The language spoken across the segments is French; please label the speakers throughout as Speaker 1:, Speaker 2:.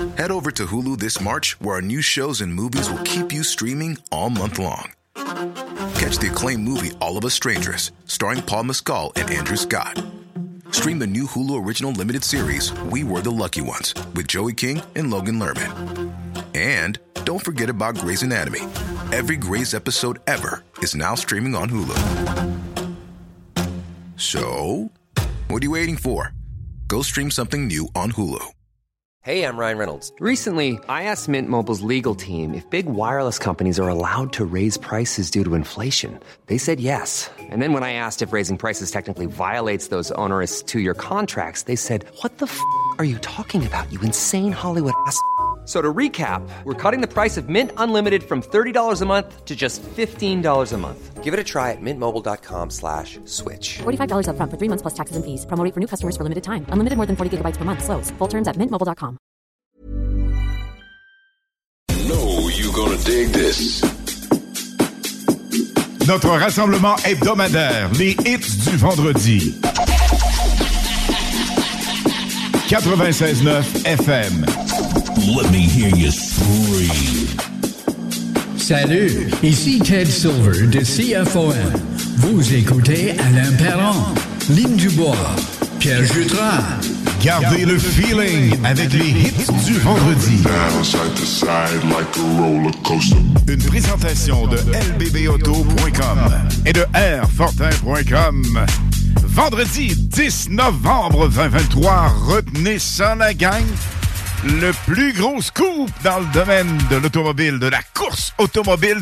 Speaker 1: Head over to Hulu this March, where our new shows and movies will keep you streaming all month long. Catch the acclaimed movie All of Us Strangers, starring Paul Mescal and Andrew Scott. Stream the new Hulu original limited series We Were the Lucky Ones with Joey King and Logan Lerman. And don't forget about Grey's Anatomy. Every Grey's episode ever is now streaming on Hulu. So, what are you waiting for? Go stream something new on Hulu.
Speaker 2: Hey, I'm Ryan Reynolds. Recently, I asked Mint Mobile's legal team if big wireless companies are allowed to raise prices due to inflation. They said yes. And then when I asked if raising prices technically violates those onerous two-year contracts, they said, "What the f*** are you talking about, you insane Hollywood ass?" So to recap, we're cutting the price of Mint Unlimited from $30 a month to just $15 a month. Give it a try at mintmobile.com/switch.
Speaker 3: $45 up front for 3 months plus taxes and fees. Promo rate for new customers for limited time. Unlimited more than 40 gigabytes per month. Slows full terms at mintmobile.com.
Speaker 4: No, you're gonna dig this.
Speaker 5: Notre rassemblement hebdomadaire, les hits du vendredi. 96.9 FM.
Speaker 6: Let me hear you scream.
Speaker 7: Salut, ici Ted Silver de CFOM. Vous écoutez Alain Perron, Lynn Dubois, Pierre Jutras.
Speaker 5: Gardez le feeling avec les hits du vendredi. Une présentation de lbbauto.com et de airfortin.com. Vendredi 10 novembre 2023, retenez ça la gang. Le plus gros scoop dans le domaine de l'automobile, de la course automobile,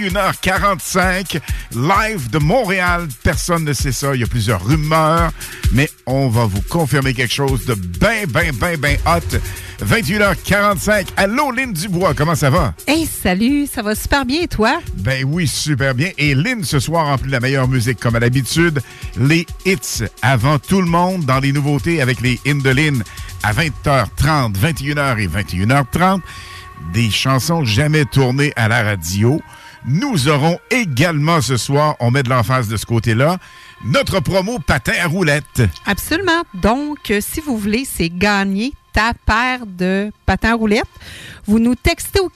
Speaker 5: 21h45, live de Montréal. Personne ne sait ça, il y a plusieurs rumeurs, mais on va vous confirmer quelque chose de ben hot. 21h45. Allô, Lynn Dubois, comment ça va?
Speaker 8: Hey, salut, ça va super bien, toi?
Speaker 5: Ben oui, super bien. Et Lynn, ce soir, en plus de la meilleure musique, comme à l'habitude, les hits avant tout le monde dans les nouveautés avec les hits de Lynn à 20h30, 21h et 21h30. Des chansons jamais tournées à la radio. Nous aurons également ce soir, on met de l'emphase de ce côté-là, notre promo patin à roulettes.
Speaker 8: Absolument. Donc, si vous voulez, c'est gagner ta paire de patins à roulettes. Vous nous textez au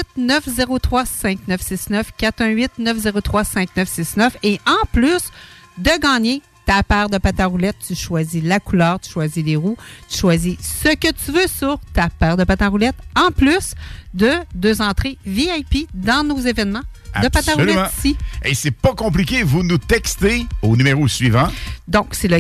Speaker 8: 418-903-5969, 418-903-5969. Et en plus de gagner ta paire de patins à roulettes, tu choisis la couleur, tu choisis les roues, tu choisis ce que tu veux sur ta paire de patins à roulettes, en plus de 2 entrées VIP dans nos événements de patins à roulettes ici.
Speaker 5: Et c'est pas compliqué, vous nous textez au numéro suivant.
Speaker 8: Donc, c'est le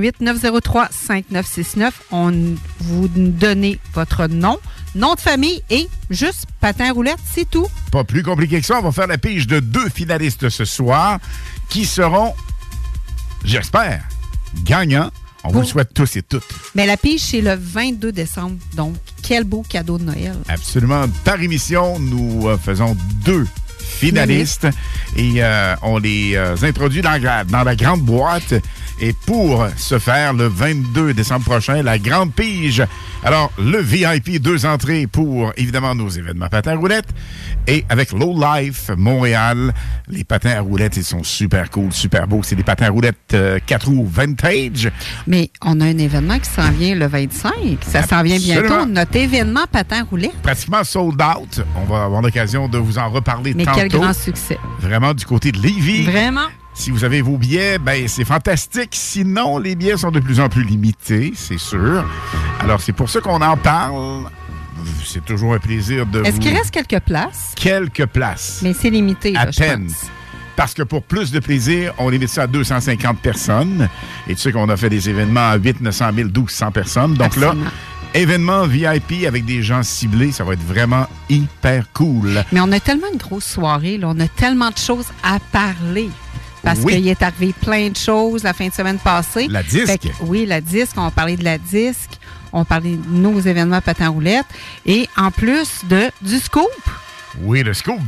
Speaker 8: 418-903-5969. Vous nous donnez votre nom de famille et juste patin à roulettes, c'est tout.
Speaker 5: Pas plus compliqué que ça. On va faire la pige de 2 finalistes ce soir qui seront, j'espère, gagnants. On vous le souhaite tous et toutes.
Speaker 8: Mais la pige, c'est le 22 décembre. Donc, quel beau cadeau de Noël.
Speaker 5: Absolument. Par émission, nous faisons 2 finalistes et on les introduit dans la grande boîte. Et pour ce faire, le 22 décembre prochain, la grande pige. Alors, le VIP, 2 entrées pour, évidemment, nos événements patins à roulettes. Et avec Low Life Montréal, les patins à roulettes, ils sont super cool, super beaux. C'est des patins à roulettes 4 roues vintage.
Speaker 8: Mais on a un événement qui s'en vient le 25. Ça s'en vient bientôt. Notre événement patins à roulettes.
Speaker 5: Pratiquement sold out. On va avoir l'occasion de vous en reparler tantôt.
Speaker 8: Mais quel grand succès.
Speaker 5: Vraiment du côté de Lévis.
Speaker 8: Vraiment.
Speaker 5: Si vous avez vos billets, ben c'est fantastique. Sinon, les billets sont de plus en plus limités, c'est sûr. Alors, c'est pour ça qu'on en parle. C'est toujours un plaisir de
Speaker 8: Est-ce qu'il reste quelques places?
Speaker 5: Quelques places.
Speaker 8: Mais c'est limité,
Speaker 5: à
Speaker 8: là,
Speaker 5: peine.
Speaker 8: Je pense.
Speaker 5: Parce que pour plus de plaisir, on limite ça à 250 personnes. Et tu sais qu'on a fait des événements à 800, 900 000, 1200 personnes. Donc
Speaker 8: Absolument.
Speaker 5: Là, événement VIP avec des gens ciblés, ça va être vraiment hyper cool.
Speaker 8: Mais on a tellement une grosse soirée, là. On a tellement de choses à parler. Parce qu'il est arrivé plein de choses la fin de semaine passée.
Speaker 5: La disque.
Speaker 8: Oui, la disque. On va parler de la disque. On va parler de nos événements patins à roulettes. Et en plus du scoop.
Speaker 5: Oui, le scoop,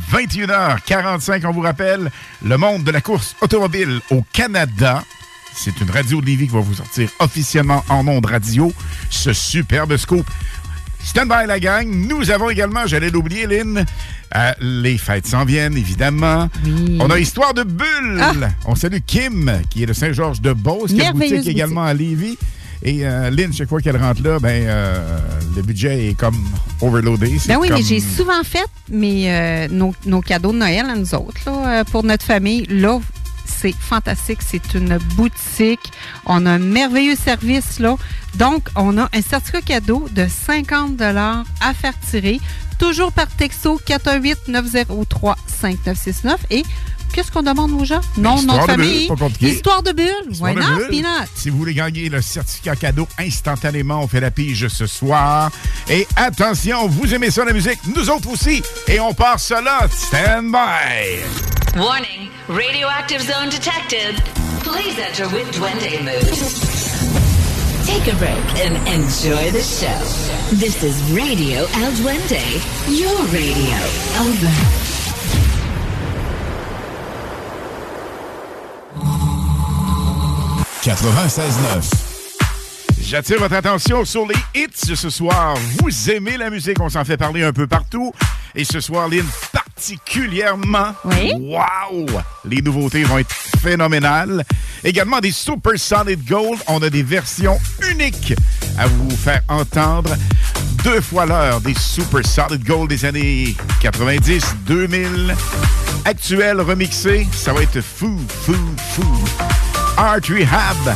Speaker 5: 21h45, on vous rappelle, le monde de la course automobile au Canada. C'est une radio de Lévis qui va vous sortir officiellement en ondes radio. Ce superbe scoop. Stand by la gang. Nous avons également, j'allais l'oublier, Lynn, les fêtes s'en viennent, évidemment.
Speaker 8: Oui.
Speaker 5: On a Histoire de Bulle. On salue Kim, qui est de Saint-Georges-de-Beauce, qui a une boutique également à Lévis. Et Lynn, chaque fois qu'elle rentre là, le budget est comme overloadé.
Speaker 8: Ben oui, mais j'ai souvent fait nos cadeaux de Noël à nous autres, là, pour notre famille. Là, c'est fantastique. C'est une boutique. On a un merveilleux service, là. Donc, on a un certificat cadeau de 50 $ à faire tirer. Toujours par texto 418-903-5969. Et qu'est-ce qu'on demande aux gens? Non, nom de famille. Histoire de bulle. Why not, Peanut?
Speaker 5: Si vous voulez gagner le certificat cadeau instantanément, on fait la pige ce soir. Et attention, vous aimez ça, la musique? Nous autres aussi. Et on part ça là. Stand by.
Speaker 9: Warning. Radioactive zone detected. Please enter with Duende mood. Take a break and enjoy the show. This is Radio El Duende. Your radio. Over.
Speaker 5: J'attire votre attention sur les hits ce soir. Vous aimez la musique, on s'en fait parler un peu partout. Et ce soir, Lynn, particulièrement.
Speaker 8: Oui.
Speaker 5: Wow! Les nouveautés vont être phénoménales. Également des Super Solid Gold. On a des versions uniques à vous faire entendre. 2 fois l'heure des Super Solid Gold des années 90, 2000. Actuels, remixés. Ça va être fou. Art Rehab.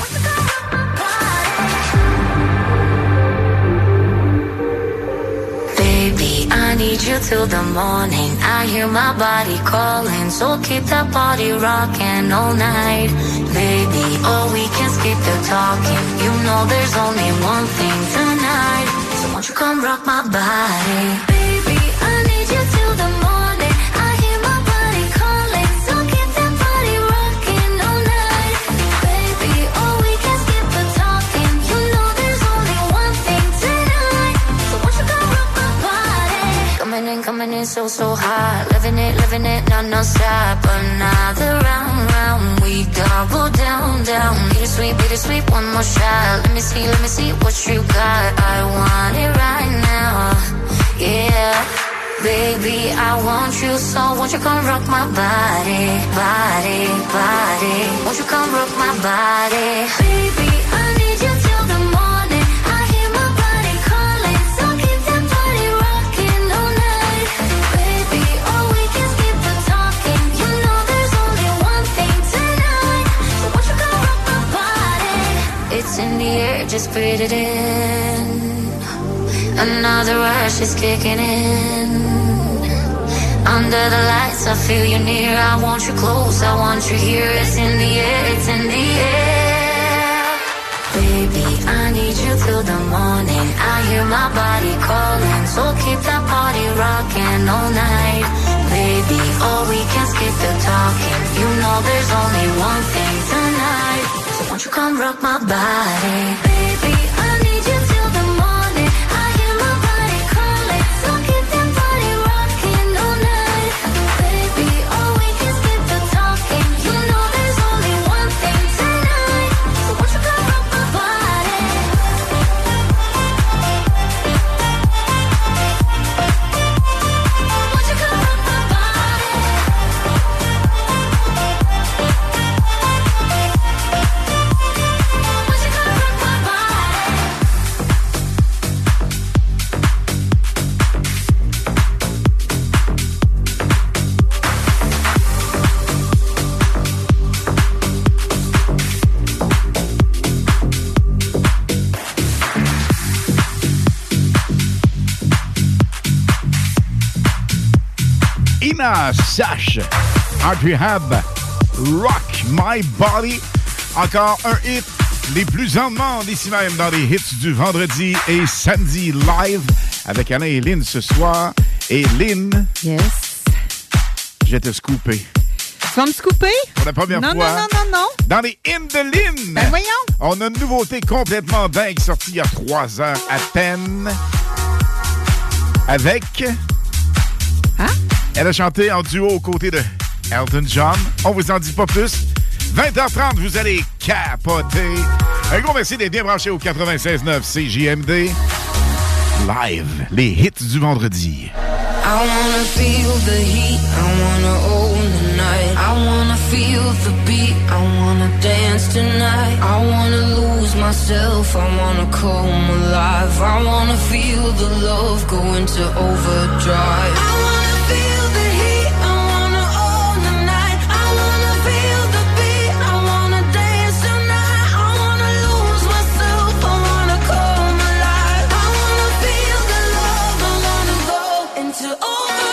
Speaker 10: Baby, I need you till the morning. I hear my body calling, so keep that body rocking all night. Baby, oh, we can skip the talking. You know there's only one thing tonight. So won't you come rock my body? Baby, I need you till the morning. I hear my body calling, so keep that body rocking all night. Baby, oh, we can skip the talking. You know there's only one thing tonight. So won't you come rock my body? Coming in so hot. Living it, non-stop. Another round, we double down. Bittersweet, one more shot. Let me see what you got. I want it right now, yeah. Baby, I want you, so won't you come rock my body. Won't you come rock my body? Baby, I need you till the morning. I hear my body calling, so keep that body rocking all night. Baby, oh, we can skip the talking. You know there's only one thing tonight. So won't you come rock my body? It's in the air, just breathe it in. Another rush is kicking in. Under the lights, I feel you near. I want you close, I want you here. It's in the air. Baby, I need you till the morning. I hear my body calling, so keep that body rocking all night. Baby, oh, we can skip the talking. You know there's only one thing tonight. So won't you come rock my body? Baby, I need you till the morning. I hear my body calling, so keep that body rocking all night. Baby, oh, we can skip the talking. You know there's only one thing tonight. So won't you come rock my body? Won't you come rock my body? Won't you come rock my body?
Speaker 5: Ina Sash, Art Rehab, Rock My Body. Encore un hit, les plus en demande ici même dans les hits du vendredi et samedi live avec Alain et Lynn ce soir. Et Lynn,
Speaker 8: Yes.
Speaker 5: je vais te scooper.
Speaker 8: Tu vas me scooper?
Speaker 5: Pour la première fois.
Speaker 8: Non.
Speaker 5: Dans les hymnes de Lynn.
Speaker 8: Ben voyons.
Speaker 5: On a une nouveauté complètement dingue sortie il y a 3 heures à peine. Avec...
Speaker 8: Hein?
Speaker 5: Elle a chanté en duo aux côtés de Elton John. On vous en dit pas plus. 20h30, vous allez capoter. Un gros merci d'être bien branché au 96.9 CJMD. Live, les hits du vendredi.
Speaker 10: I wanna feel the heat, I wanna own the night. I wanna feel the beat, I wanna dance tonight. I wanna lose myself, I wanna come alive. I wanna feel the love go into overdrive. I wanna feel the heat, I wanna own the night. I wanna feel the beat, I wanna dance tonight. I wanna lose myself, I wanna come alive. I wanna feel the love, I wanna go into overdrive.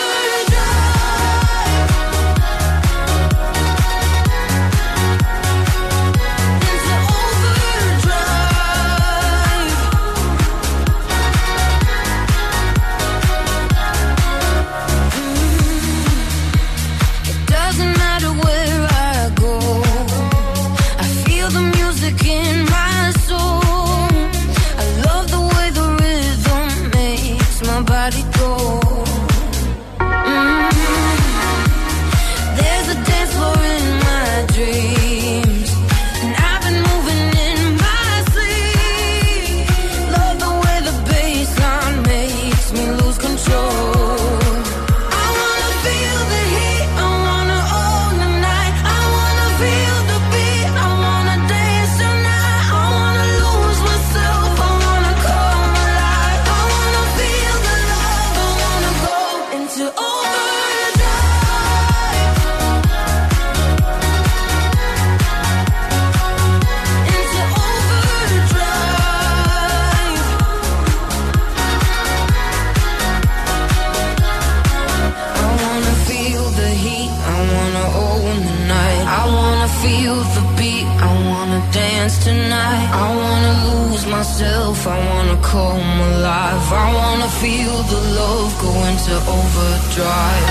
Speaker 10: Tonight, I wanna lose myself, I wanna come alive. I wanna feel the love go into overdrive.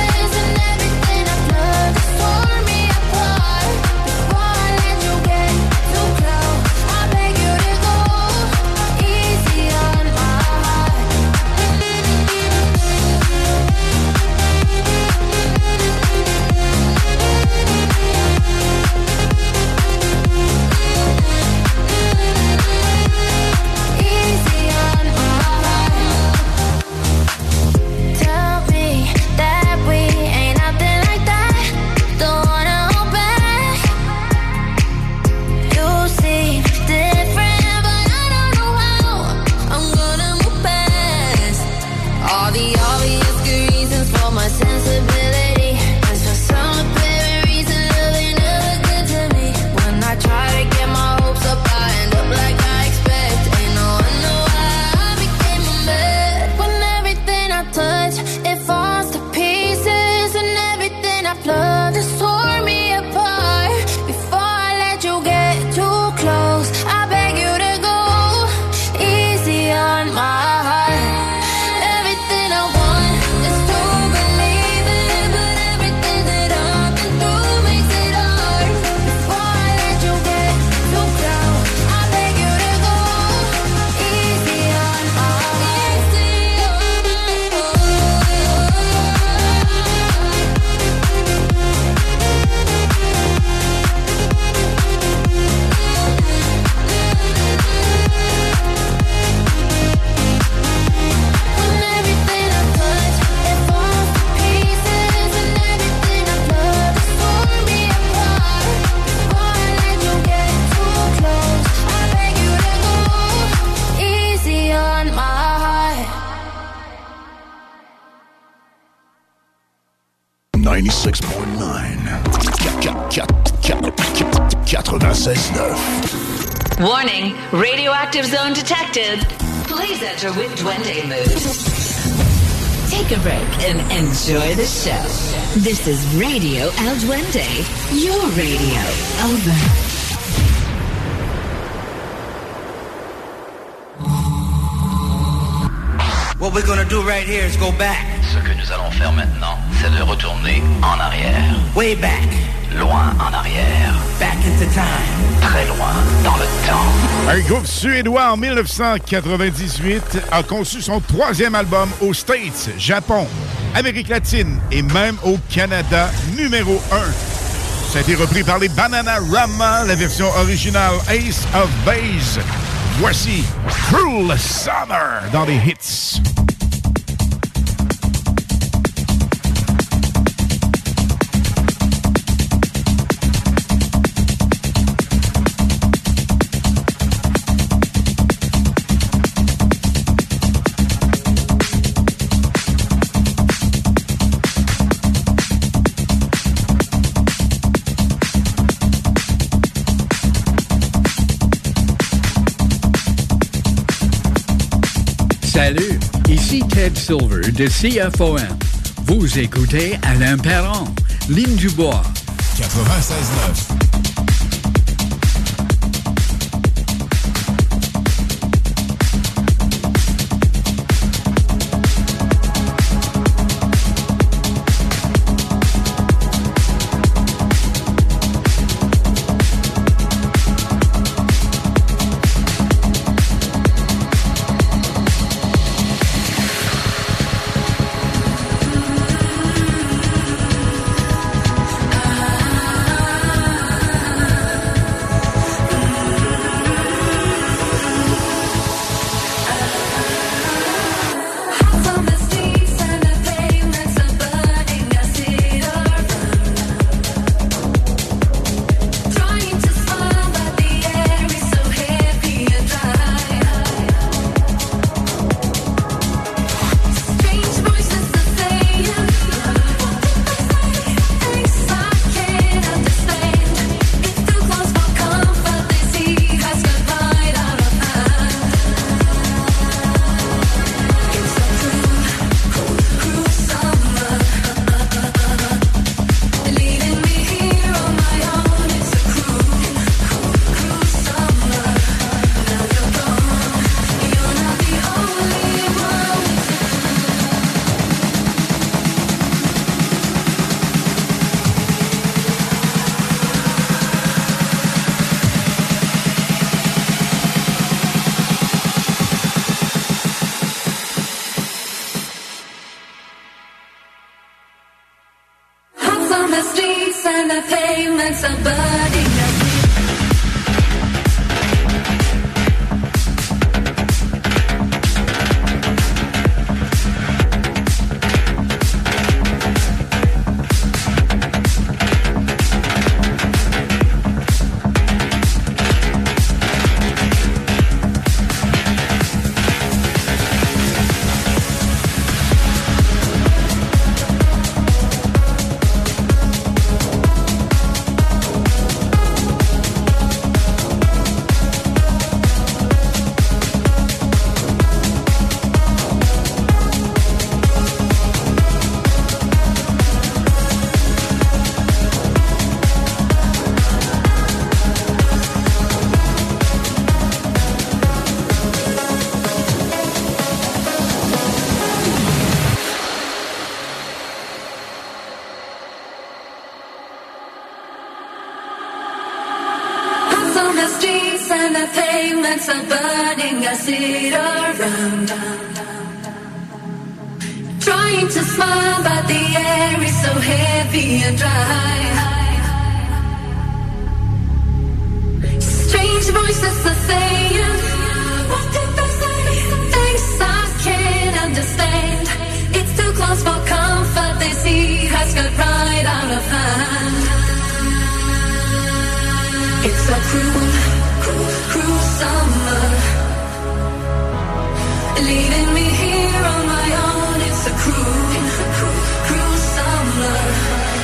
Speaker 11: Get
Speaker 5: 96.9. 96.9.
Speaker 9: Warning, radioactive zone detected. Please enter with Duende mood. Take a break and enjoy the show. This is Radio El Duende, your radio. Over.
Speaker 11: What we're gonna do right here is go back.
Speaker 12: Ce que nous allons faire maintenant, c'est de retourner en arrière.
Speaker 11: Way back.
Speaker 12: Loin en arrière.
Speaker 11: Back into time.
Speaker 12: Très loin dans le temps.
Speaker 5: Un groupe suédois en 1998 a conçu son 3e album aux States, Japon, Amérique latine et même au Canada, numéro 1. Ça a été repris par les Bananarama, la version originale Ace of Base. Voici Cruel Summer dans les hits.
Speaker 7: Salut, ici Ted Silver de CFOM. Vous écoutez Alain Perron, Ligne du Bois.
Speaker 5: 96.9.
Speaker 10: Leaving me here on my own, it's a cruel summer.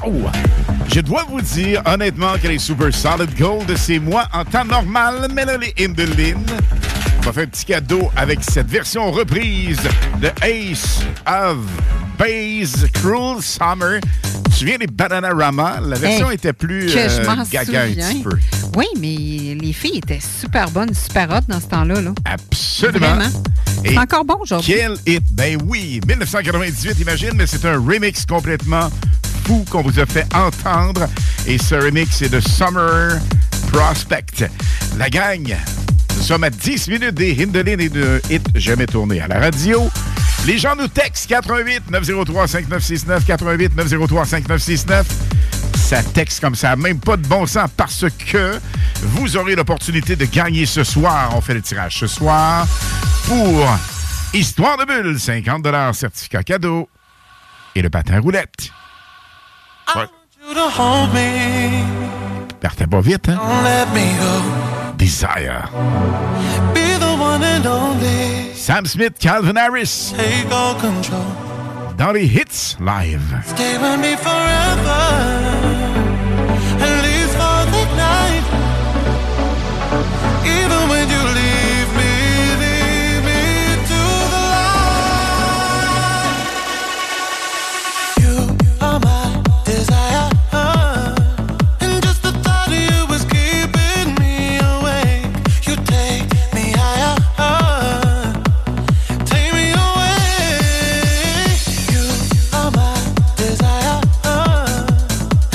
Speaker 5: Wow! Je dois vous dire, honnêtement, que les Super Solid Gold, c'est moi, en temps normal, Melanie Indelin. On va faire un petit cadeau avec cette version reprise de Ace of Base Cruel Summer. Tu te souviens des Bananarama? La version était plus gaga un petit peu.
Speaker 8: Oui, mais les filles étaient super bonnes, super hot dans ce temps-là. Là.
Speaker 5: Absolument.
Speaker 8: Vraiment. C'est encore bon aujourd'hui.
Speaker 5: Quel hit! Ben oui, 1998, imagine, mais c'est un remix complètement fou qu'on vous a fait entendre. Et ce remix est de Summer Prospect. La gang, nous sommes à 10 minutes des Hindelin et de hits jamais tournés à la radio. Les gens nous textent 88-903-5969, 88-903-5969. Ça texte comme ça, même pas de bon sens, parce que vous aurez l'opportunité de gagner ce soir. On fait le tirage ce soir pour Histoire de Bulle, $50 certificat cadeau et le patin roulette. Ouais. Partez pas vite, hein? Desire.
Speaker 13: Be the one and only.
Speaker 5: Sam Smith, Calvin Harris.
Speaker 13: Take all control.
Speaker 5: Dans les hits live.
Speaker 13: Stay with me forever. At least for the night. Even when you leave me to the light. You are my desire. And just the thought of you was keeping me awake. You take me higher. Take me away. You are my desire.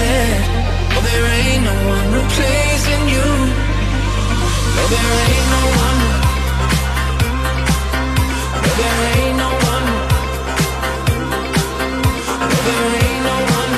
Speaker 13: instead. Oh, there ain't no one replacing you. No, there ain't no one. No, there ain't no one. No, there ain't no one.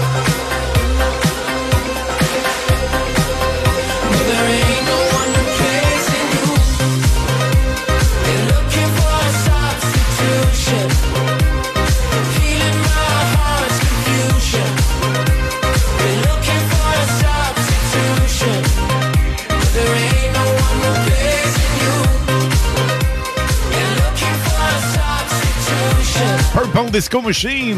Speaker 13: No, there ain't no one replacing you. They're looking for a substitution. Feeling my heart's confusion. They're looking for a substitution. There ain't no one replacing you. They're looking for a substitution.
Speaker 5: Purple Disco Machine.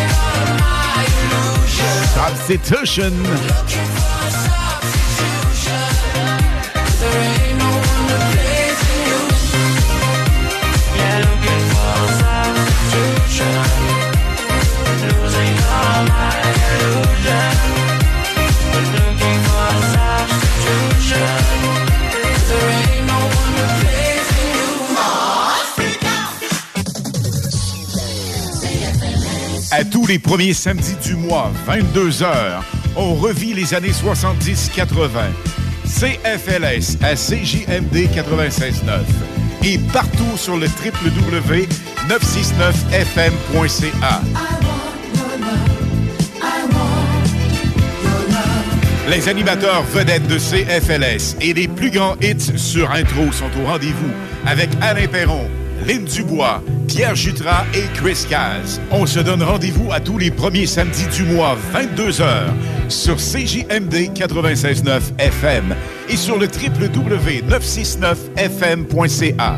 Speaker 5: Substitution.
Speaker 13: Looking for a substitution. There ain't no one replacing you. Yeah, looking for a substitution. Losing all my illusion. Looking for a substitution. There ain't no one replacing you.
Speaker 5: À tous les premiers samedis du mois, 22h, on revit les années 70-80. CFLS à CJMD 96.9 et partout sur le www.969fm.ca. Les animateurs vedettes de CFLS et les plus grands hits sur intro sont au rendez-vous avec Alain Perron, Lynn Dubois, Pierre Jutras et Chris Caz. On se donne rendez-vous à tous les premiers samedis du mois, 22h, sur CJMD 96.9 FM et sur le www.969fm.ca.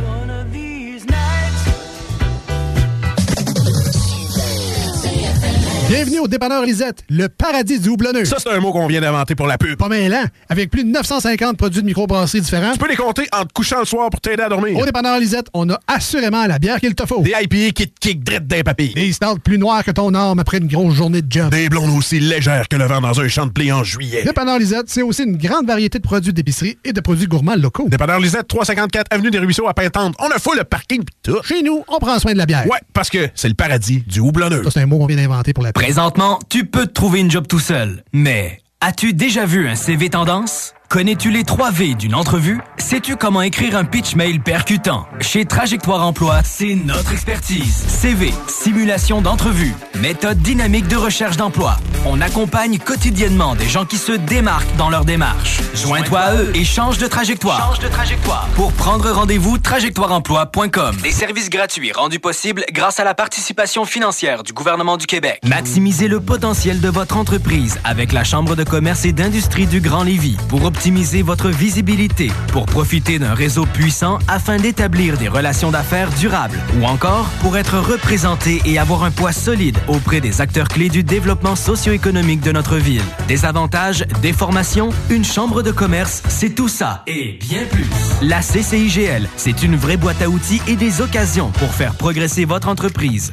Speaker 14: Bienvenue au dépanneur Lisette, le paradis du houblonneux.
Speaker 15: Ça, c'est un mot qu'on vient d'inventer pour la pub.
Speaker 14: Pas mêlant, avec plus de 950 produits de microbrasserie différents.
Speaker 15: Tu peux les compter en te couchant le soir pour t'aider à dormir.
Speaker 14: Au dépanneur Lisette, on a assurément la bière qu'il te faut.
Speaker 15: Des IPA qui te kick drette d'un papy.
Speaker 14: Des stouts plus noirs que ton arme après une grosse journée de job.
Speaker 15: Des blondes aussi légères que le vent dans un champ de blé en juillet.
Speaker 14: Dépanneur Lisette, c'est aussi une grande variété de produits d'épicerie et de produits gourmands locaux.
Speaker 15: Dépanneur Lisette, 354 Avenue des Ruisseaux à Pintante. On a full le parking pis tout.
Speaker 14: Chez nous, on prend soin de la bière.
Speaker 15: Ouais, parce que c'est le paradis du houblonneux.
Speaker 14: Ça, c'est un mot qu'on vient d'inventer pour la pub.
Speaker 16: Présentement, tu peux te trouver une job tout seul. Mais as-tu déjà vu un CV tendance? Connais-tu les 3 V d'une entrevue? Sais-tu comment écrire un pitch mail percutant? Chez Trajectoire Emploi, c'est notre expertise. CV, simulation d'entrevue, méthode dynamique de recherche d'emploi. On accompagne quotidiennement des gens qui se démarquent dans leur démarche. Joins-toi à eux et change de trajectoire. Pour prendre rendez-vous, trajectoireemploi.com. Des services gratuits rendus possibles grâce à la participation financière du gouvernement du Québec. Maximisez le potentiel de votre entreprise avec la Chambre de commerce et d'industrie du Grand Lévis pour optimiser votre visibilité, pour profiter d'un réseau puissant afin d'établir des relations d'affaires durables ou encore pour être représenté et avoir un poids solide auprès des acteurs clés du développement socio-économique de notre ville. Des avantages, des formations, une chambre de commerce, c'est tout ça et bien plus. La CCIGL, c'est une vraie boîte à outils et des occasions pour faire progresser votre entreprise.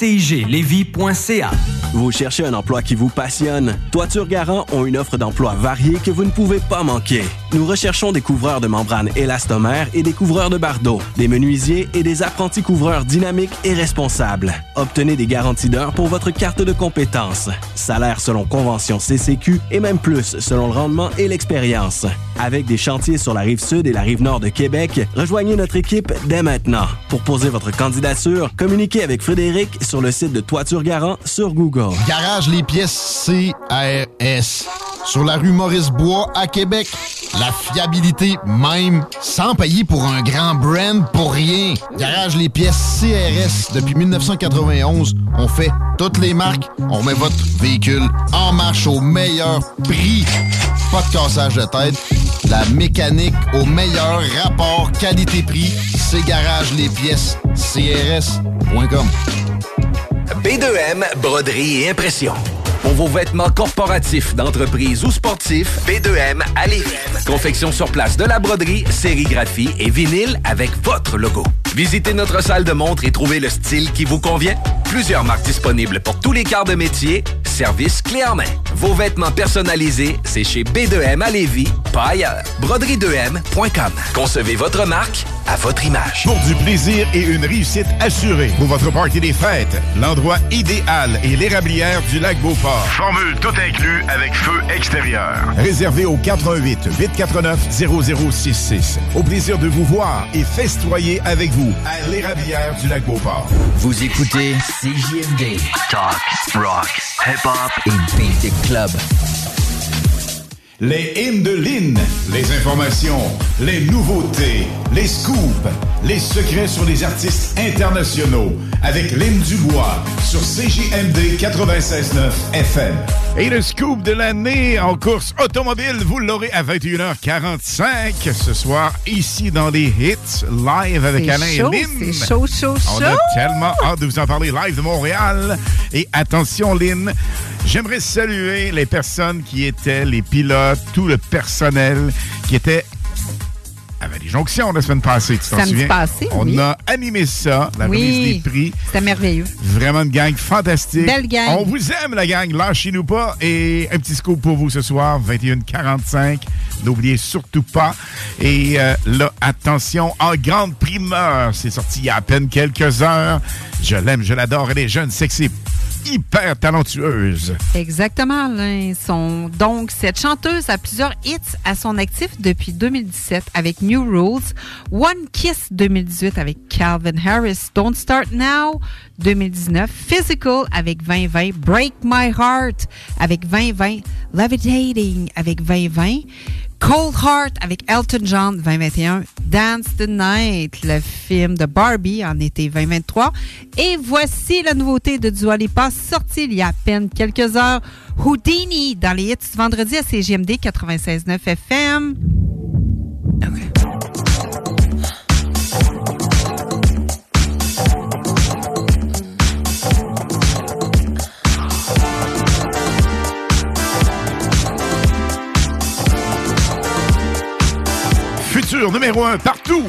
Speaker 16: CCIGLévis.ca.
Speaker 17: Vous cherchez un emploi qui vous passionne? Toiture Garant ont une offre d'emploi variée que vous ne pouvez pas manquer. Nous recherchons des couvreurs de membranes élastomères et des couvreurs de bardeaux, des menuisiers et des apprentis couvreurs dynamiques et responsables. Obtenez des garanties d'heures pour votre carte de compétences. Salaire selon convention CCQ et même plus selon le rendement et l'expérience. Avec des chantiers sur la rive sud et la rive nord de Québec, rejoignez notre équipe dès maintenant. Pour poser votre candidature, communiquez avec Frédéric sur le site de Toiture Garant sur Google.
Speaker 18: Garage les pièces CRS. Sur la rue Maurice-Bois à Québec. La fiabilité même, sans payer pour un grand brand pour rien. Garage les pièces CRS. Depuis 1991, on fait toutes les marques. On met votre véhicule en marche au meilleur prix. Pas de cassage de tête. La mécanique au meilleur rapport qualité-prix. C'est Garage les pièces CRS.com.
Speaker 19: B2M, broderie et impression. Pour vos vêtements corporatifs, d'entreprise ou sportifs, B2M à Lévis. Confection sur place de la broderie, sérigraphie et vinyle avec votre logo. Visitez notre salle de montre et trouvez le style qui vous convient. Plusieurs marques disponibles pour tous les quarts de métier. Service clé en main. Vos vêtements personnalisés, c'est chez B2M à Lévis, pas ailleurs. Broderie2M.com. Concevez votre marque à votre image.
Speaker 5: Pour du plaisir et une réussite assurée pour votre party des fêtes, l'endroit idéal est l'Érablière du Lac-Beauport. Formule tout inclus avec feu extérieur. Réservé au 418-849-0066. Au plaisir de vous voir et festoyer avec vous à l'Érablière du Lac-Beauport.
Speaker 12: Vous écoutez CJMD. Talk, rock, hip-hop et beat club.
Speaker 5: Les hymnes de Lynn, les informations, les nouveautés, les scoops, les secrets sur les artistes internationaux avec Lynn Dubois sur CJMD 96.9 FM. Et le scoop de l'année en course automobile, vous l'aurez à 21h45 ce soir ici dans les Hits live avec
Speaker 8: C'est
Speaker 5: Alain
Speaker 8: chaud,
Speaker 5: et Lynn.
Speaker 8: c'est chaud, chaud,
Speaker 5: On
Speaker 8: chaud.
Speaker 5: a tellement hâte de vous en parler live de Montréal. Et attention Lynn, j'aimerais saluer les personnes qui étaient les pilotes, tout le personnel qui était à Vallée-Jonction la semaine passée, tu t'en
Speaker 8: Samedi
Speaker 5: souviens?
Speaker 8: passé,
Speaker 5: On
Speaker 8: oui.
Speaker 5: a animé ça, la remise des prix.
Speaker 8: C'était merveilleux.
Speaker 5: Vraiment une gang fantastique.
Speaker 8: Belle gang.
Speaker 5: On vous aime, la gang. Lâchez-nous pas. Et un petit scoop pour vous ce soir, 21h45. N'oubliez surtout pas. Et là, attention, en grande primeur, c'est sorti il y a à peine quelques heures. Je l'aime, je l'adore. Elle est jeune, sexy, hyper talentueuse.
Speaker 8: Exactement. Là. Donc, cette chanteuse a plusieurs hits à son actif depuis 2017 avec New Rules, One Kiss 2018 avec Calvin Harris, Don't Start Now 2019, Physical avec 2020, Break My Heart avec 2020, Levitating avec 2020, Cold Heart avec Elton John 2021, Dance the Night, le film de Barbie en été 2023. Et voici la nouveauté de Dua Lipa sortie il y a à peine quelques heures, Houdini dans les hits du vendredi à CJMD 96.9 FM.
Speaker 5: Futur numéro 1 partout.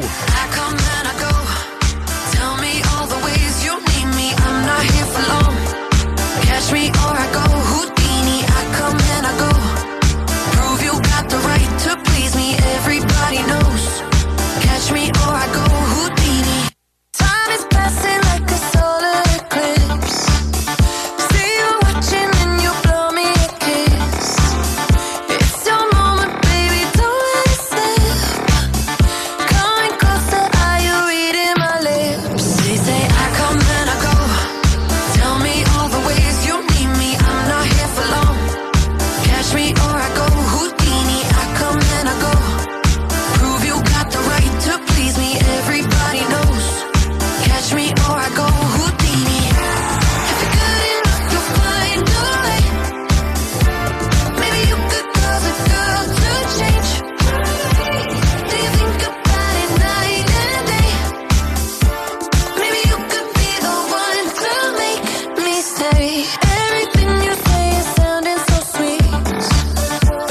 Speaker 13: Catch me or I go Houdini, I come and I go. Prove you got the right to please me, everybody knows. Catch me or I go Houdini. Time is passing like a solar eclipse. See you watching and you blow me a kiss. It's your moment, baby, don't let it slip. Coming closer, are you reading my lips? They say I come and I go. Tell me all the ways you need me, I'm not here for long. Catch me or I go Houdini, I come and I go. Prove you got the right to please me, everybody knows. Catch me or I go Houdini. If you're good enough, you'll find a way. Maybe you could cause a girl to change. Do you think about it night and day? Maybe you could be the one to make me stay. Everything you say is sounding so sweet.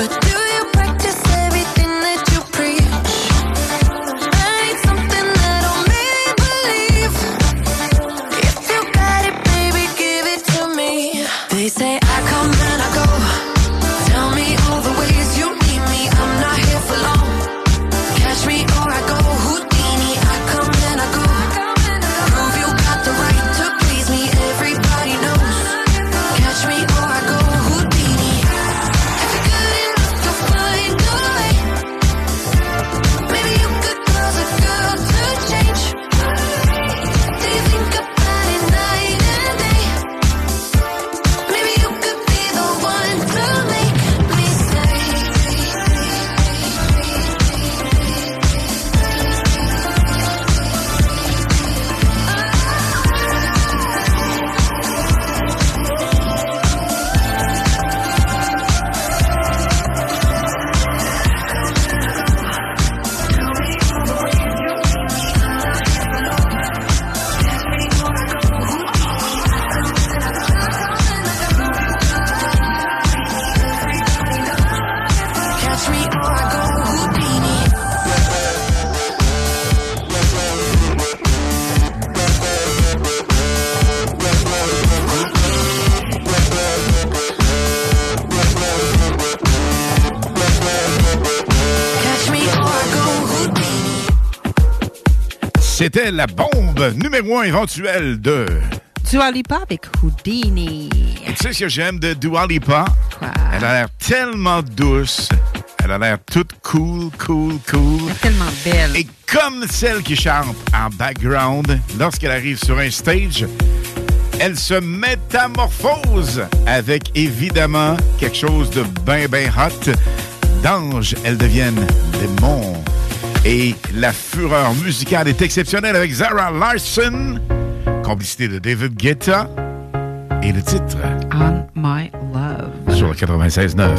Speaker 5: C'était la bombe numéro 1 éventuelle de...
Speaker 8: Dua Lipa avec Houdini.
Speaker 5: Et tu sais ce que j'aime de Dua Lipa?
Speaker 8: Quoi?
Speaker 5: Elle a l'air tellement douce. Elle a l'air toute cool.
Speaker 8: Elle est tellement belle.
Speaker 5: Et comme celle qui chante en background, lorsqu'elle arrive sur un stage, elle se métamorphose avec, évidemment, quelque chose de bien hot. D'ange, elles deviennent démons. Et la fureur musicale est exceptionnelle avec Zara Larsson, complicité de David Guetta, et le titre
Speaker 8: On My Love
Speaker 5: sur le 96.9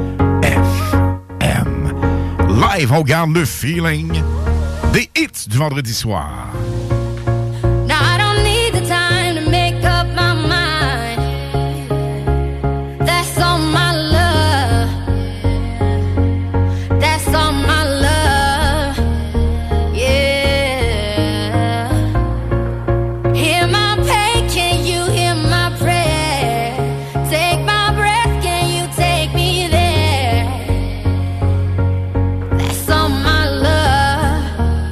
Speaker 5: FM. Live, on garde le feeling des hits du vendredi soir.
Speaker 10: Now I don't need the time to make up my mind. That's all my love. That's all my love. Yeah. Hear my pain, can you hear my prayer? Take my breath, can you take me there? That's all my love.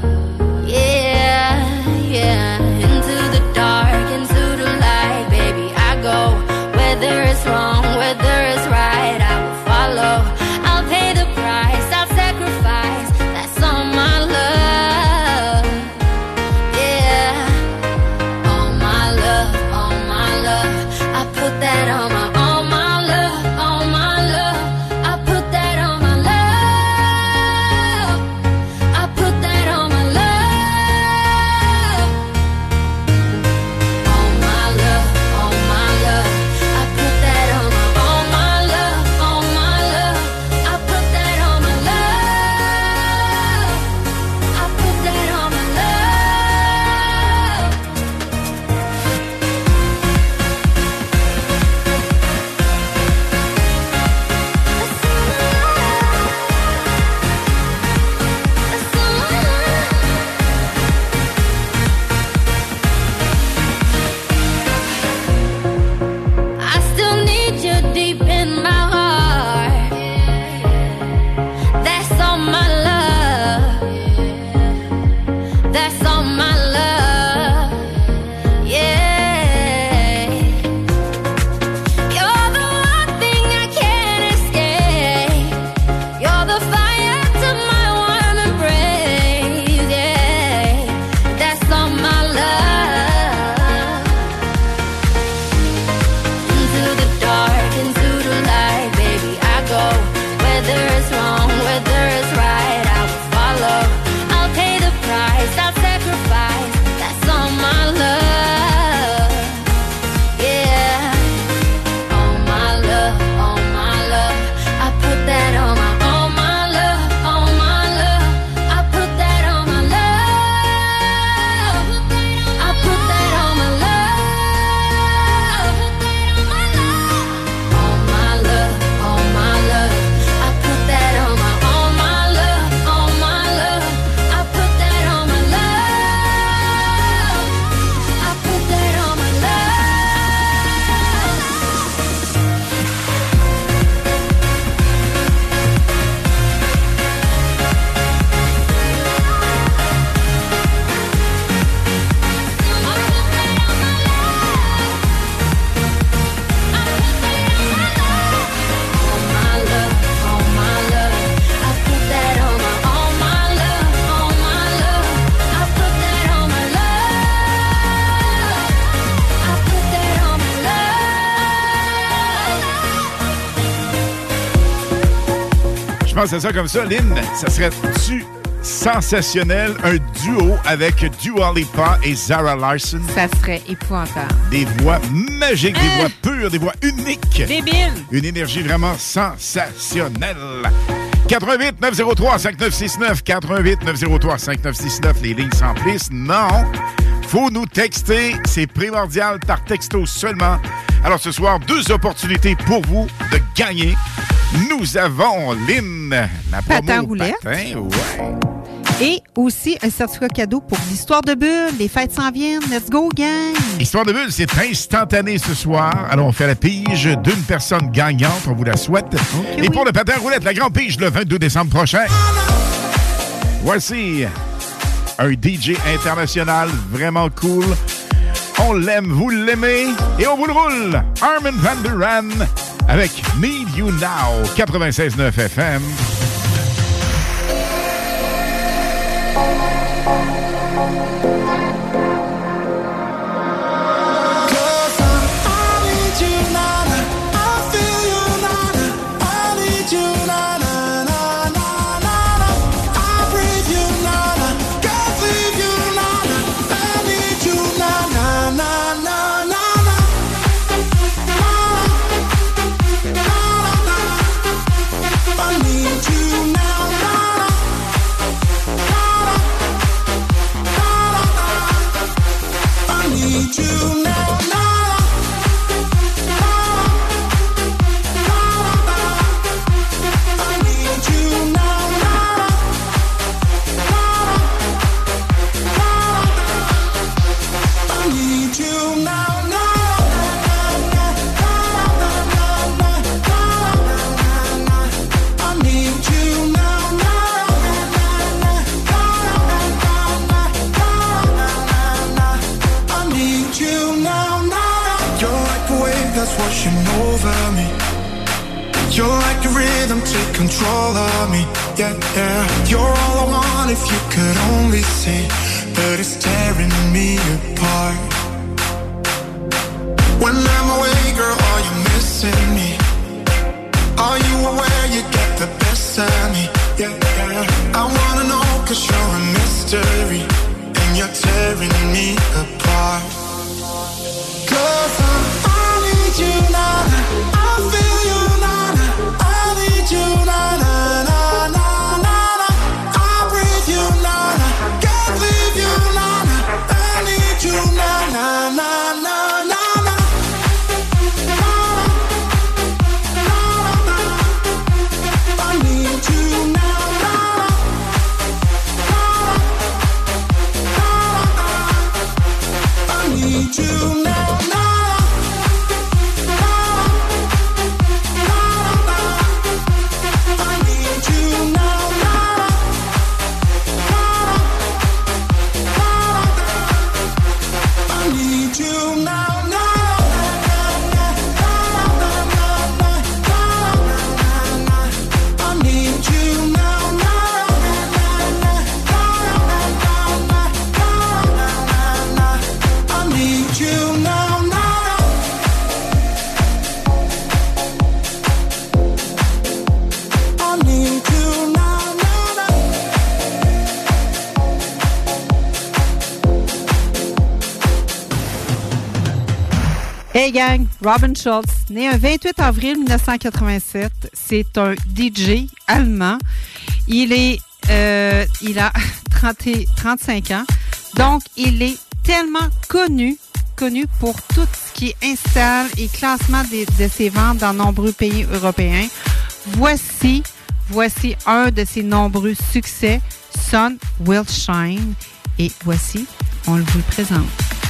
Speaker 10: Yeah, yeah. Into the dark, into the light, baby, I go. Whether it's wrong, whether it's right, I will follow. I'll pay the price, I'll sacrifice. That's all my love. Yeah. All my love, I put that on my, all my love, I put that on my love. I put that on my love. All my love, I put that on my, all my love, I put that on my love. I put that on my love. I still need you deep in my heart. That's all my love. That's all my love. Yeah. You're the one thing I can't escape. You're the fire to my warm embrace. Yeah. That's all my love. Into the dark, into the light, baby, I go. Whether it's wrong, whether it's right, I will follow. I'll pay the price, I'll sacrifice. That's all my love. Yeah. All my love, I put that on my, all my love, I put that on my love. I put that on my love. All my love, I put that on my, all my love, I put that on my love. I put that on my love.
Speaker 5: Je pense à ça comme ça, Lynn. Ça serait-tu sensationnel, un duo avec Dua Lipa et Zara Larsson?
Speaker 8: Ça serait épouvantable.
Speaker 5: Des voix magiques, des voix pures, des voix uniques.
Speaker 8: Débile.
Speaker 5: Une énergie vraiment sensationnelle. 88 903 5969, 88 903 5969, les lignes s'emplissent. Non, faut nous texter, c'est primordial par texto seulement. Alors ce soir, 2 opportunités pour vous de gagner. Nous avons Lynn, la promo
Speaker 8: Patin roulette.
Speaker 5: patin, ouais.
Speaker 8: Et aussi un certificat cadeau pour l'histoire de Bulle. Les fêtes s'en viennent. Let's go, gang!
Speaker 5: Histoire de Bulle, c'est instantané ce soir. Alors, on fait la pige d'une personne gagnante. On vous la souhaite.
Speaker 8: Okay,
Speaker 5: et pour le patin roulette, la grande pige le 22 décembre prochain. Voici un DJ international vraiment cool. On l'aime, vous l'aimez, et on vous le roule. Armin van Buuren avec Need You Now, 96.9 FM.
Speaker 13: Control of me, yeah, yeah. You're all I want if you could only see, but it's tearing me apart. When I'm away, girl, are you missing me? Are you aware you get the best of me, yeah, yeah. I wanna know 'cause you're a mystery, and you're tearing me apart. 'Cause I need you now, I feel you now. I need you, na na na na na. I breathe you, na na. Can't leave you, na na. I need you, na na na na na na. I need you now, na na. I need you now, na.
Speaker 8: Hey gang, Robin Schulz, né un 28 avril 1987, c'est un DJ allemand. Il a 35 ans, donc il est tellement connu pour tout ce qui installe et classement de ses ventes dans nombreux pays européens. Voici un de ses nombreux succès, Sun Will Shine, et voici, on vous le présente.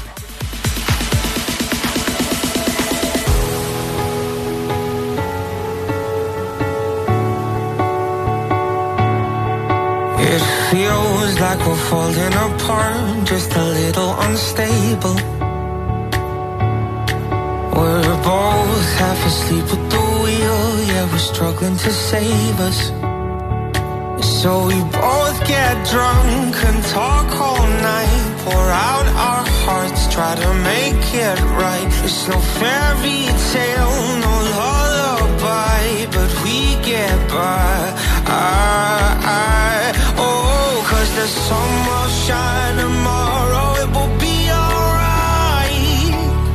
Speaker 20: It feels like we're falling apart, just a little unstable. We're both half asleep at the wheel, yeah, we're struggling to save us. So we both get drunk and talk all night, pour out our hearts, try to make it right. It's no fairy tale, no lullaby, but we get by. Oh, 'cause the sun will shine tomorrow, it will be alright.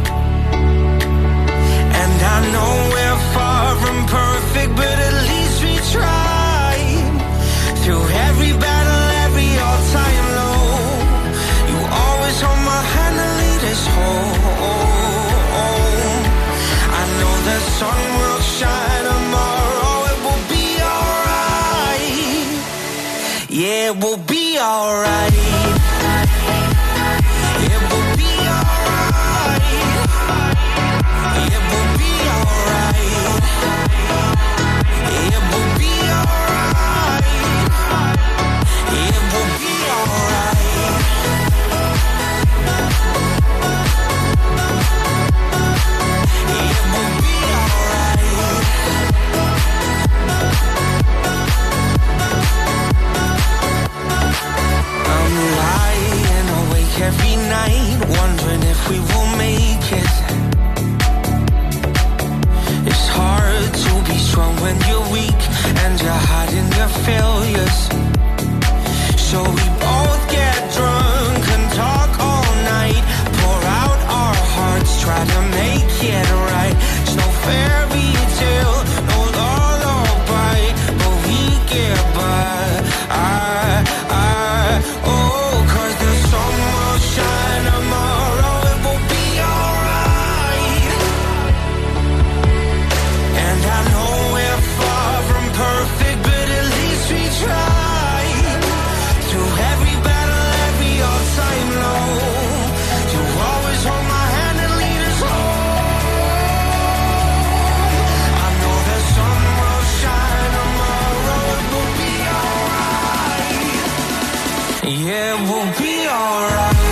Speaker 20: And I know we're far from perfect, but at least we tried. Through every battle, every all-time low, you always hold my hand and lead us home. I know the sun will shine tomorrow, it will be alright. Yeah, it will be alright. It will be alright. It will be alright. It will be alright. It will be alright. you're hiding your failures. So we both get drunk and talk all night. Pour out our hearts, try to make it right. It's no fairy tale, no lullaby, but we get by. Oh, 'cause the sun will shine tomorrow, it will be alright. And I know we're far from perfect, but at least we try. Through every battle, every all-time low, you always hold my hand and lead us home. I know the sun will shine tomorrow, it will be alright. Yeah, it will be alright.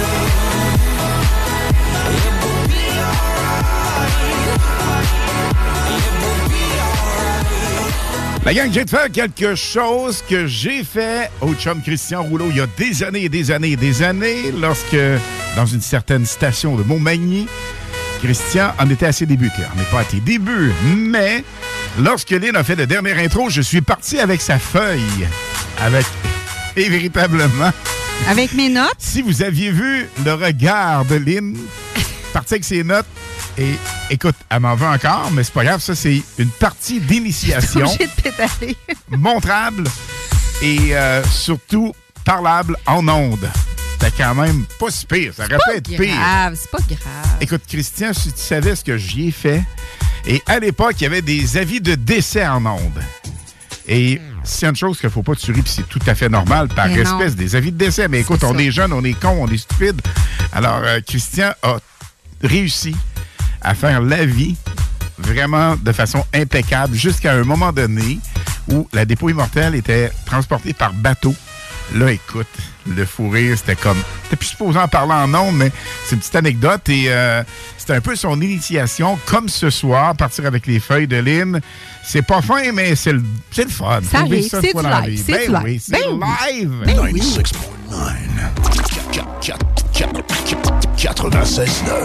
Speaker 20: It will be alright. It will be alright.
Speaker 5: La gang, j'ai de faire quelque chose que j'ai fait au chum Christian Rouleau il y a des années et des années et des années, lorsque, dans une certaine station de Montmagny, Christian en était à ses débuts. On n'est pas à tes débuts, mais lorsque Lynn a fait le dernier intro, je suis parti avec sa feuille. Et véritablement...
Speaker 8: Avec mes notes?
Speaker 5: Si vous aviez vu le regard de Lynn, parti avec ses notes, et écoute, elle m'en veut encore, mais c'est pas grave, ça c'est une partie d'initiation.
Speaker 8: J'ai de pédaler.
Speaker 5: Montrable et surtout parlable en ondes. C'était quand même pas si pire, ça aurait pu être pire.
Speaker 8: C'est pas grave.
Speaker 5: Écoute, Christian, si tu savais ce que j'y ai fait, et à l'époque, il y avait des avis de décès en ondes. Et c'est une chose qu'il ne faut pas tuer, puis c'est tout à fait normal, par respect des avis de décès. Mais écoute, on est jeunes, on est cons, on est stupides. Alors, Christian a réussi à faire l'avis vraiment de façon impeccable jusqu'à un moment donné où la dépouille mortelle était transportée par bateau. Là, écoute, le fou rire, c'était comme... T'es plus supposé en parler en ondes, mais c'est une petite anecdote et c'était un peu son initiation, comme ce soir, partir avec les feuilles de Lynn. C'est pas fin, mais c'est le fun.
Speaker 8: Ça arrive, c'est du live. C'est du live.
Speaker 5: Oui, c'est live.
Speaker 6: 96.9.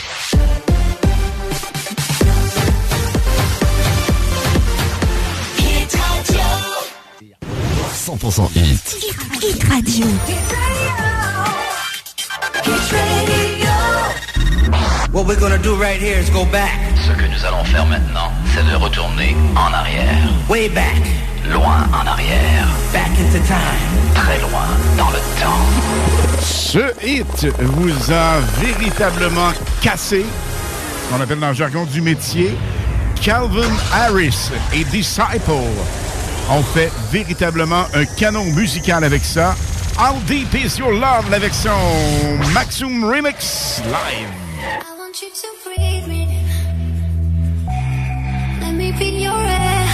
Speaker 6: 100% hit.
Speaker 9: Hit Radio.
Speaker 11: What we're gonna do right here is go back.
Speaker 12: Ce que nous allons faire maintenant, c'est de retourner en arrière.
Speaker 11: Way back.
Speaker 12: Loin en arrière.
Speaker 11: Back into time.
Speaker 12: Très loin dans le temps.
Speaker 5: Ce hit vous a véritablement cassé, ce qu'on appelle dans le jargon du métier. Calvin Harris et Disciple ont fait véritablement un canon musical avec ça. How Deep Is Your Love, la version Maxum Remix live.
Speaker 10: I want you to breathe me. Let me be your air.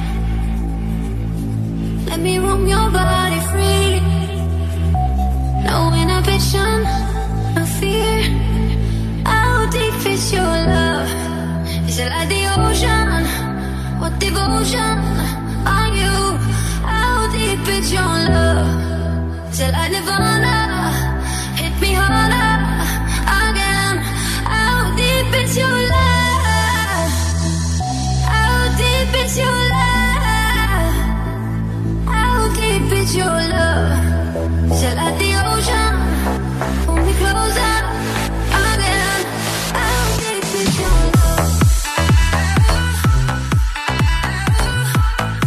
Speaker 10: Let me roam your body free. No inhibition, no fear. How deep is your love? Is it like the ocean? What devotion are you? How deep is your love? Is it like Nirvana? Hit me harder again. How deep is your love? How deep is your love? How deep is your love? Is it like the ocean? Pull me closer again. How deep is your love?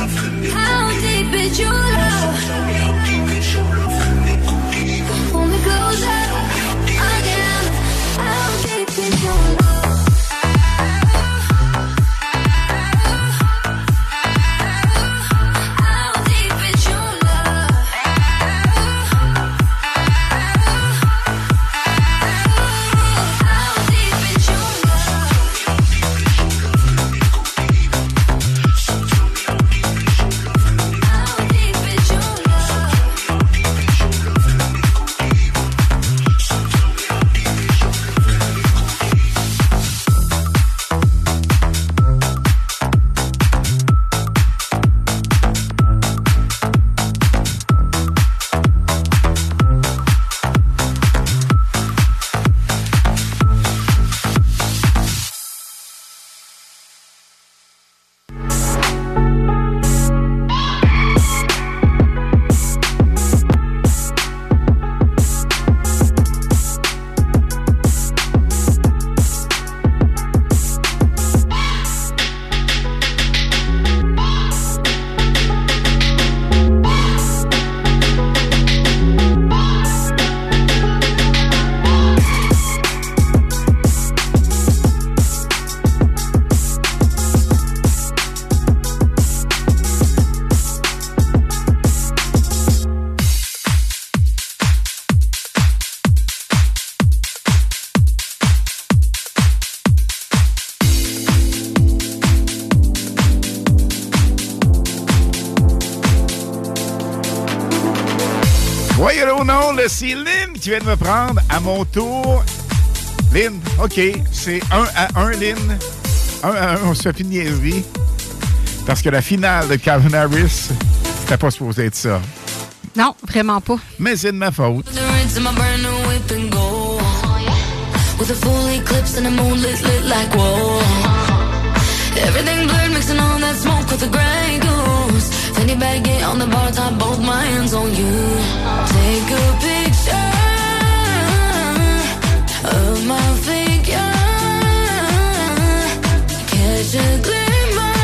Speaker 13: How deep is your love? Pull me closer again. How deep is your love?
Speaker 5: C'est Lynn qui vient de me prendre à mon tour. Lynn, OK, c'est 1-1, Lynn. 1-1, on se fait une niaiserie. Parce que la finale de Calvin Harris, c'était pas supposé être ça.
Speaker 8: Non, vraiment pas.
Speaker 5: Mais c'est de ma faute.
Speaker 10: With a full eclipse and a moon lit like whoa. Everything blurred, mixing all that smoke with the gray goose. Fanny baggy on the bar top, both my hands on you. Take a picture of my figure. Catch a glimmer.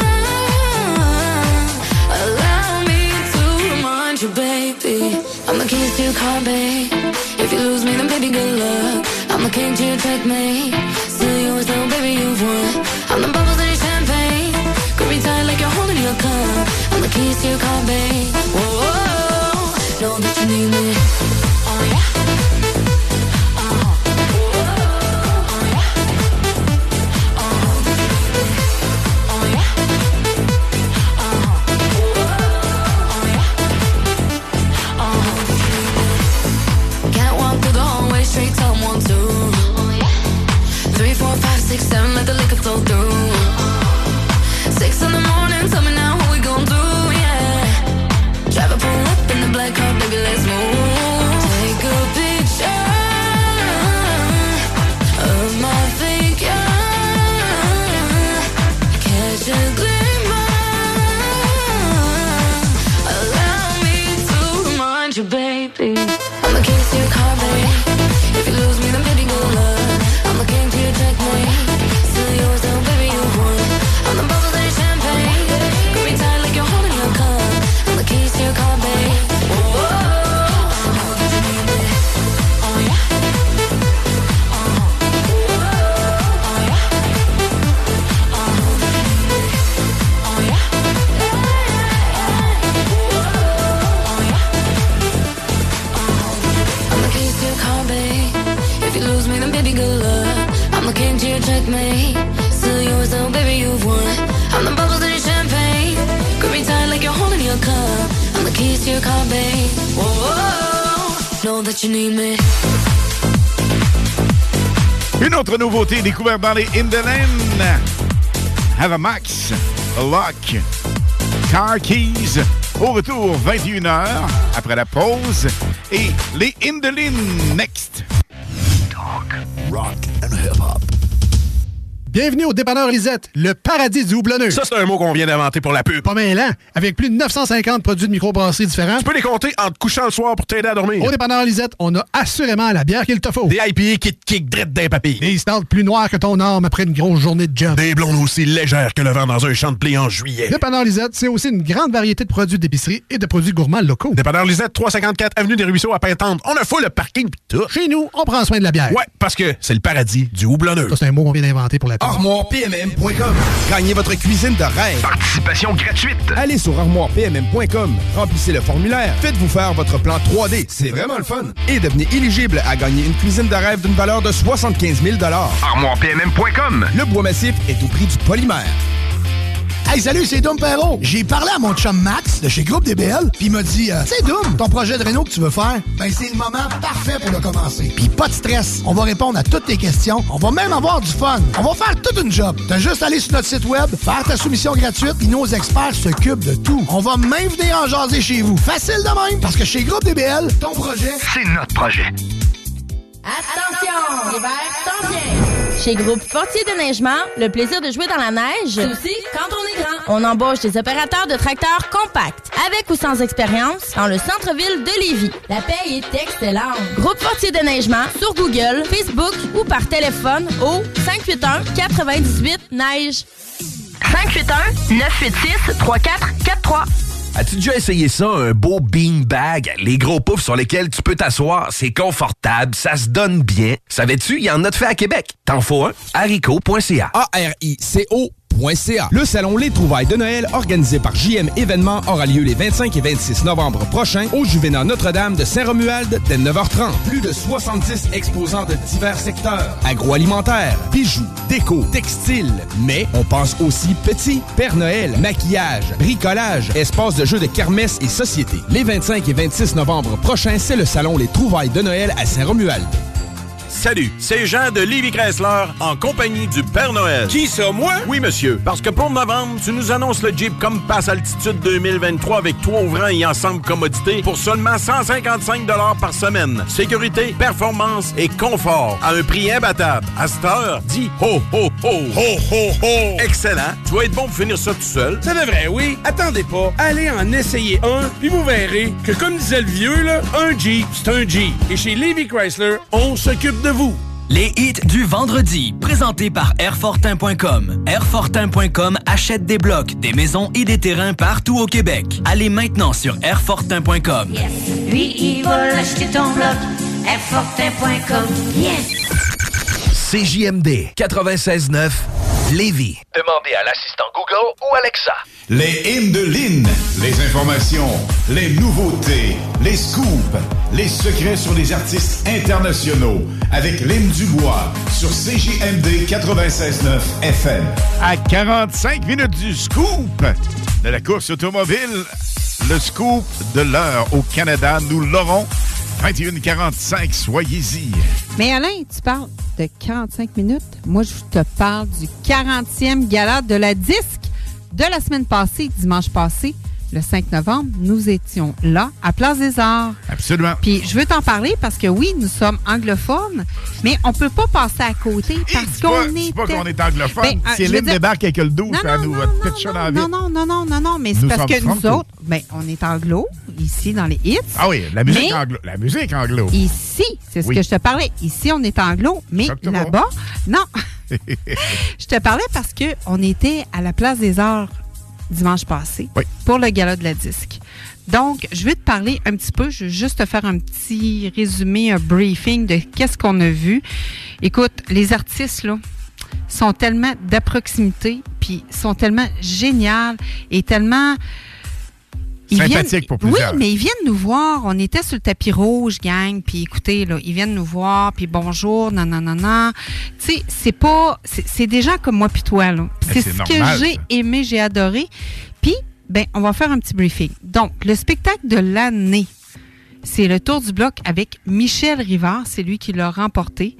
Speaker 10: Allow me to remind you, baby. I'm the keys to your car, babe. If you lose me, then baby, good luck. I'm the king to your checkmate. Still yours though, baby, you've won. I'm the bubbles in your champagne. Grip me tight like you're holding your cup. I'm the keys to your car, babe. Whoa, whoa, know that you need me. Oh yeah. Straight to 1, 2, 3, 4, 5, 6, 7, let the liquor flow through. 6 in the morning, tell me now what we gon' do, yeah. Drive a pull up in the black car, baby, let's move. Take a picture of my figure. Catch a glimmer. Allow me to remind you, baby. I'm the keys to your car, baby. If you lose me, then baby, good luck. I'm the king to your checkmate. Still yours, though, baby, you won. I'm the bubbles in your champagne. Grip me tight like you're holding your cup. I'm the keys to your car, babe. Whoa, whoa, know that you need me. Oh yeah. Oh yeah. Oh yeah. I'm the keys to your car, babe. If you lose me, then baby, good luck. I'm the king to your checkmate. Still yours, though, baby, you've won. I'm the bubbles in your champagne. Grip me tight like you're holding your cup. I'm the keys to your car, babe. Whoa, whoa, know that you need me.
Speaker 5: Une autre nouveauté découverte dans les Hinterlands. Have a Max, a Lock, Car Keys. Au retour, 21h, après la pause. Et les Hinterlands next.
Speaker 6: Talk, rock and hip-hop.
Speaker 14: Bienvenue au dépanneur Lisette, le paradis du houblonneux.
Speaker 15: Ça, c'est un mot qu'on vient d'inventer pour la pub.
Speaker 14: Pas mêlant. Avec plus de 950 produits de microbrasserie différents.
Speaker 15: Tu peux les compter en te couchant le soir pour t'aider à dormir.
Speaker 14: Au dépanneur Lisette, on a assurément la bière qu'il te faut.
Speaker 15: Des IPA qui te kick drette d'un papy.
Speaker 14: Des stouts plus noirs que ton arme après une grosse journée de job.
Speaker 15: Des blondes aussi légères que le vent dans un champ de blé en juillet.
Speaker 14: Dépanneur Lisette, c'est aussi une grande variété de produits d'épicerie et de produits gourmands locaux.
Speaker 15: Dépanneur Lisette, 354 Avenue des Ruisseaux à Pintante. On a full le parking pis tout.
Speaker 14: Chez nous, on prend soin de la bière.
Speaker 15: Ouais, parce que c'est le paradis du houblonneux.
Speaker 14: Ça, c'est un mot qu'on vient d'inventer pour la pub.
Speaker 6: ArmoirePMM.com. Gagnez votre cuisine de rêve.
Speaker 4: Participation gratuite.
Speaker 6: Allez sur ArmoirePMM.com. Remplissez le formulaire. Faites-vous faire votre plan 3D. C'est vraiment le fun. Et devenez éligible à gagner une cuisine de rêve d'une valeur de 75 000
Speaker 4: ArmoirePMM.com.
Speaker 6: Le bois massif est au prix du polymère.
Speaker 21: Hey, salut, c'est Dom Perrault. J'ai parlé à mon chum Max de chez Groupe DBL, puis il m'a dit, tu sais, Dom, ton projet de réno que tu veux faire, ben c'est le moment parfait pour le commencer. Puis pas de stress, on va répondre à toutes tes questions, on va même avoir du fun. On va faire toute une job. T'as juste à aller sur notre site web, faire ta soumission gratuite, puis nos experts s'occupent de tout. On va même venir en jaser chez vous. Facile de même, parce que chez Groupe DBL, ton projet,
Speaker 4: c'est notre projet.
Speaker 22: Attention, l'hiver s'en vient. Chez Groupe Fortier Déneigement, le plaisir de jouer dans la neige, c'est aussi quand on est grand. On embauche des opérateurs de tracteurs compacts, avec ou sans expérience, dans le centre-ville de Lévis. La paye est excellente. Groupe Fortier Déneigement sur Google, Facebook ou par téléphone au 581-98-NEIGE. 581-986-3443.
Speaker 19: As-tu déjà essayé ça, un beau beanbag? Les gros poufs sur lesquels tu peux t'asseoir, c'est confortable, ça se donne bien. Savais-tu, il y en a de fait à Québec. T'en faut un? Haricot.ca.
Speaker 6: ARICO.ca. Le salon Les Trouvailles de Noël, organisé par JM Événements, aura lieu les 25 et 26 novembre prochains au Juvénat Notre-Dame de Saint-Romuald dès 9h30. Plus de 70 exposants de divers secteurs. Agroalimentaire, bijoux, déco, textile. Mais on pense aussi petit, Père Noël, maquillage, bricolage, espace de jeux de kermesse et société. Les 25 et 26 novembre prochains, c'est le salon Les Trouvailles de Noël à Saint-Romuald.
Speaker 23: Salut, c'est Jean de Lévis Chrysler en compagnie du Père Noël. Qui ça, moi? Oui, monsieur. Parce que pour novembre, tu nous annonces le Jeep Compass Altitude 2023 avec toit ouvrant et ensemble commodité pour seulement 155 $ par semaine. Sécurité, performance et confort à un prix imbattable. À cette heure, dis ho, ho, ho. Ho, ho, ho. Excellent. Tu vas être bon pour finir ça tout seul.
Speaker 24: Ça devrait, oui. Attendez pas. Allez en essayer un, puis vous verrez que, comme disait le vieux, là, un Jeep, c'est un Jeep. Et chez Lévis Chrysler, on s'occupe de vous.
Speaker 16: Les hits du vendredi, présentés par Airfortin.com. Airfortin.com achète des blocs, des maisons et des terrains partout au Québec. Allez maintenant sur Airfortin.com.
Speaker 9: Yes. Lui, il va acheter ton bloc. Airfortin.com. Yes.
Speaker 19: CJMD 96.9 Lévis.
Speaker 4: Demandez à l'assistant Google ou Alexa.
Speaker 5: Les hymnes de Lynn, les informations, les nouveautés, les scoops, les secrets sur les artistes internationaux avec Lynn Dubois sur CJMD 96.9 FM. À 45 minutes du scoop de la course automobile, le scoop de l'heure au Canada, nous l'aurons 21h45, soyez-y.
Speaker 8: Mais Alain, tu parles de 45 minutes. Moi, je te parle du 40e gala de la disque de la semaine passée, dimanche passé, le 5 novembre. Nous étions là, à Place des Arts.
Speaker 5: Absolument.
Speaker 8: Puis je veux t'en parler parce que oui, nous sommes anglophones, mais on peut pas passer à côté parce qu'on est...
Speaker 5: C'est pas qu'on est anglophone. Si Lynn débarque avec le dos, ça nous va te pitcher dans la vie.
Speaker 8: Non, mais c'est parce que nous autres, on est anglo, ici, dans les hits.
Speaker 5: Ah oui, la musique anglo. La musique anglo.
Speaker 8: Ici, c'est ce que je te parlais. Ici, on est anglo, mais exactement. Là-bas, non. Je te parlais parce qu'on était à la Place des Arts dimanche passé pour le gala de la disque. Donc, je vais te parler un petit peu, je vais juste te faire un petit résumé, un briefing de qu'est-ce qu'on a vu. Écoute, les artistes, là, sont tellement de proximité, puis sont tellement géniales et tellement...
Speaker 5: sympathique pour plusieurs.
Speaker 8: Oui, mais ils viennent nous voir. On était sur le tapis rouge, gang, puis écoutez, là, ils viennent nous voir, puis bonjour, non. Tu sais, c'est pas... C'est des gens comme moi puis toi, là. C'est ce normal, que j'ai aimé, j'ai adoré. Puis, on va faire un petit briefing. Donc, le spectacle de l'année, c'est le Tour du bloc avec Michel Rivard. C'est lui qui l'a remporté.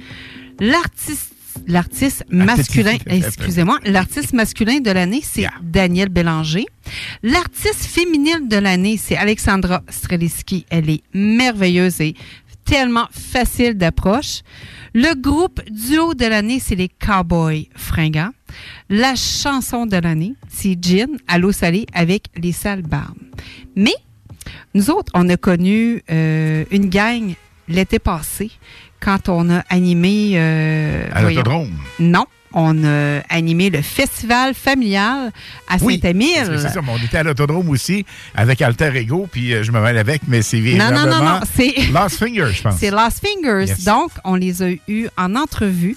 Speaker 8: L'artiste masculin, l'artiste masculin de l'année, c'est Daniel Bélanger. L'artiste féminine de l'année, c'est Alexandra Streliski. Elle est merveilleuse et tellement facile d'approche. Le groupe duo de l'année, c'est les Cowboys Fringants. La chanson de l'année, c'est Gin à l'eau salée avec les sales barbes. Mais nous autres, on a connu une gang l'été passé quand on a animé...
Speaker 5: à l'Autodrome?
Speaker 8: Non. On a animé le festival familial à Saint-Émile.
Speaker 5: C'est ça, mais on était à l'Autodrome aussi avec Alter Ego, puis je me mêle avec, mais c'est véritablement...
Speaker 8: Non, c'est...
Speaker 5: Lost Fingers, je pense.
Speaker 8: C'est Lost Fingers. Yes. Donc, on les a eus en entrevue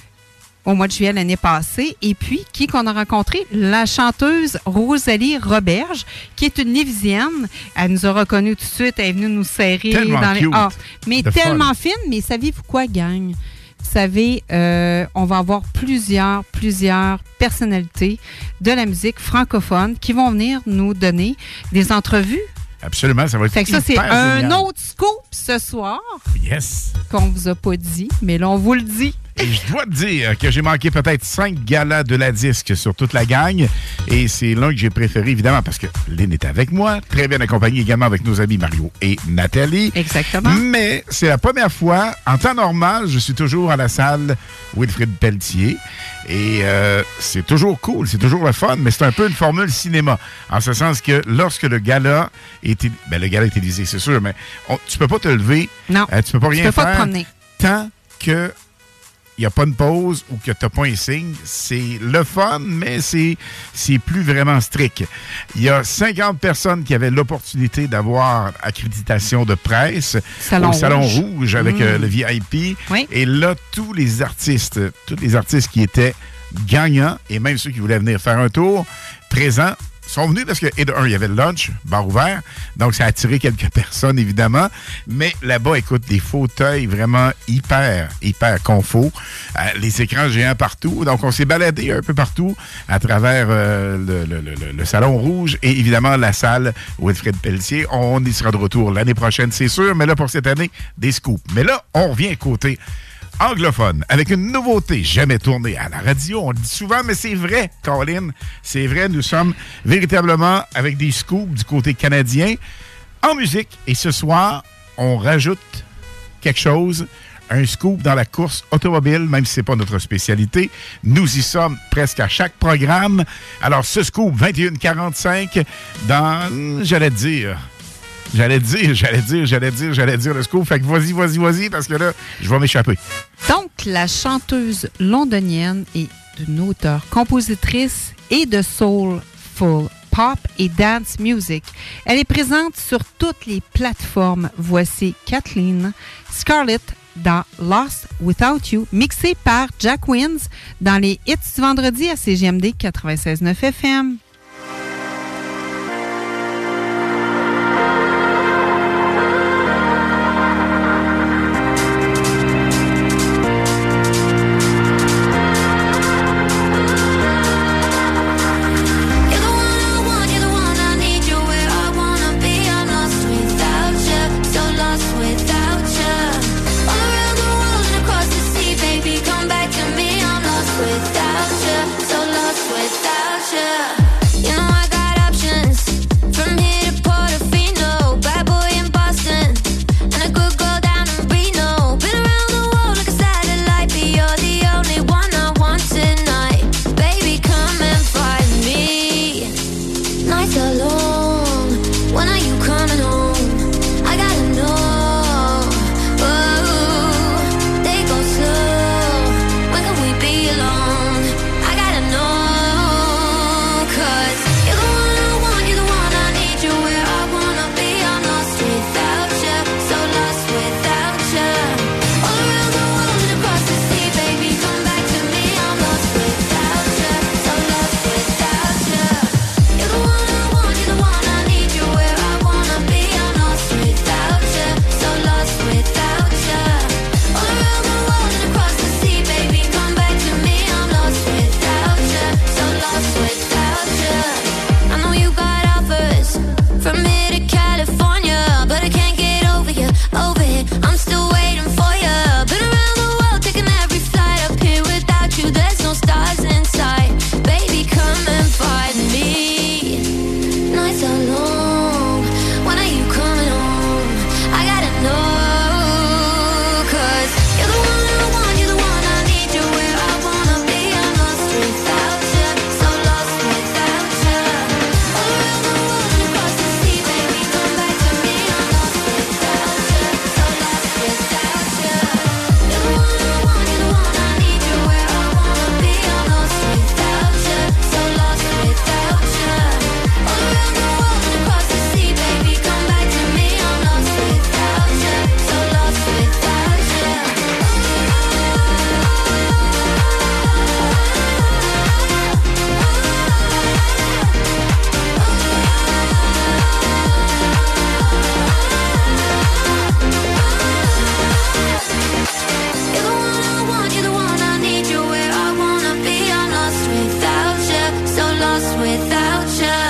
Speaker 8: au mois de juillet l'année passée. Et puis, qui qu'on a rencontré? La chanteuse Rosalie Roberge, qui est une Lévisienne. Elle nous a reconnus tout de suite. Elle est venue nous serrer
Speaker 5: tellement
Speaker 8: dans les...
Speaker 5: cute.
Speaker 8: Mais tellement fine. Mais savez-vous quoi, gang? Vous savez, on va avoir plusieurs personnalités de la musique francophone qui vont venir nous donner des entrevues.
Speaker 5: Absolument, ça va être
Speaker 8: ça, c'est un autre scoop ce soir.
Speaker 5: Yes.
Speaker 8: Qu'on vous a pas dit, mais là, on vous le dit.
Speaker 5: Et je dois te dire que j'ai manqué peut-être 5 galas de la disque sur toute la gang. Et c'est l'un que j'ai préféré, évidemment, parce que Lynn est avec moi, très bien accompagné également avec nos amis Mario et Nathalie.
Speaker 8: Exactement.
Speaker 5: Mais c'est la première fois, en temps normal, je suis toujours à la salle Wilfrid Pelletier. Et c'est toujours cool, c'est toujours le fun, mais c'est un peu une formule cinéma. En ce sens que lorsque le gala est télévisé, c'est sûr, mais tu peux pas te lever.
Speaker 8: Non.
Speaker 5: Tu peux pas rien
Speaker 8: faire. Tu peux
Speaker 5: pas
Speaker 8: te promener.
Speaker 5: Tant que il n'y a pas une pause ou que tu n'as pas un signe. C'est le fun, mais c'est plus vraiment strict. Il y a 50 personnes qui avaient l'opportunité d'avoir accréditation de presse au Salon Rouge avec le VIP.
Speaker 8: Oui.
Speaker 5: Et là, tous les artistes qui étaient gagnants, et même ceux qui voulaient venir faire un tour, présents, sont venus parce que, et de un, il y avait le lunch, bar ouvert, donc ça a attiré quelques personnes, évidemment. Mais là-bas, écoute, des fauteuils vraiment hyper confort. Les écrans géants partout. Donc, on s'est baladé un peu partout à travers le Salon Rouge et évidemment la salle Wilfrid Pelletier. On y sera de retour l'année prochaine, c'est sûr. Mais là, pour cette année, des scoops. Mais là, on revient côté anglophone, avec une nouveauté jamais tournée à la radio. On le dit souvent, mais c'est vrai, Colin. C'est vrai, nous sommes véritablement avec des scoops du côté canadien en musique. Et ce soir, on rajoute quelque chose, un scoop dans la course automobile, même si ce n'est pas notre spécialité. Nous y sommes presque à chaque programme. Alors, ce scoop, 21h45, dans, j'allais dire le scoop. Fait que vas-y, parce que là, je vais m'échapper.
Speaker 8: Donc, la chanteuse londonienne est une auteure, compositrice et de soulful pop et dance music. Elle est présente sur toutes les plateformes. Voici Kathleen Scarlett dans Lost Without You, mixée par Jack Wins dans les hits du vendredi à CGMD 96.9 FM.
Speaker 10: Without you, so lost without you. without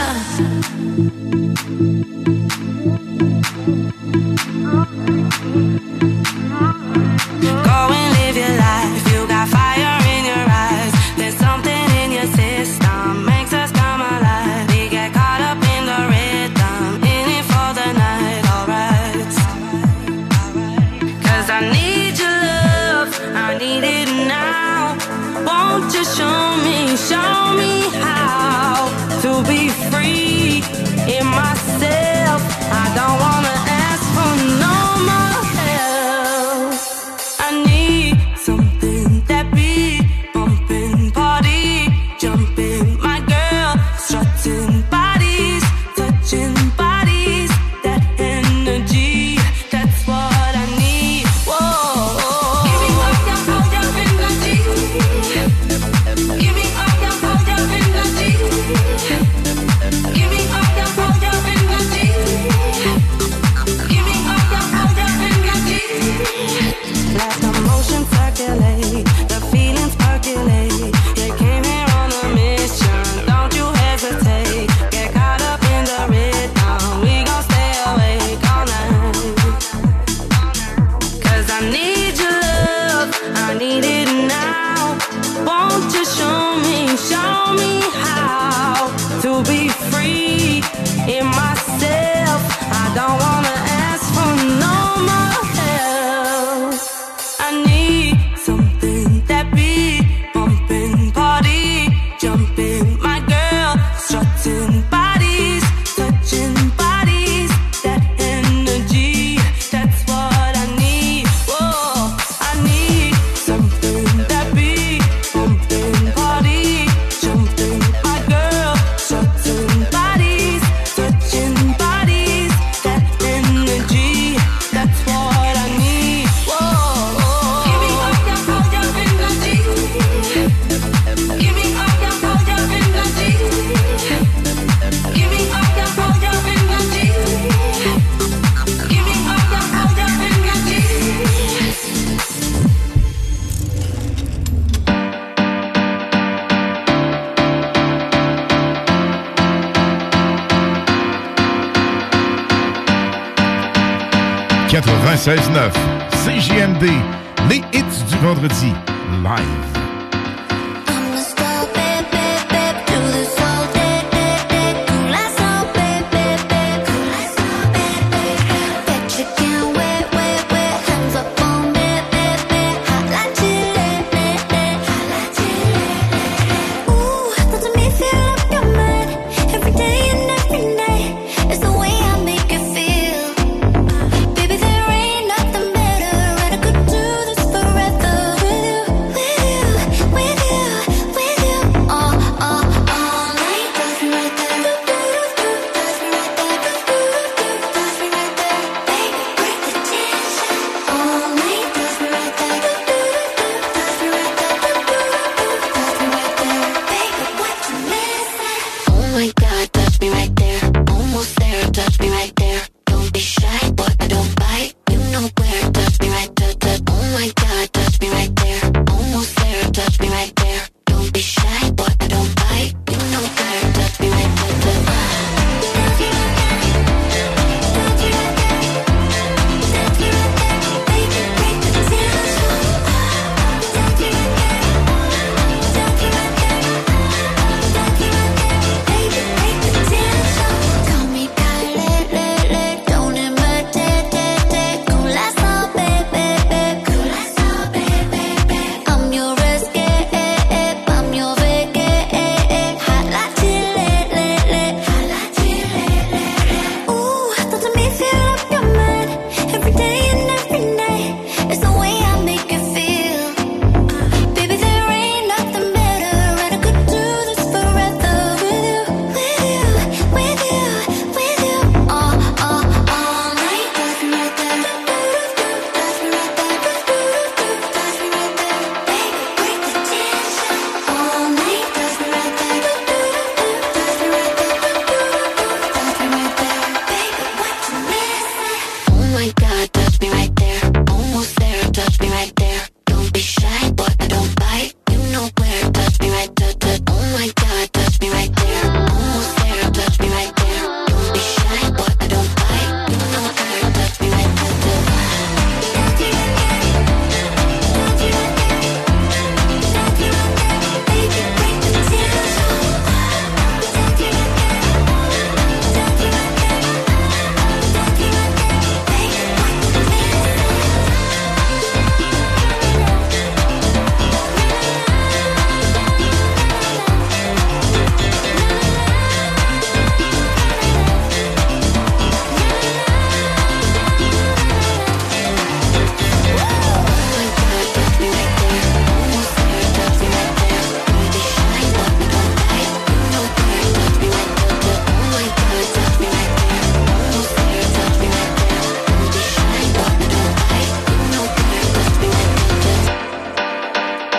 Speaker 10: you. Go and live your life. You got fire in your eyes. There's something in your system makes us come alive. We get caught up in the rhythm, in it for the night, alright. Cause I need your love, I need it now. Won't you show me how to be free in myself. I don't wanna ask for no more help. I need something that be bumping, party, jumping, my girl, strutting bodies, touching bodies, that energy, that's what I need. Whoa, give me all your energy. Give me all your energy. Give me all your energy. Give me all your energy. Let the motion circulate, the feelings percolate. You came here on a mission, don't you hesitate. Get caught up in the rhythm, we gon' stay awake all night. Cause I need your love, I need it now. Won't you show me how to be free in myself. I don't wanna ask for no more help. I need something that be bumping, party, jumping, my girl, strutting bodies, touching bodies, that energy, that's what I need. Whoa, I need something that be bumping, party, jumping, my girl, strutting bodies, touching bodies, that energy, that's what I need. Whoa, give me all your energy. Give me all your energy. Give me all your energy. Give me all your energy.
Speaker 5: « 96.9 CJMD, les hits du vendredi, live.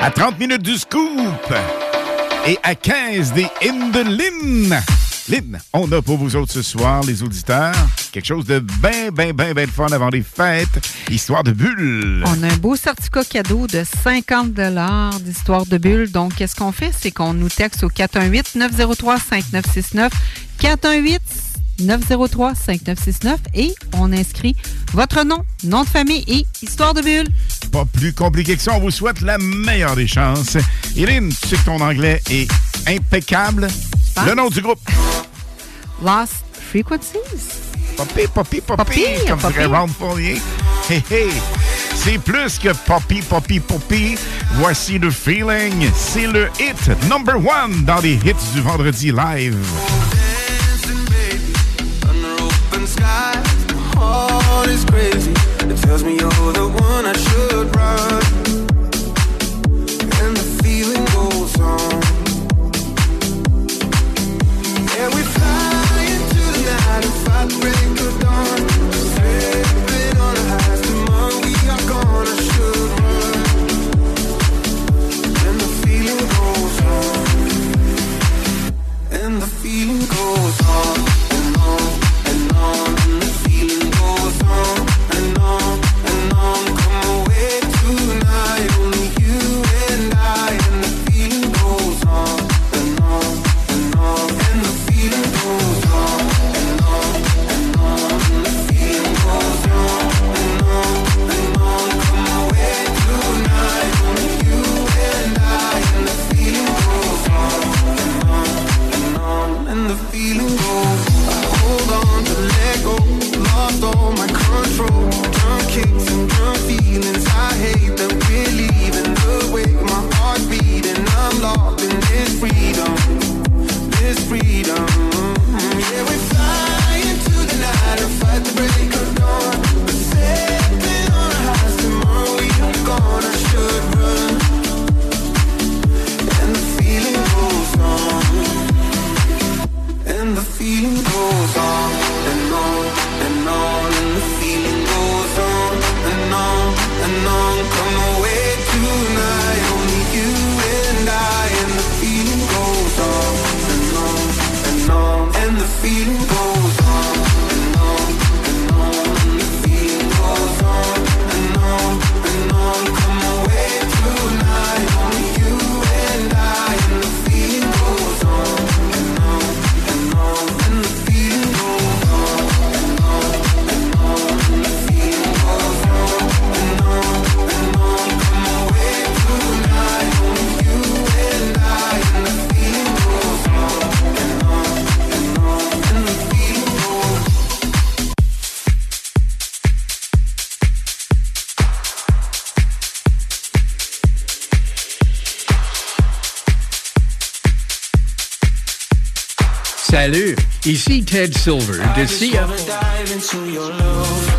Speaker 5: À 30 minutes du scoop et à 15 des In the Lynn. Lynn, on a pour vous autres ce soir, les auditeurs, quelque chose de bien fun avant les fêtes. Histoire de Bulle.
Speaker 8: On a un beau certificat cadeau de 50 $ d'Histoire de Bulle. Donc, qu'est-ce qu'on fait? C'est qu'on nous texte au 418-903-5969. 418-903-5969 et on inscrit votre nom, nom de famille et Histoire de Bulle.
Speaker 5: Pas plus compliqué que ça. On vous souhaite la meilleure des chances. Hélène, tu sais que ton anglais est impeccable. Le nom du groupe?
Speaker 8: Lost Frequencies.
Speaker 5: Poppy, comme dirait Ron Fournier. Hey, hey. C'est plus que Poppy. Voici le feeling. C'est le hit number 1 dans les hits du vendredi live.
Speaker 13: Sky, my heart is crazy. It tells me you're the one I should run. And the feeling goes on. Yeah, we fly into the night and fight the break of dawn. Slipping on the highs, tomorrow we are gone. I should run. And the feeling goes on. And the feeling goes on and on. And the feeling goes on and on and on. Come away tonight, only you and I. And the feeling goes on and on and on. And the feeling goes on and on and on. And the feeling goes on and on and on. Come away tonight, only you and I. And the feeling goes on and on and on. And the feeling goes on. Hold on to let go, lost all my control. Drum kicks and drum feelings, I hate that we're leaving the way my heart's beating. I'm locked in this freedom, this freedom. Yeah, we fly into the night and fight the break of dawn. But sailing on our highs, tomorrow we are gone. I should run, and the feeling goes on. And the feeling goes on and on and on. And the feeling goes on and on and on. Come away tonight, only you and I. And the feeling goes on and on and on. And the feeling goes on and on and on. And the feeling goes on and on and on. Come away tonight, only you and I. And the feeling goes on and on and on. And the feeling goes on and on and on. And the feeling goes on and on and on. Come away tonight, only you and I. And the feeling goes on and on and on. And the feeling goes.
Speaker 1: Salut, ici Ted Silver de CIA.
Speaker 13: Dive into your love.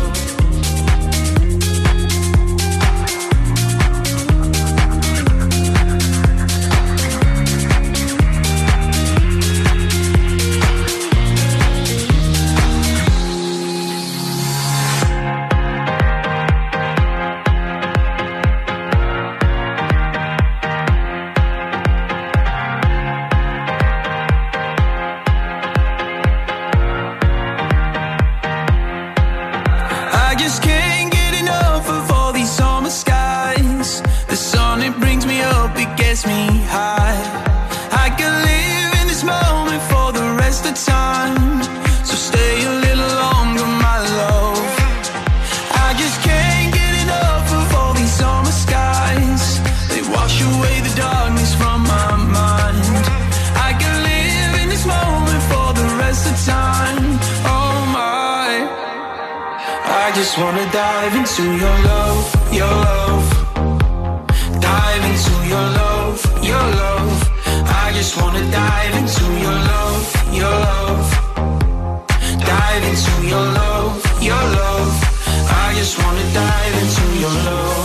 Speaker 13: I just can't get enough of all these summer skies. The sun, it brings me up, it gets me high. I could live in this moment for the rest of time. So stay a little longer, my love. I just can't get enough of all these summer skies. They wash away the darkness from my mind. I could live in this moment for the rest of time. Oh my, I just wanna dive into your love, your love. Dive into your love, your love. I just wanna dive into your love, your love. Dive into your love, your love. I just wanna dive into your love.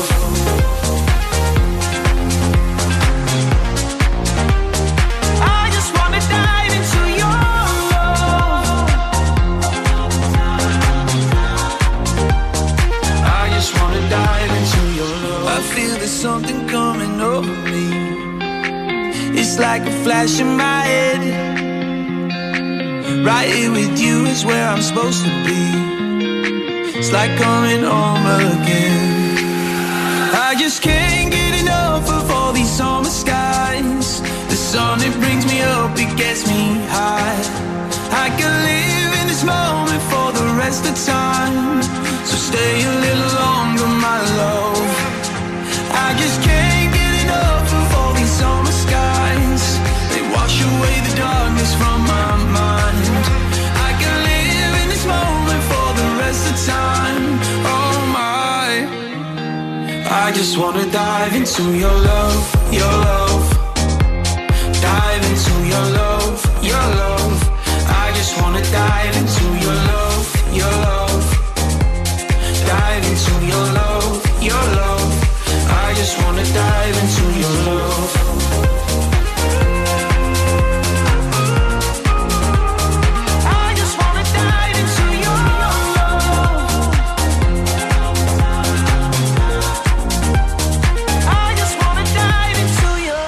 Speaker 13: I just wanna dive into your love. I just wanna dive into your love. I feel the
Speaker 20: something coming over me. It's like a flash in my head. Right here with you is where I'm supposed to be. It's like coming home again. I just can't get enough of all these summer skies. The sun, it brings me up, it gets me high. I can live in this moment for the rest of time. So stay a little longer, my love. I just can't get enough of all these summer skies. They wash away the darkness from my mind. I can live in this moment for the rest of time. Oh my, I just wanna dive into your love, your love. Dive into your love, your love. I just wanna dive into your love, your love. Dive into your love, your love. I just wanna dive into your love. I just wanna dive into your love. I just wanna dive into your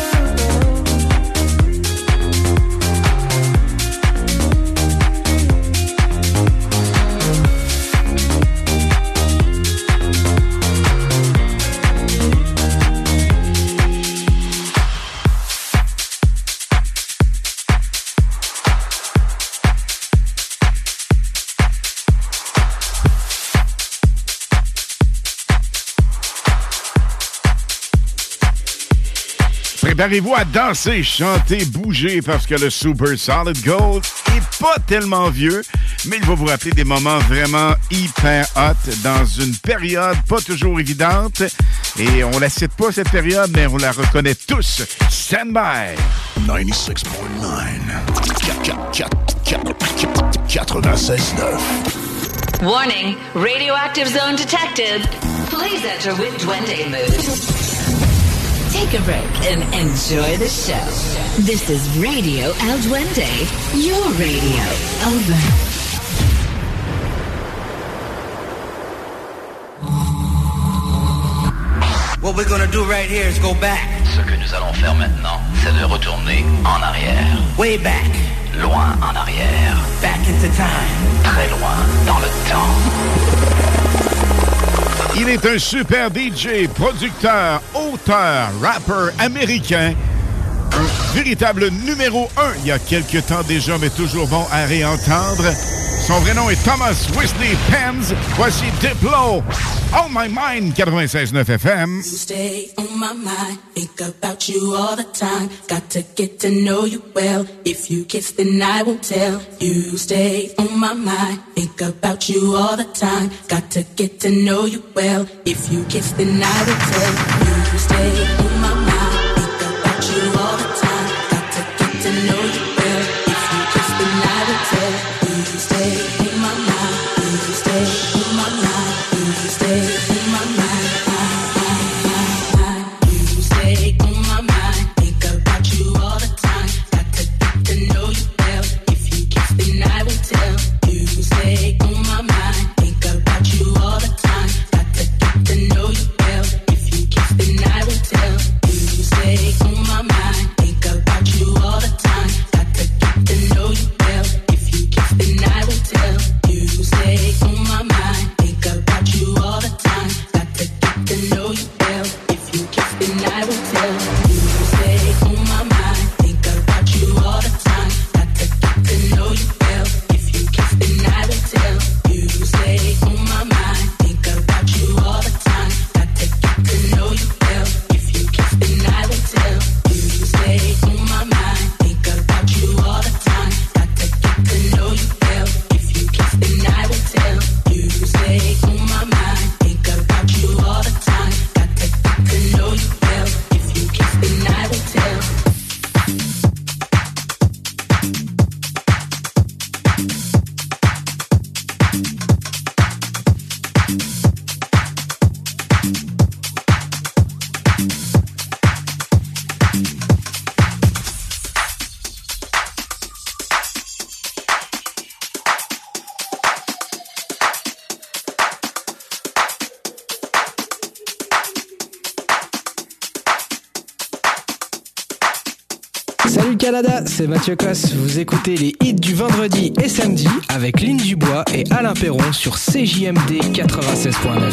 Speaker 5: Préparez-vous à danser, chanter, bouger parce que le Super Solid Gold est pas tellement vieux, mais il va vous rappeler des moments vraiment hyper hot dans une période pas toujours évidente. Et on la cite pas cette période, mais on la reconnaît tous. Stand by!
Speaker 2: 96.9 96.9
Speaker 9: Warning, radioactive zone detected. Please enter with Duende mood. Take a break and enjoy the show. This is Radio El Duende, your radio. Over.
Speaker 11: What we're gonna do right here is go back.
Speaker 12: Ce que nous allons faire maintenant, c'est de retourner en arrière.
Speaker 11: Way back.
Speaker 12: Loin en arrière.
Speaker 11: Back into time.
Speaker 12: Très loin dans le temps.
Speaker 5: Il est un super DJ, producteur, auteur, rappeur américain. Un véritable numéro 1 il y a quelques temps déjà, mais toujours bon à réentendre. Son vrai nom est Thomas Wesley Penns. Voici Diplo. On My Mind, 96.9 FM.
Speaker 3: You stay on my mind, think about you all the time. Got to get to know you well. If you kiss, then I won't tell. You stay on my mind, think about you all the time. Got to get to know you well. If you kiss, then I will tell. You stay on my mind, think about you all the time. Got to get to know you well. If you kiss, then I will tell. You stay in my mind, you stay in my mind, you stay in my mind. You stay on my mind, think about you all the time. Got to get to know you well. If you kiss, then I will tell. You stay on my mind, think about you all the time. Got to get to know you well. If you kiss, then I will tell. You stay on my mind, think about you all the time.
Speaker 2: Salut le Canada, c'est Mathieu Cosse. Vous écoutez les hits du vendredi et samedi avec Lynn Dubois et Alain Perron sur CJMD 96.9.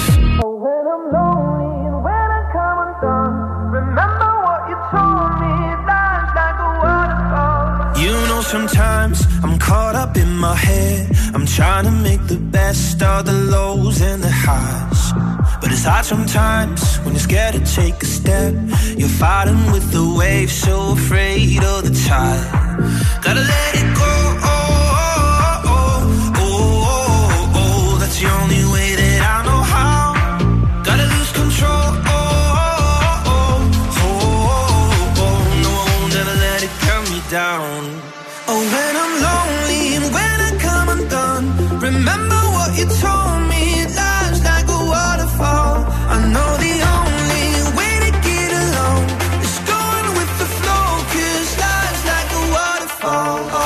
Speaker 20: You know sometimes I'm caught up in my head. I'm trying to make the best of the lows and the highs. But it's hard sometimes when you're scared to take a step. You're fighting with the waves, so afraid of the tide. Gotta let it go, that's the only way that I know how. Gotta lose control, no, I won't ever let it cut me down. Oh, when I'm lonely and when I come undone, remember what you told me, life's like a waterfall. I know the only way to get along is going with the flow, 'cause life's like a waterfall.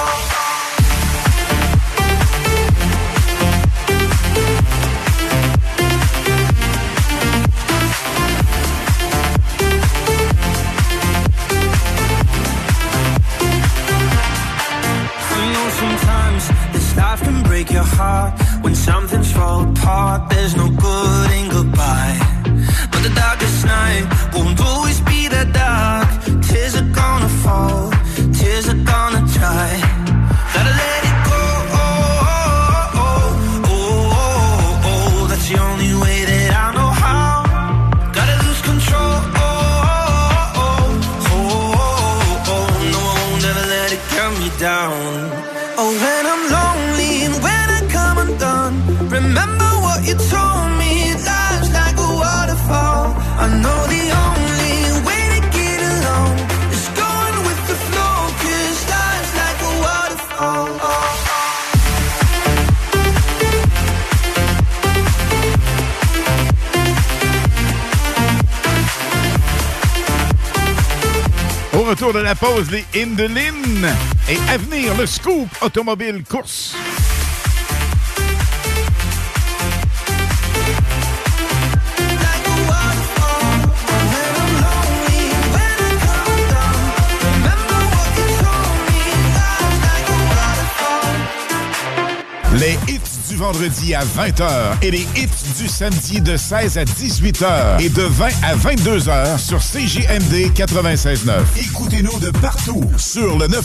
Speaker 20: Life can break your heart when something's fall apart. There's no good in goodbye, but the darkest night won't always be that dark. Tears are gonna fall, tears are gonna dry. Gotta let it go, that's the only way that I know how. Gotta lose control, no, I won't ever let it cut me down. Oh, when I'm lonely and when I come undone, remember what you told me, life's like a waterfall. I know the only way to get along is going with the flow, 'cause life's like a waterfall.
Speaker 5: Au retour de la pause, les hymnes de Lynn. Et à venir, le scoop automobile course. Les hits du vendredi à 20h et les hits du samedi de 16 à 18h et de 20 à 22h sur CJMD 96.9. Écoutez-nous de partout sur le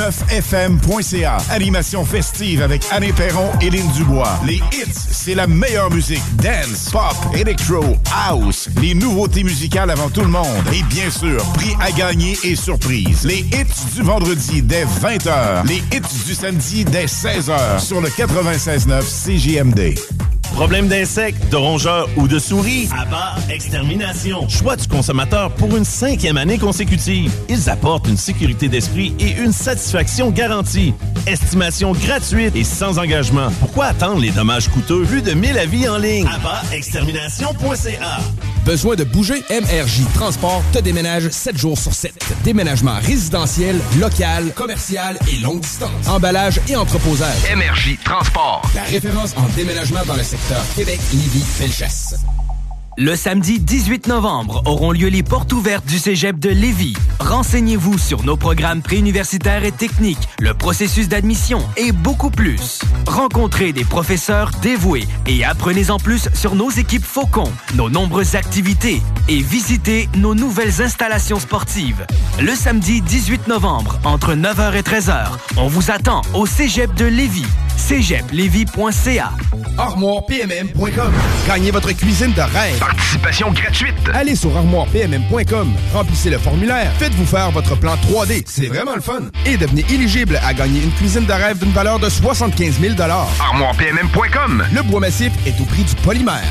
Speaker 5: 969fm.ca. Animation festive avec Anne Perron et Lynn Dubois. Les hits, c'est la meilleure musique. Dance, pop, electro, house. Les nouveautés musicales avant tout le monde. Et bien sûr, prix à gagner et surprise. Les hits du vendredi dès 20h. Les hits du samedi dès 16h sur le 96.9 CJMD.
Speaker 7: Problème d'insectes, de rongeurs ou de souris? Abba Extermination. Choix du consommateur pour une 5e année consécutive. Ils apportent une sécurité d'esprit et une satisfaction garantie. Estimation gratuite et sans engagement. Pourquoi attendre les dommages coûteux? Plus de 1000 avis en ligne. AbbaExtermination.ca.
Speaker 6: Besoin de bouger? MRJ Transport te déménage 7 jours sur 7. Déménagement résidentiel, local, commercial et longue distance. Emballage et entreposage.
Speaker 4: MRJ Transport.
Speaker 6: La référence en déménagement dans le secteur Québec-Lévis-Felchasse.
Speaker 16: Le samedi 18 novembre auront lieu les portes ouvertes du Cégep de Lévis. Renseignez-vous sur nos programmes préuniversitaires et techniques, le processus d'admission et beaucoup plus. Rencontrez des professeurs dévoués et apprenez en plus sur nos équipes Faucon, nos nombreuses activités et visitez nos nouvelles installations sportives. Le samedi 18 novembre, entre 9h et 13h, on vous attend au Cégep de Lévis. cégeplevy.ca.
Speaker 6: ArmoirePMM.com. Gagnez votre cuisine de rêve.
Speaker 4: Participation gratuite.
Speaker 6: Allez sur ArmoirePMM.com. Remplissez le formulaire. Faites-vous faire votre plan 3D. C'est vraiment le fun. Et devenez éligible à gagner une cuisine de rêve d'une valeur de 75 000 $.
Speaker 4: ArmoirePMM.com.
Speaker 6: Le bois massif est au prix du polymère.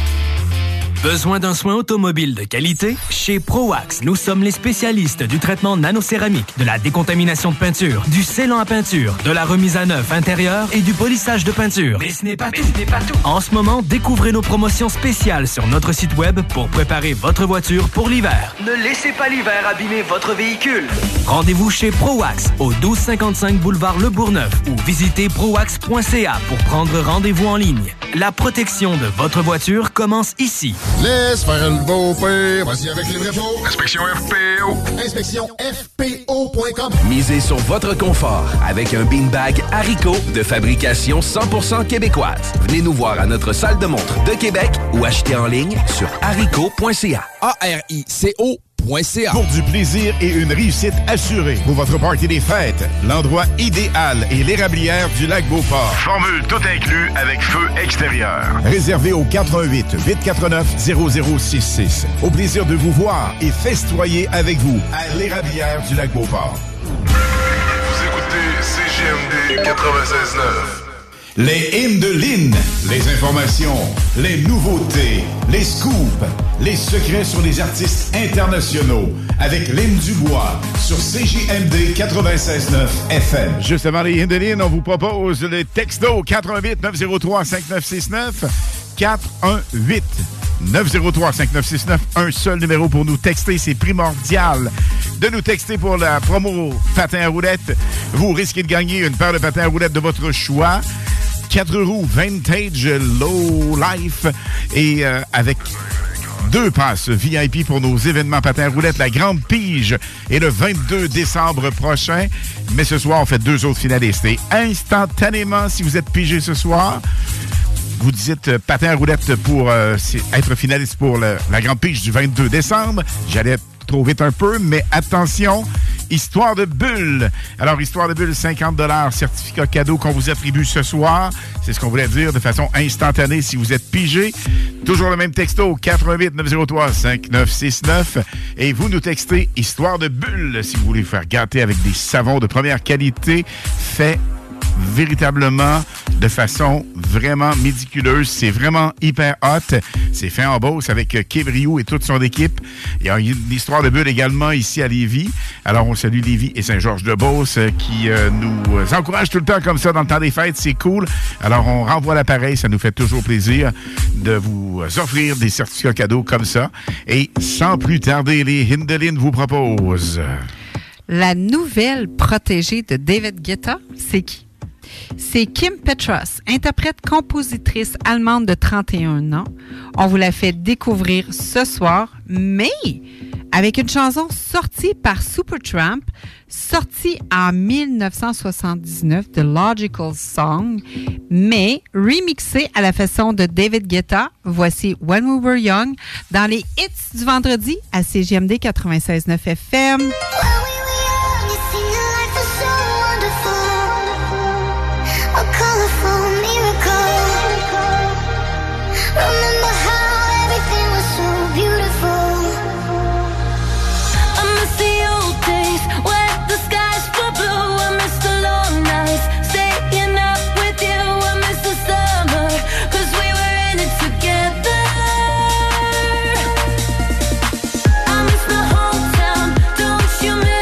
Speaker 16: Besoin d'un soin automobile de qualité? Chez ProWax, nous sommes les spécialistes du traitement nanocéramique, de la décontamination de peinture, du scellant à peinture, de la remise à neuf intérieure et du polissage de peinture. Mais ce n'est pas tout. En ce moment, découvrez nos promotions spéciales sur notre site web pour préparer votre voiture pour l'hiver.
Speaker 17: Ne laissez pas l'hiver abîmer votre véhicule.
Speaker 16: Rendez-vous chez ProWax au 1255 boulevard Le Bourgneuf ou visitez prowax.ca pour prendre rendez-vous en ligne. la protection de votre voiture commence ici.
Speaker 14: Laisse faire le beau père, vas-y avec les vrais pots.
Speaker 4: Inspection FPO.
Speaker 14: Inspection FPO.com.
Speaker 19: Misez sur votre confort avec un beanbag Haricot de fabrication 100% québécoise. Venez nous voir à notre salle de montre de Québec ou achetez en ligne sur haricot.ca.
Speaker 5: Pour du plaisir et une réussite assurée. Pour votre party des fêtes, l'endroit idéal est l'érablière du Lac-Beauport.
Speaker 4: Formule tout inclus avec feu extérieur.
Speaker 5: Réservé au 418-849-0066. Au plaisir de vous voir et festoyer avec vous à l'érablière du Lac-Beauport.
Speaker 4: Vous écoutez CGMD 96.9.
Speaker 5: Les hymnes de Lynn, les informations, les nouveautés, les scoops, les secrets sur les artistes internationaux avec Lynn Dubois sur CJMD 96.9 FM. Juste avant les hymnes de Lynn, on vous propose le texto 418-903-5969. 418-903-5969. Un seul numéro pour nous texter, c'est primordial de nous texter pour la promo patin à roulettes. Vous risquez de gagner une paire de patins à roulettes de votre choix. 4 roues vintage low life et avec 2 passes VIP pour nos événements patins à roulettes. La Grande Pige est le 22 décembre prochain. Mais ce soir, on fait 2 autres finalistes. Et instantanément, si vous êtes pigé ce soir, vous dites patin à roulettes pour être finaliste pour la Grande Pige du 22 décembre. J'allais trop vite un peu, mais attention, Histoire de Bulle. Alors, Histoire de Bulle, 50$, certificat cadeau qu'on vous attribue ce soir. C'est ce qu'on voulait dire de façon instantanée si vous êtes pigé. Toujours le même texto, 418-903-5969. Et vous nous textez Histoire de Bulle si vous voulez faire gâter avec des savons de première qualité faits véritablement de façon vraiment médiculeuse. C'est vraiment hyper hot. C'est fait en Beauce avec Kébriou et toute son équipe. Il y a une histoire de bulle également ici à Lévis. Alors, on salue Lévis et Saint-Georges-de-Beauce qui nous encouragent tout le temps comme ça dans le temps des fêtes. C'est cool. Alors, on renvoie l'appareil. Ça nous fait toujours plaisir de vous offrir des certificats cadeaux comme ça. Et sans plus tarder, les Hindelin vous proposent...
Speaker 8: La nouvelle protégée de David Guetta, c'est qui? C'est Kim Petras, interprète-compositrice allemande de 31 ans. On vous la fait découvrir ce soir, mais avec une chanson sortie par Supertramp, sortie en 1979, The Logical Song, mais remixée à la façon de David Guetta. Voici When We Were Young dans les hits du vendredi à CJMD 96.9 FM.
Speaker 13: Remember how everything was so beautiful. I miss the old days when the skies were blue. I miss the long nights staying up with you. I miss the summer 'cause we were in it together. I miss the whole town, don't you miss?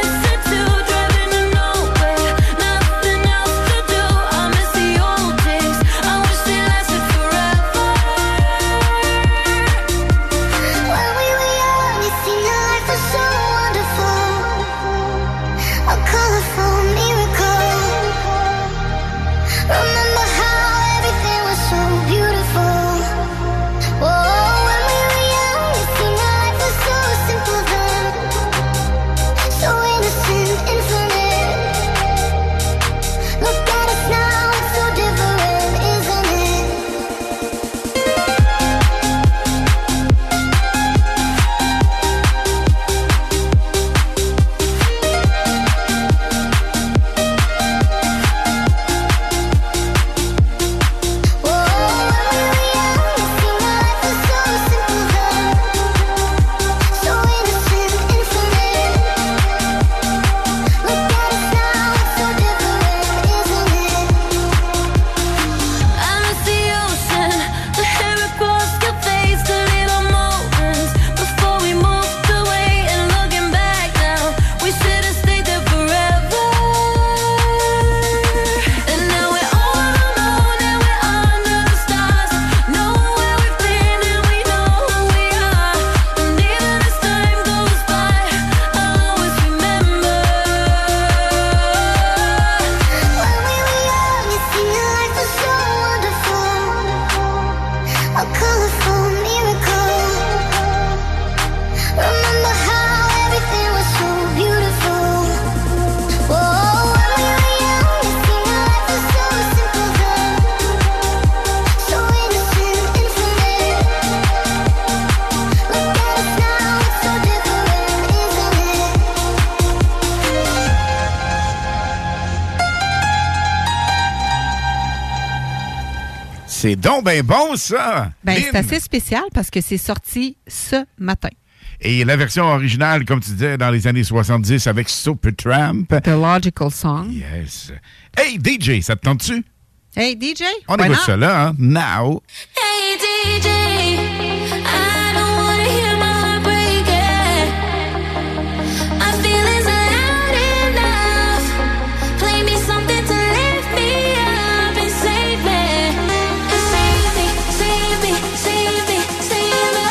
Speaker 5: C'est donc ben bon, ça!
Speaker 8: Ben,
Speaker 5: Lynn.
Speaker 8: c'est assez spécial parce que c'est sorti ce matin.
Speaker 5: Et la version originale, comme tu disais, dans les années 70 avec Supertramp.
Speaker 8: The Logical Song.
Speaker 5: Yes. Hey, DJ, ça te tente-tu?
Speaker 8: Hey, DJ?
Speaker 5: On écoute ça là, hein? Now.
Speaker 10: Hey DJ, I don't wanna hear my heart breaking. My feelings are loud enough. Play me something to lift me up and save me. And save me, save me, save me, save me.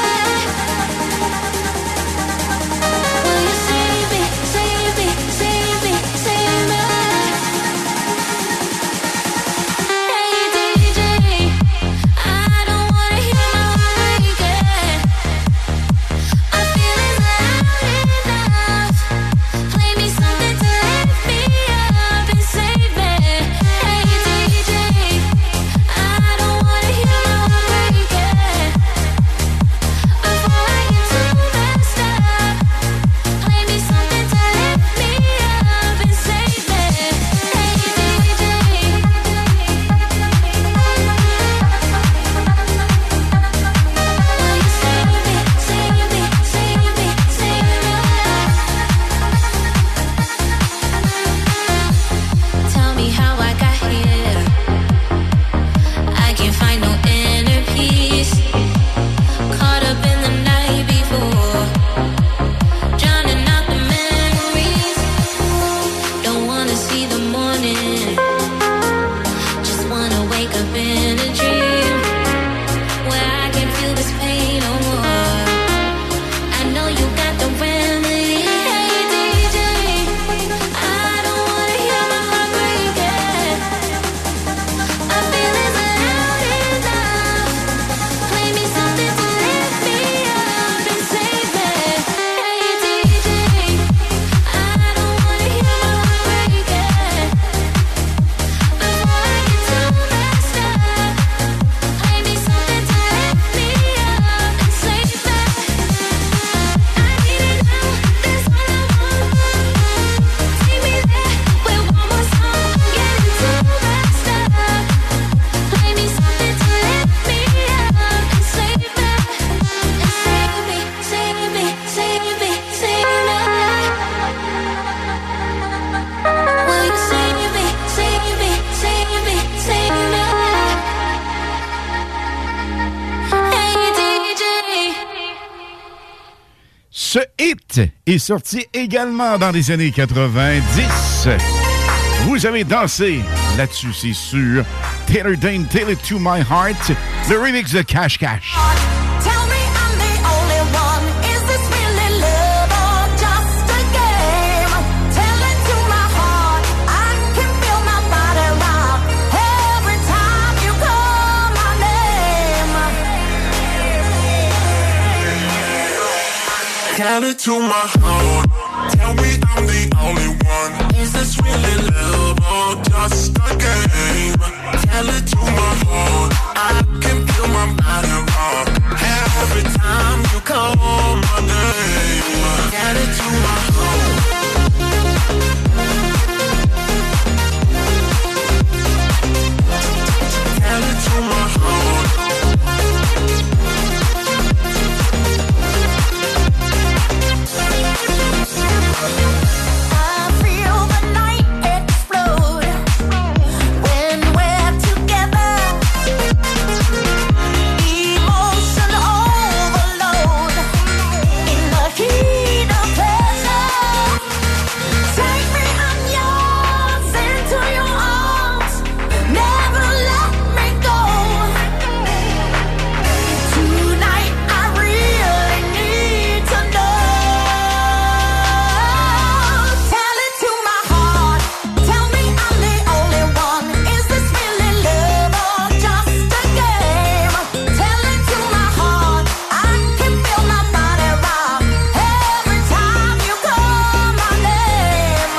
Speaker 10: Will you save me, save me, save me, save me? Hey DJ, I don't wanna hear my heart breaking. My feelings are loud enough. Play me something to lift me up and save me. Hey DJ, I don't wanna hear my heart breaking. Before I get too messed up, play me something to lift me up and save me. Hey DJ. Will you save me, save me, save me, save me? Tell me how I got here. I can't find no inner peace. Caught up in the night before, drowning out the memories. Don't wanna see the morning. Just wanna wake up in a dream where I can feel this pain no more. I know you got the remedy. Hey DJ, I don't wanna hear my heart breaking. My feelings are loud enough. Play me something to lift me up and save me. Hey DJ, I don't wanna hear my heart breaking. Before I get too messed up, play me something to lift me up and save me. I need it now, that's all I want. Take me there with one more song. Getting too messed up. Play me something to lift me up and save me. And save me, save me, save me, save me. Will you save me, save me, save me, save me? Hey DJ.
Speaker 5: Ce hit est sorti également dans les années 90. Vous avez dansé là-dessus, c'est sûr. Taylor Dane, Tell It To My Heart, le remix de Cash Cash.
Speaker 10: Tell me I'm the only one. Is this really love or just a game? Tell it to my heart. I can feel my body rock every time you call my name.
Speaker 13: Tell it to my heart. Tell me I'm the only one. Is this really love or just a game? Tell it to my heart. I can feel my body rock every time you call my name. Tell it to my heart. Tell it to my heart.
Speaker 10: I feel the night explode when we're together. Emotion overload in the heat of pleasure. Take me, I'm yours, into your arms. Never let me go. Tonight I really need to know. Tell it to my heart. Tell me I'm the only one. Is this really love or just a game? Tell it to my heart. I can feel my body rock every time you call my name.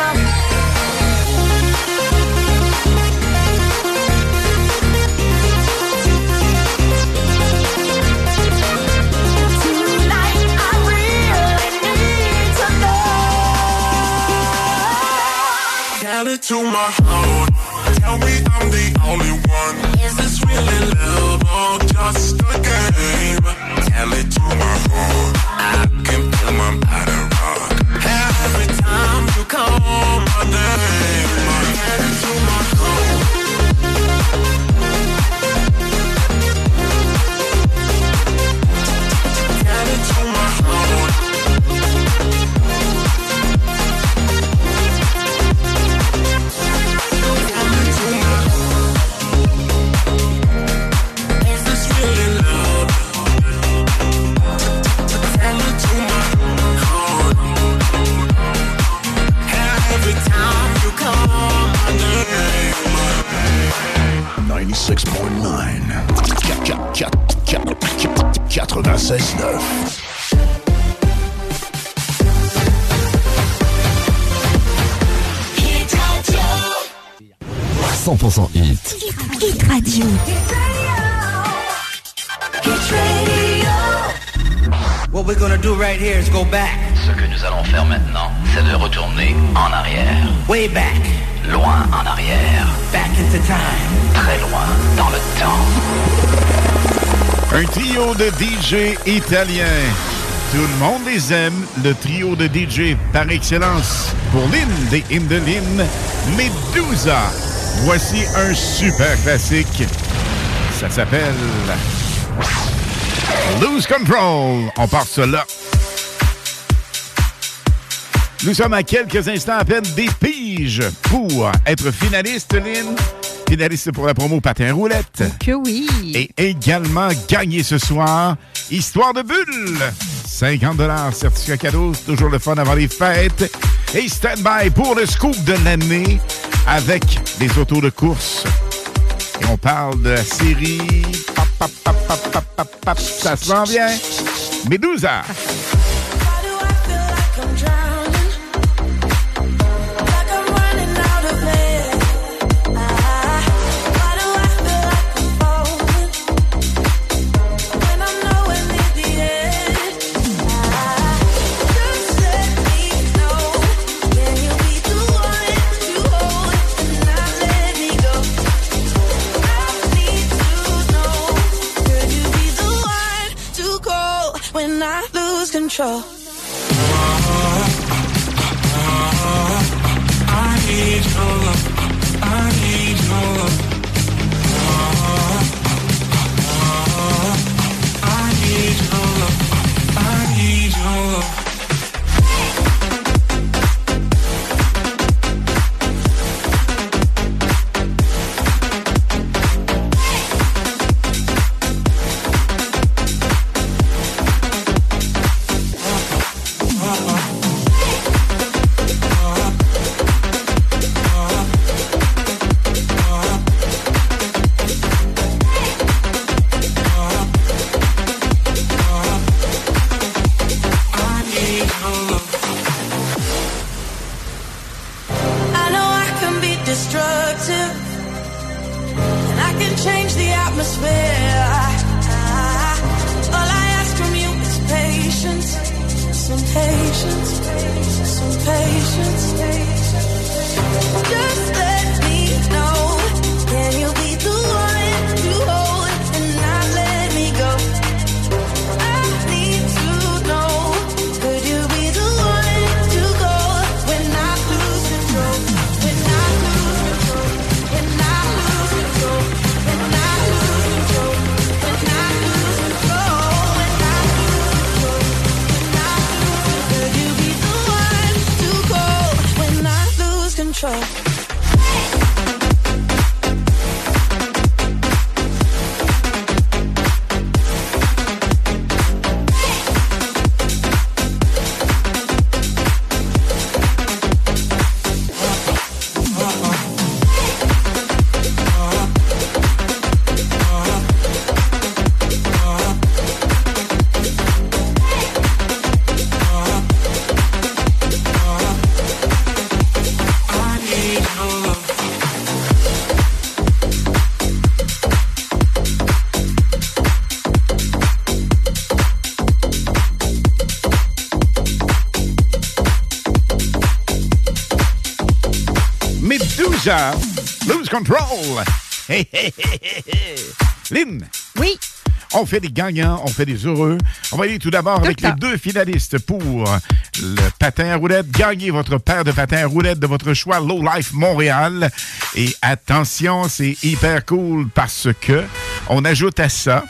Speaker 10: Tonight I really need to know.
Speaker 13: Tell it to my heart. Tell me I'm the only one. Is this really love
Speaker 14: 96.9. 96.9.
Speaker 15: 100% hit.
Speaker 9: Hit Radio.
Speaker 11: What we're gonna do right here is go back.
Speaker 12: Ce que nous allons faire maintenant, c'est de retourner en arrière.
Speaker 11: Way back.
Speaker 12: Loin en arrière.
Speaker 11: Back into time.
Speaker 12: Très loin dans le temps.
Speaker 5: Un trio de DJ italiens. Tout le monde les aime. Le trio de DJ par excellence. Pour Lynn des hymnes de Lynn, Medusa. Voici un super classique. Ça s'appelle Lose Control. On part ça là. Nous sommes à quelques instants à peine des piges pour être finaliste, Lynn. Finaliste pour la promo Patin Roulette.
Speaker 8: Que oui.
Speaker 5: Et également gagner ce soir Histoire de Bulle. 50$ certificat cadeau. C'est toujours le fun avant les fêtes. Et stand-by pour le scoop de l'année avec des autos de course. Et on parle de la série... Ça se sent bien. Medusa.
Speaker 13: When I lose control, I need your love. I need your love. I need your love. I need your love.
Speaker 5: Lose Control. Hey, hey, hey, hey, hey. Lynn.
Speaker 8: Oui.
Speaker 5: On fait des gagnants, on fait des heureux. On va aller tout d'abord avec les deux finalistes pour le patin à roulettes. Gagnez votre paire de patins à roulettes de votre choix Low Life Montréal. Et attention, c'est hyper cool parce que on ajoute à ça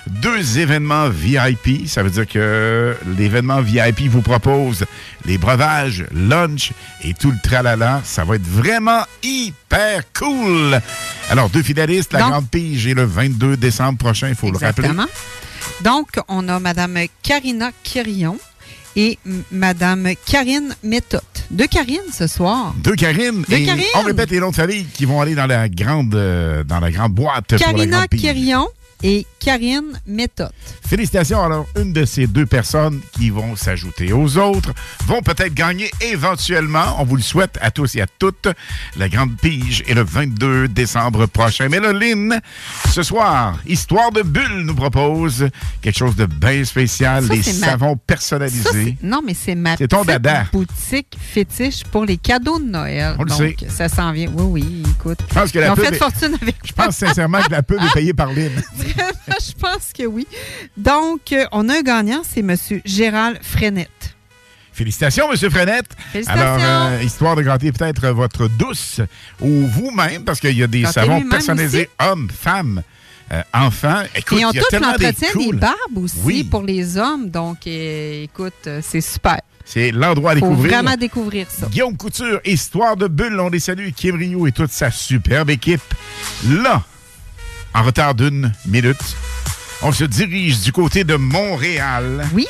Speaker 5: 2 événements VIP. Ça veut dire que l'événement VIP vous propose les breuvages, lunch et tout le tralala. Ça va être vraiment hyper cool. Alors, 2 finalistes. La grande pige est le 22 décembre prochain, il faut le rappeler.
Speaker 8: Donc, on a Mme Karina Quirion et Madame Karine Méthode. Deux Karine ce soir.
Speaker 5: Deux Karine.
Speaker 8: Deux Karine.
Speaker 5: On répète les noms de famille qui vont aller dans la grande boîte.
Speaker 8: Karina
Speaker 5: pour la grande pige.
Speaker 8: Quirion et Karine Méthode.
Speaker 5: Félicitations. Alors, une de ces deux personnes qui vont s'ajouter aux autres vont peut-être gagner éventuellement, on vous le souhaite à tous et à toutes, la grande pige est le 22 décembre prochain. Mais là, Lynn, ce soir, Histoire de Bulle nous propose quelque chose de bien spécial,
Speaker 8: Ça,
Speaker 5: les
Speaker 8: c'est
Speaker 5: savons personnalisés.
Speaker 8: Non, mais c'est ma
Speaker 5: C'est ton
Speaker 8: petite
Speaker 5: dada.
Speaker 8: boutique fétiche pour les cadeaux de Noël.
Speaker 5: On le
Speaker 8: Donc,
Speaker 5: sait.
Speaker 8: ça s'en vient. Oui, écoute.
Speaker 5: Je pense que
Speaker 8: Ils
Speaker 5: la
Speaker 8: ont
Speaker 5: pub
Speaker 8: fait
Speaker 5: est-
Speaker 8: fortune avec
Speaker 5: Je pense sincèrement que la pub est payée par Lynn.
Speaker 8: Vraiment, je pense que oui. Donc, on a un gagnant, c'est M. Gérald Frenette.
Speaker 5: Félicitations, M. Frenette.
Speaker 8: Félicitations.
Speaker 5: Alors, histoire de gâter peut-être votre douce ou vous-même, parce qu'il y a des
Speaker 8: Gâtez
Speaker 5: savons
Speaker 8: lui-même
Speaker 5: personnalisés hommes, femmes, enfants. Écoute,
Speaker 8: Et ils ont
Speaker 5: il y a
Speaker 8: tout
Speaker 5: tellement
Speaker 8: l'entretien des
Speaker 5: cool.
Speaker 8: barbes aussi
Speaker 5: Oui.
Speaker 8: pour les hommes. Donc, écoute, c'est super.
Speaker 5: C'est l'endroit à
Speaker 8: Faut
Speaker 5: découvrir.
Speaker 8: vraiment découvrir ça.
Speaker 5: Guillaume Couture, Histoire de Bulle, on les salue. Kim Rio et toute sa superbe équipe. Là, en retard d'une minute, on se dirige du côté de Montréal.
Speaker 8: Oui.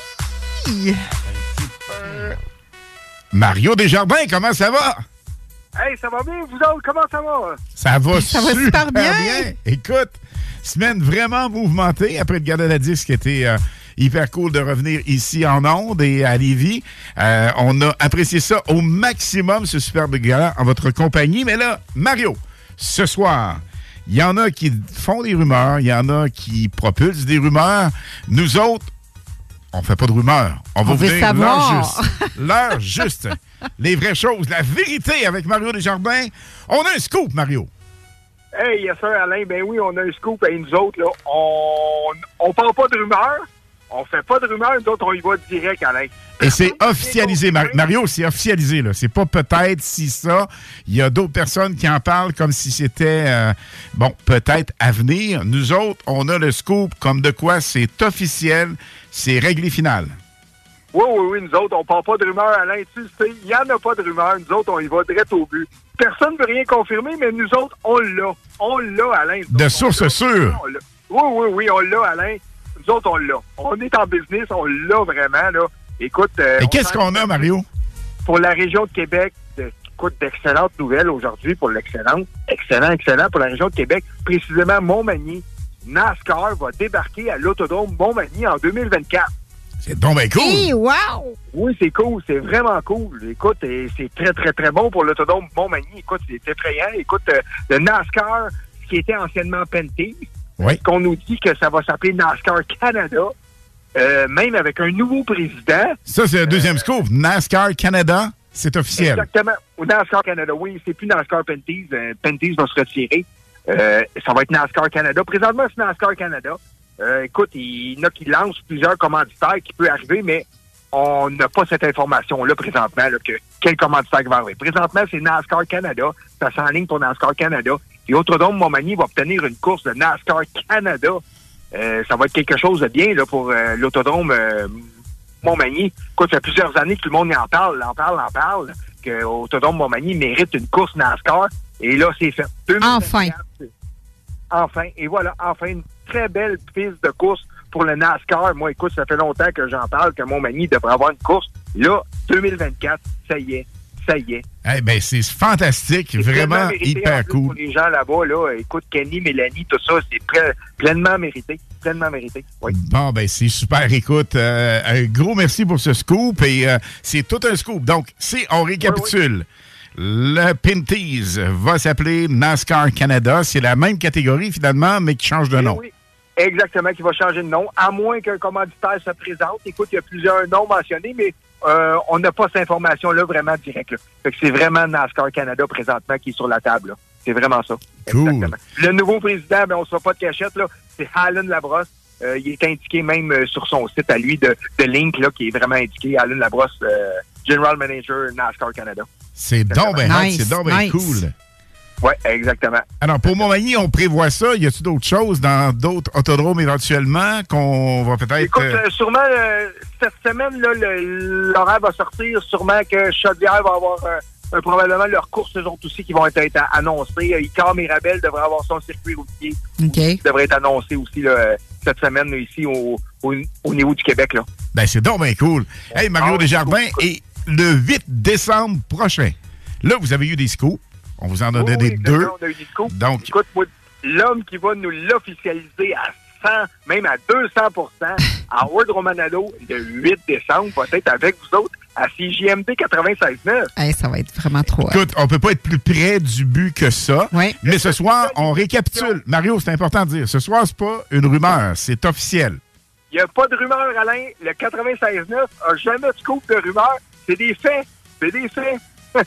Speaker 5: Mario Desjardins, comment ça va?
Speaker 15: Hey, ça va bien, vous autres? Comment ça va?
Speaker 5: Ça va
Speaker 8: Ça va super bien.
Speaker 5: Écoute, semaine vraiment mouvementée après le Gala de la Disque qui était hyper cool de revenir ici en ondes et à Lévis. On a apprécié ça au maximum, ce superbe gala en votre compagnie. Mais là, Mario, ce soir, il y en a qui font des rumeurs, il y en a qui propulsent des rumeurs. Nous autres, on fait pas de rumeurs. On va
Speaker 8: On
Speaker 5: vous
Speaker 8: veut
Speaker 5: dire l'heure
Speaker 8: savoir.
Speaker 5: juste. L'heure juste. Les vraies choses, la vérité avec Mario Desjardins. On a un scoop, Mario.
Speaker 15: Hey, yes sir, Alain, ben oui, on a un scoop et nous autres, là, on parle pas de rumeurs, on fait pas de rumeurs, nous autres, on y va direct, Alain.
Speaker 5: Et c'est officialisé. Mario, c'est officialisé, là. C'est pas peut-être si ça. Il y a d'autres personnes qui en parlent comme si c'était, peut-être à venir. Nous autres, on a le scoop comme de quoi c'est officiel, c'est réglé final.
Speaker 15: Oui, nous autres, on parle pas de rumeurs, Alain, tu sais, il y en a pas de rumeurs, nous autres, on y va direct au but. Personne ne veut rien confirmer, mais nous autres, on l'a. On l'a, Alain.
Speaker 5: De source sûre.
Speaker 15: Oui, on l'a, Alain. Nous autres, on l'a. On est en business, on l'a vraiment, là. Écoute...
Speaker 5: Et qu'est-ce qu'on a, Mario?
Speaker 15: Pour la région de Québec, écoute, d'excellentes nouvelles aujourd'hui pour l'excellente. Excellent pour la région de Québec. Précisément, Montmagny. NASCAR va débarquer à l'autodrome Montmagny en 2024.
Speaker 5: C'est donc bien cool.
Speaker 8: Hey, wow!
Speaker 15: Oui, c'est cool. C'est vraiment cool. Écoute, c'est très, très, très bon pour l'autodrome Montmagny. Écoute, c'est effrayant. Écoute, le NASCAR, ce qui était anciennement Penty, qu'on nous dit que ça va s'appeler NASCAR Canada, même avec un nouveau président.
Speaker 5: Ça, c'est le deuxième scoop. NASCAR Canada, c'est officiel.
Speaker 15: Exactement. Au NASCAR Canada, oui. C'est plus NASCAR Penties. Penties va se retirer. Ça va être NASCAR Canada. Présentement, c'est NASCAR Canada. Écoute, il y en a qui lancent plusieurs commanditaires qui peut arriver, mais on n'a pas cette information-là présentement, là, que quel commanditaire va arriver. Présentement, c'est NASCAR Canada. Ça s'enligne pour NASCAR Canada. Et Autodrome Montmagny va obtenir une course de NASCAR Canada. Ça va être quelque chose de bien là, pour l'Autodrome Montmagny. Écoute, ça fait plusieurs années que tout le monde en parle, que l'Autodrome Montmagny mérite une course NASCAR. Et là, c'est fait. 2024, enfin. Et voilà, enfin, une très belle piste de course pour le NASCAR. Moi, écoute, ça fait longtemps que j'en parle, que Montmagny devrait avoir une course. Là, 2024, ça y est.
Speaker 5: Eh bien, c'est fantastique, vraiment hyper cool.
Speaker 15: Pour les gens là-bas, là, écoute, Kenny, Mélanie, tout ça, c'est pleinement mérité. Oui.
Speaker 5: Bon, ben c'est super. Écoute, un gros merci pour ce scoop. Et c'est tout un scoop. Donc, on récapitule. Le Pinties va s'appeler NASCAR Canada. C'est la même catégorie, finalement, mais qui change de nom.
Speaker 15: Oui, exactement, qui va changer de nom, à moins qu'un commanditaire se présente. Écoute, il y a plusieurs noms mentionnés, mais on n'a pas cette information-là vraiment directe. Là. Fait que c'est vraiment NASCAR Canada présentement qui est sur la table. Là. C'est vraiment ça.
Speaker 5: Cool.
Speaker 15: Exactement. Le nouveau président, ben, on ne se fait pas de cachette, là. C'est Alan Labrosse. Il est indiqué même sur son site à lui de Link, là, qui est vraiment indiqué. Alan Labrosse, General Manager NASCAR Canada.
Speaker 5: C'est donc bien cool.
Speaker 15: Oui, exactement.
Speaker 5: Alors, pour Montmagny, on prévoit ça. Y a-t-il d'autres choses dans d'autres autodromes éventuellement qu'on va peut-être...
Speaker 15: Écoute, sûrement, cette semaine, là, l'horaire va sortir. Sûrement que Chaudière va avoir probablement leurs courses, eux autres aussi, qui vont être annoncées. Icare Mirabel devrait avoir son circuit routier.
Speaker 8: OK.
Speaker 15: Qui devrait être annoncé aussi là, cette semaine là, ici au niveau du Québec. Là.
Speaker 5: Ben, c'est donc bien cool. Hey, Mario Desjardins, et le 8 décembre prochain, là, vous avez eu des scoops. On vous en a donné deux.
Speaker 15: On a eu des scoops.
Speaker 5: Donc,
Speaker 15: écoute, moi, l'homme qui va nous l'officialiser à 100, même à 200%, Howard Romanado, le 8 décembre, va être avec vous autres à CJMD 96.9.
Speaker 8: Hey, ça va être vraiment trop.
Speaker 5: Écoute, on peut pas être plus près du but que ça.
Speaker 8: Oui.
Speaker 5: Mais ce soir, on récapitule. Mario, c'est important de dire. Ce soir, c'est pas une rumeur, c'est officiel.
Speaker 15: Il n'y a pas de rumeur, Alain. Le 96.9 n'a jamais de scoop de rumeur. C'est des faits. C'est des faits.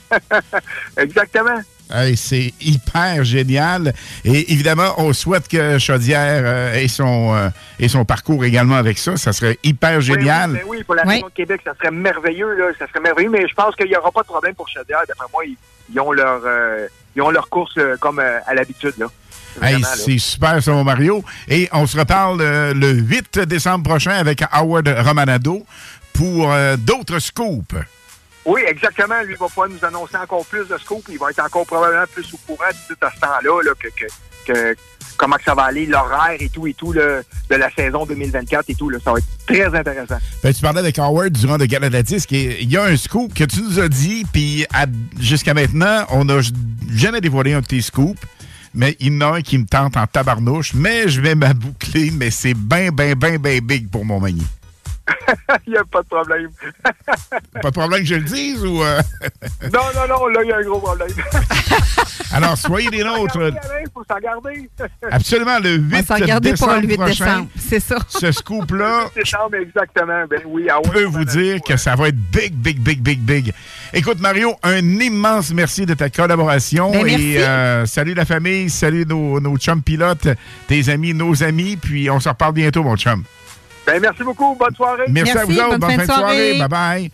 Speaker 15: Exactement.
Speaker 5: Hey, c'est hyper génial. Et évidemment, on souhaite que Chaudière ait son parcours également avec ça. Ça serait hyper génial.
Speaker 15: Oui, pour la région de Québec, ça serait merveilleux. Là. Ça serait merveilleux, mais je pense qu'il n'y aura pas de problème pour Chaudière. D'après moi, ils ont leur course comme à l'habitude. Là.
Speaker 5: Hey, c'est super, ça, mon Mario. Et on se reparle le 8 décembre prochain avec Howard Romanado pour d'autres scoops.
Speaker 15: Oui, exactement. Lui va pouvoir nous annoncer encore plus de scoops. Il va être encore probablement plus au courant de tout à ce temps-là là, que comment que ça va aller, l'horaire et tout là, de la saison 2024 et tout. Là, ça va être très intéressant.
Speaker 5: Ben, tu parlais avec Howard durant le Gala de la Disque et il y a un scoop que tu nous as dit, puis jusqu'à maintenant, on n'a jamais dévoilé un de tes scoops. Mais il y en a un qui me tente en tabarnouche, mais je vais m'aboucler, mais c'est bien big pour mon manier.
Speaker 15: Il n'y a pas de problème.
Speaker 5: Pas de problème que je le dise ou...
Speaker 15: Non, là, il y a un gros problème.
Speaker 5: Alors, soyez des nôtres.
Speaker 15: Il faut s'en garder.
Speaker 5: Absolument, le 8 décembre prochain.
Speaker 8: C'est ça.
Speaker 5: Ce scoop-là...
Speaker 15: 8 décembre, exactement. Ben oui,
Speaker 5: je peux vous dire que ça va être big. Écoute, Mario, un immense merci de ta collaboration.
Speaker 8: Ben, merci.
Speaker 5: Et salut la famille, salut nos chums pilotes, tes amis, nos amis, puis on se reparle bientôt, mon chum.
Speaker 15: Ben, merci beaucoup. Bonne soirée.
Speaker 5: Merci à vous autres. Bonne fin de soirée. Bye-bye.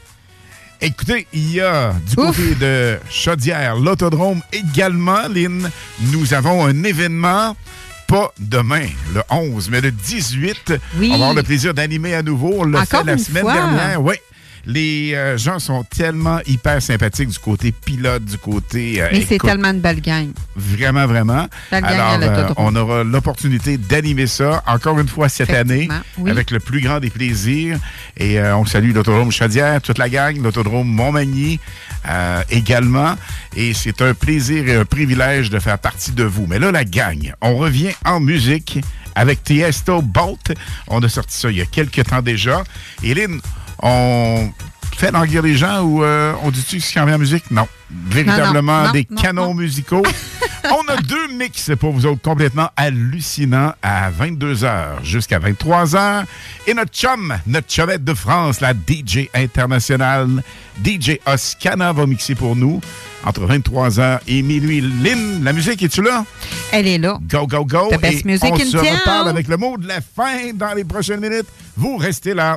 Speaker 5: Écoutez, il y a du côté de Chaudière, l'Autodrome également, Lynn, nous avons un événement, pas demain, le 11, mais le 18.
Speaker 8: Oui.
Speaker 5: On va avoir le plaisir d'animer à nouveau. On l'a fait la semaine dernière. Oui. Les gens sont tellement hyper sympathiques du côté pilote, du côté...
Speaker 8: Mais c'est tellement une belle gang.
Speaker 5: Vraiment.
Speaker 8: Belle gang
Speaker 5: alors,
Speaker 8: à l'autodrome.
Speaker 5: on aura l'opportunité d'animer ça encore une fois cette année avec le plus grand des plaisirs. Et on salue l'Autodrome Chaudière, toute la gang, l'Autodrome Montmagny également. Et c'est un plaisir et un privilège de faire partie de vous. Mais là, la gang, on revient en musique avec Tiesto Bolt. On a sorti ça il y a quelques temps déjà. Et Lynn, on fait languir les gens ou on dit-tu ce qui en vient en musique? Non. Véritablement des canons musicaux. On a deux mix pour vous autres complètement hallucinants à 22h jusqu'à 23h. Et notre chumette de France, la DJ internationale, DJ Oscana, va mixer pour nous entre 23h et minuit. Lynn, la musique, es-tu là?
Speaker 8: Elle est là.
Speaker 5: Go.
Speaker 8: The best music
Speaker 5: on
Speaker 8: in
Speaker 5: se
Speaker 8: town.
Speaker 5: reparle avec le mot de la fin dans les prochaines minutes. Vous restez là.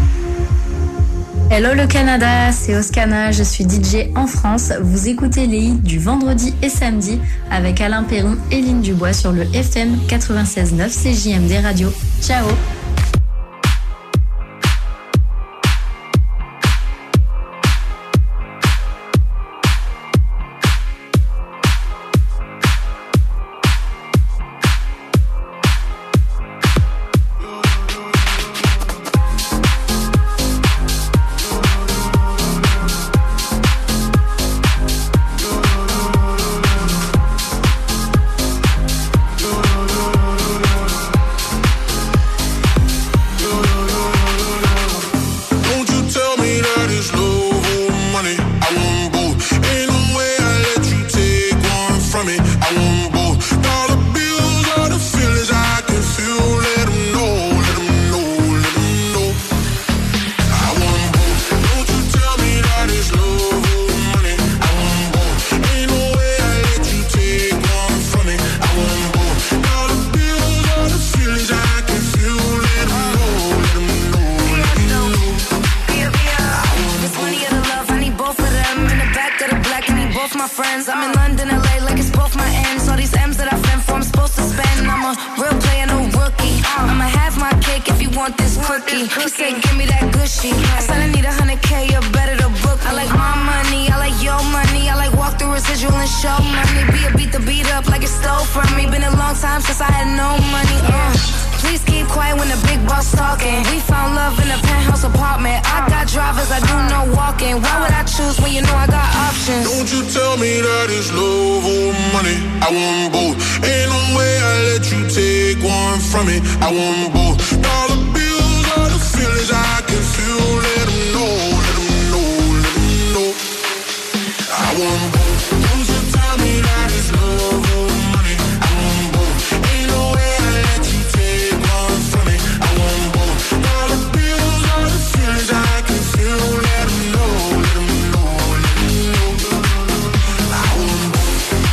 Speaker 18: Hello le Canada, c'est Oscana, je suis DJ en France. Vous écoutez les hits du vendredi et samedi avec Alain Perron et Lynn Dubois sur le FM 96.9 CJMD Radio. Ciao.
Speaker 21: Quiet quiet when the big boss talking. We found love in a penthouse apartment. I got drivers, I do no walking. Why would I choose when you know I got options?
Speaker 13: Don't you tell me that it's love or money. I want both. Ain't no way I let you take one from me. I want both. Dollar bills are the feelings I can feel. Let them know, let them know, let them know. I want both. Don't you tell me that it's love or money. I want both. Ain't no way I let you take one from me. I want both. Dollar bills are the feelings I can feel. Let them know, let them know, let them know. I want both.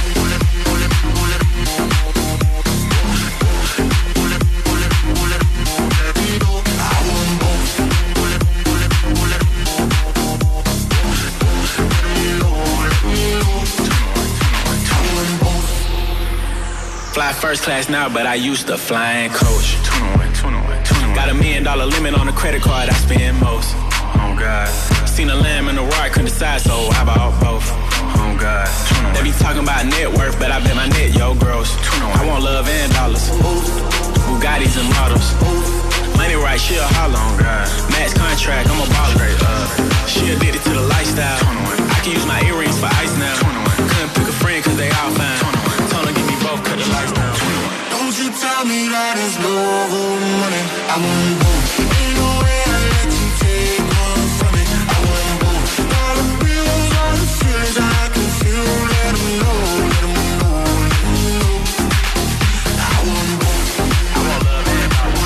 Speaker 22: Fly first class now, but I used to fly and coach. Got $1 million limit on the credit card I spend most. Oh God. Seen a lamb and a roar, couldn't decide, so I bought both. Oh God. They be talking about net worth, but I bet my net, yo, gross. I want love and dollars. Bugattis and models. Money right, she a holler on God. Max contract, I'm a baller. She addicted to the lifestyle. I can use my earrings for ice now. Couldn't pick a friend cause they all fine. Told her give me both, cut the lights down.
Speaker 13: Don't you tell me that it's love or money. I want both. Ain't no way I let you take one from me. I want both. Dollar bills are the feelings I can feel. Let them know, let them know, let them know. I want both. I want love and power.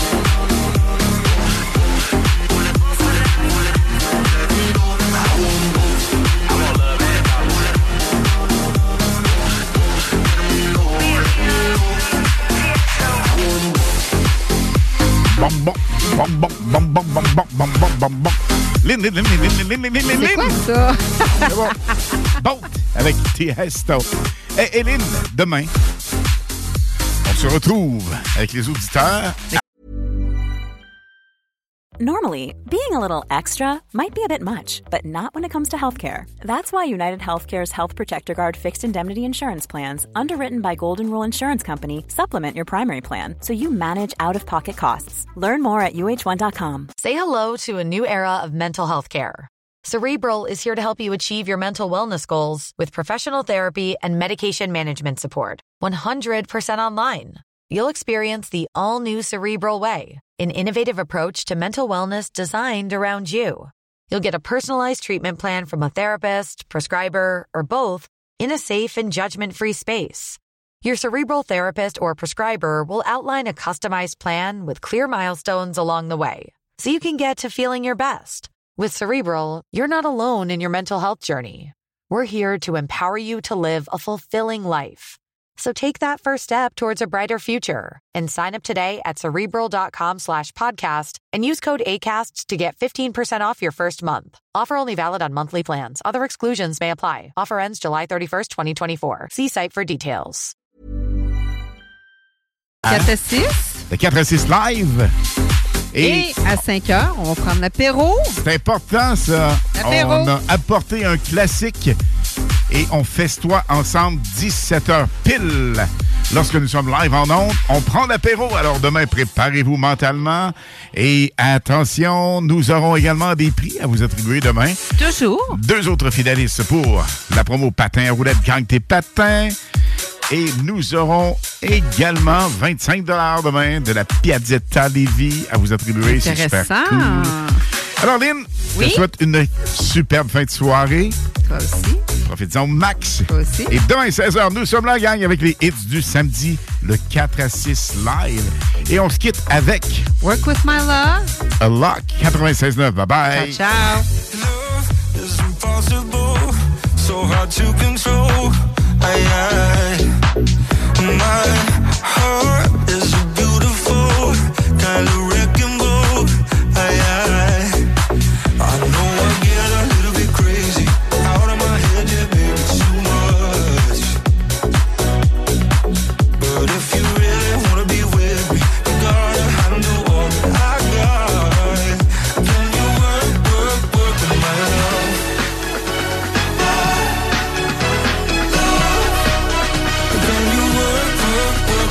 Speaker 8: C'est quoi ça?
Speaker 5: C'est bon. Boat avec Tiesto. Et Lynn, demain, on se retrouve avec les auditeurs.
Speaker 23: Normally, being a little extra might be a bit much, but not when it comes to healthcare. That's why United Healthcare's Health Protector Guard fixed indemnity insurance plans, underwritten by Golden Rule Insurance Company, supplement your primary plan so you manage out-of-pocket costs. Learn more at uh1.com.
Speaker 24: Say hello to a new era of mental health care. Cerebral is here to help you achieve your mental wellness goals with professional therapy and medication management support. 100% online. You'll experience the all-new Cerebral Way, an innovative approach to mental wellness designed around you. You'll get a personalized treatment plan from a therapist, prescriber, or both in a safe and judgment-free space. Your Cerebral therapist or prescriber will outline a customized plan with clear milestones along the way, so you can get to feeling your best. With Cerebral, you're not alone in your mental health journey. We're here to empower you to live a fulfilling life. So take that first step towards a brighter future and sign up today at Cerebral.com/podcast and use code ACAST to get 15% off your first month. Offer only valid on monthly plans. Other exclusions may apply. Offer ends July 31st, 2024. See site for details.
Speaker 8: 4 à 6.
Speaker 5: Le 4 à 6 live.
Speaker 8: Et à 5 heures, on va prendre l'apéro.
Speaker 5: C'est important, ça.
Speaker 8: L'apéro.
Speaker 5: On a apporté un classique et on festoie ensemble 17h pile. Lorsque nous sommes live en ondes, on prend l'apéro. Alors demain, préparez-vous mentalement. Et attention, nous aurons également des prix à vous attribuer demain.
Speaker 8: Toujours.
Speaker 5: 2 autres finalistes pour la promo Patin à roulette Gang tes patins. Et nous aurons également 25 $ demain de la Piazzetta Lévis à vous attribuer. C'est super cool. Alors, Lynn, je te souhaite une superbe fin de soirée.
Speaker 8: Toi aussi.
Speaker 5: Profitez-en max.
Speaker 8: Toi aussi.
Speaker 5: Et demain, 16h, nous sommes la gang avec les hits du samedi, le 4 à 6 live. Et on se quitte avec
Speaker 8: Work With My Love.
Speaker 5: A Lock 96.9. Bye-bye.
Speaker 8: Ciao, ciao.
Speaker 20: Love is impossible, so hard to control. My heart is a beautiful kind of wrecking ball. I know I get a little bit crazy out of my head, yeah, baby, it's too much. But if you really wanna be with me, you gotta handle all that I got. Can you work with my love? Can you work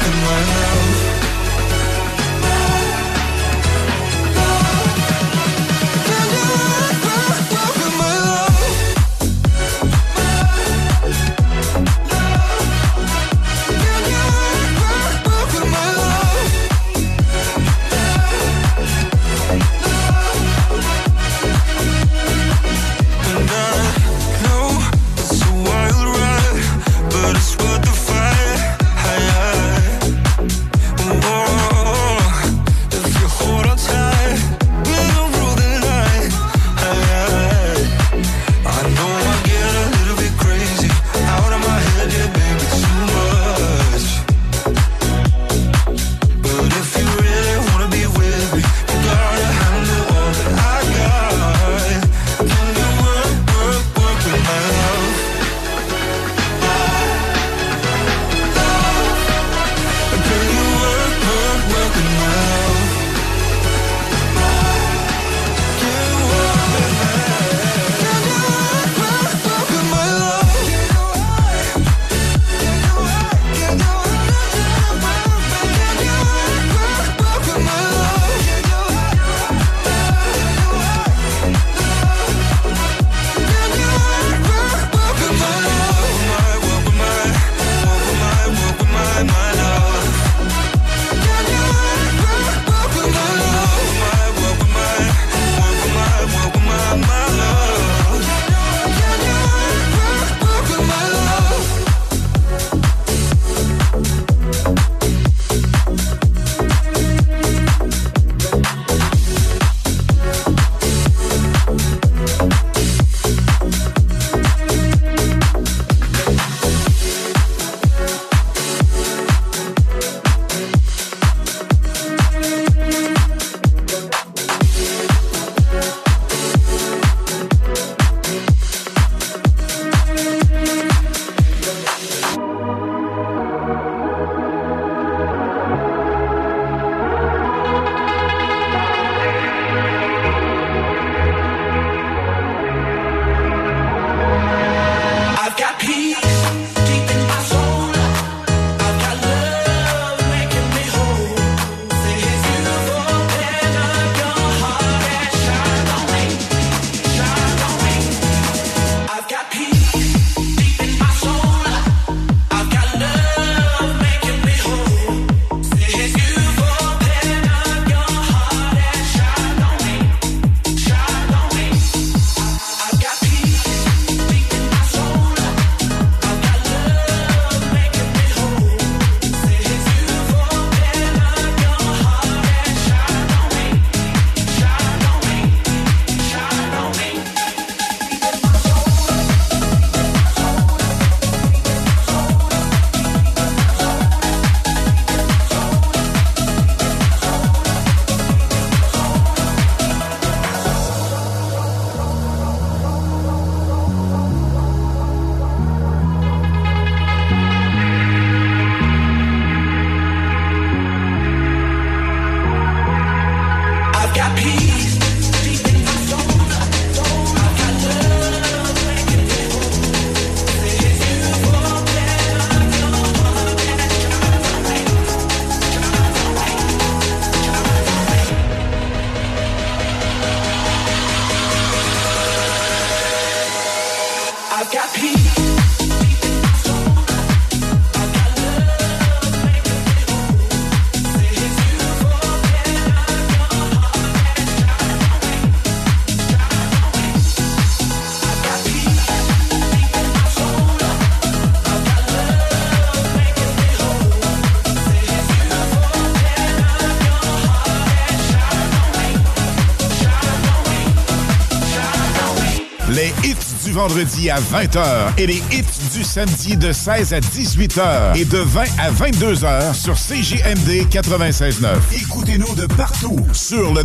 Speaker 5: vendredi à 20h et les hits du samedi de 16 à 18h et de 20 à 22h sur CJMD 96.9. Écoutez-nous de partout sur le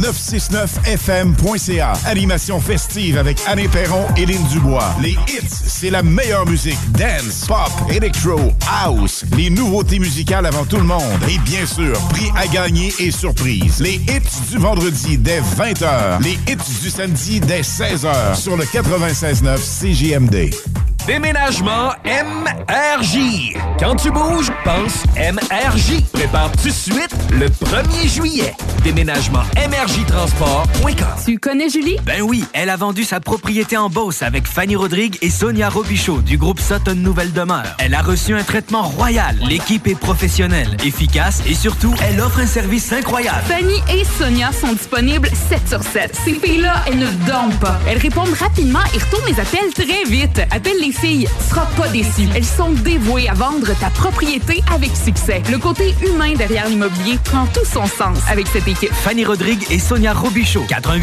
Speaker 5: 969fm.ca. Animation festive avec Anne Perron et Lynn Dubois. Les hits, c'est la meilleure musique. Dance, pop, electro, house. Les nouveautés musicales avant tout le monde. Et bien sûr, prix à gagner et surprise. Les hits du vendredi dès 20h. Les hits du samedi dès 16h sur le 96.9 CJMD.
Speaker 19: Déménagement MRJ. Quand tu bouges, pense MRJ. Prépare tout de suite le 1er juillet. Déménagement MRJtransport.com.
Speaker 1: Tu connais Julie?
Speaker 16: Ben oui, elle a vendu sa propriété en Beauce avec Fanny Rodrigue et Sonia Robichaud du groupe Sutton Nouvelle Demeure. Elle a reçu un traitement royal. L'équipe est professionnelle, efficace et surtout, elle offre un service incroyable.
Speaker 1: Fanny et Sonia sont disponibles 7/7. Ces filles-là, elles ne dorment pas. Elles répondent rapidement et retournent les appels très vite. Appelle les filles, tu seras pas déçu. Elles sont dévouées à vendre ta propriété avec succès. Le côté humain derrière l'immobilier prend tout son sens avec cette équipe.
Speaker 16: Fanny Rodrigue et Sonia Robichaud.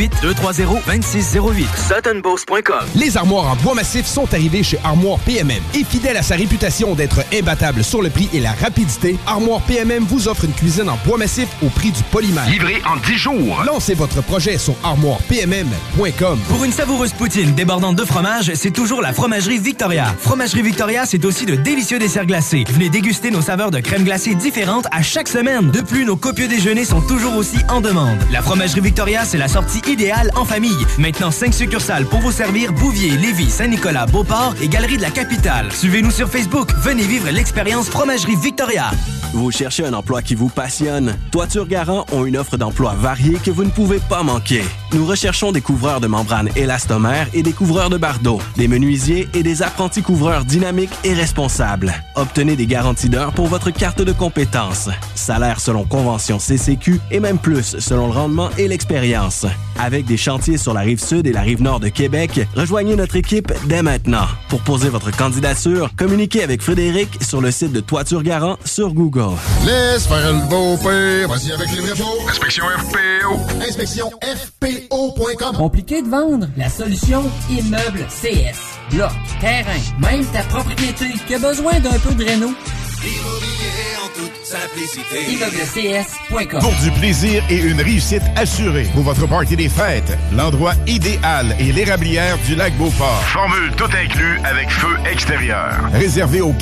Speaker 16: 418-230-2608. SuttonBeauce.com.
Speaker 6: Les armoires en bois massif sont arrivées chez Armoire PMM. Et fidèle à sa réputation d'être imbattable sur le prix et la rapidité, Armoire PMM vous offre une cuisine en bois massif au prix du polymère.
Speaker 4: Livré en 10 jours.
Speaker 6: Lancez votre projet sur armoirepmm.com.
Speaker 16: Pour une savoureuse poutine débordante de fromage, c'est toujours la Fromagerie Victoria. Fromagerie Victoria, c'est aussi de délicieux desserts glacés. Venez déguster nos saveurs de crème glacée différentes à chaque semaine. De plus, nos copieux déjeuners sont toujours aussi en demande. La Fromagerie Victoria, c'est la sortie idéale en famille. Maintenant, 5 succursales pour vous servir: Bouvier, Lévis, Saint-Nicolas, Beauport et Galerie de la Capitale. Suivez-nous sur Facebook. Venez vivre l'expérience Fromagerie Victoria.
Speaker 2: Vous cherchez un emploi qui vous passionne? Toiture Garant ont une offre d'emploi variée que vous ne pouvez pas manquer. Nous recherchons des couvreurs de membranes élastomères et des couvreurs de bardeaux, des menuisiers et des apprentis couvreurs dynamiques et responsables. Obtenez des garanties d'heures pour votre carte de compétences. Salaire selon convention CCQ et même plus selon le rendement et l'expérience. Avec des chantiers sur la rive sud et la rive nord de Québec, rejoignez notre équipe dès maintenant. Pour poser votre candidature, communiquez avec Frédéric sur le site de Toiture Garant sur Google.
Speaker 14: Laisse faire le beau père, vas-y avec les vrais mots.
Speaker 4: Inspection FPO.
Speaker 14: Inspection FPO.com.
Speaker 11: Compliqué de vendre? La solution Immeuble CS. Bloc, terrain, même ta propriété qui a besoin d'un peu de réno.
Speaker 13: Immobilier en toute simplicité.
Speaker 11: ImmeublesCS.com.
Speaker 5: Pour du plaisir et une réussite assurée pour votre party des fêtes, l'endroit idéal est l'érablière du lac Beauport.
Speaker 4: Formule tout inclus avec feu extérieur.
Speaker 5: Réservé au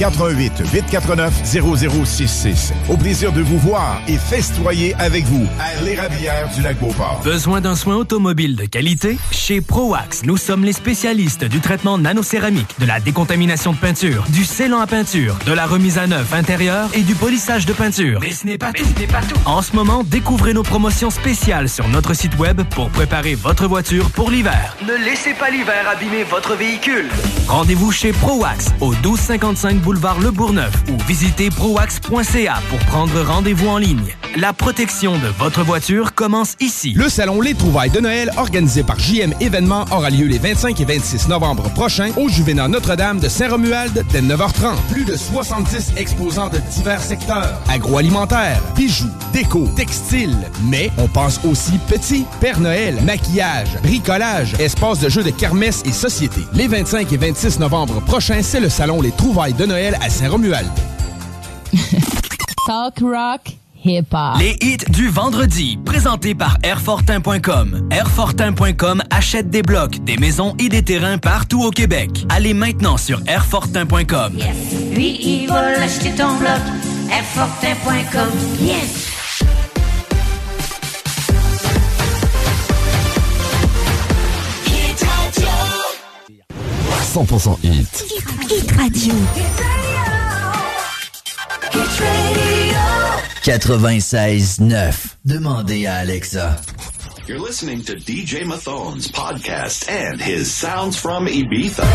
Speaker 5: 418-849-0066. Au plaisir de vous voir et festoyer avec vous à l'érablière du lac Beauport.
Speaker 16: Besoin d'un soin automobile de qualité? Chez ProAx, nous sommes les spécialistes du traitement nanocéramique, de la décontamination de peinture, du scellant à peinture, de la remise à neuf intérieure et du polissage de peinture.
Speaker 17: Mais ce n'est pas tout.
Speaker 16: En ce moment, découvrez nos promotions spéciales sur notre site web pour préparer votre voiture pour l'hiver.
Speaker 17: Ne laissez pas l'hiver abîmer votre véhicule.
Speaker 16: Rendez-vous chez ProAx au 1255 boulevard Le Bourgneuf ou visitez proax.ca pour prendre rendez-vous en ligne. La protection de votre voiture commence ici.
Speaker 6: Le salon Les Trouvailles de Noël, organisé par JM Événements, aura lieu les 25 et 26 novembre prochains au Juvénat Notre-Dame de Saint-Romuald dès 9h30. Plus de 70 exposants de divers secteurs. Agroalimentaire, bijoux, déco, textile. Mais on pense aussi petit. Père Noël, maquillage, bricolage, espace de jeux de kermesse et société. Les 25 et 26 novembre prochains, c'est le salon Les Trouvailles de Noël à Saint-Romuald.
Speaker 3: Talk rock. Hip-hop.
Speaker 16: Les hits du vendredi, présentés par Airfortin.com. Airfortin.com achète des blocs, des maisons et des terrains partout au Québec. Allez maintenant sur Airfortin.com.
Speaker 10: Yes. Lui, il va l'acheter ton bloc. Airfortin.com. Yes.
Speaker 14: Hit Radio.
Speaker 7: 100% hit.
Speaker 14: Hit Radio.
Speaker 12: 96.9. Demandez à Alexa.
Speaker 14: You're listening to DJ Mathone's podcast and his sounds from Ibiza.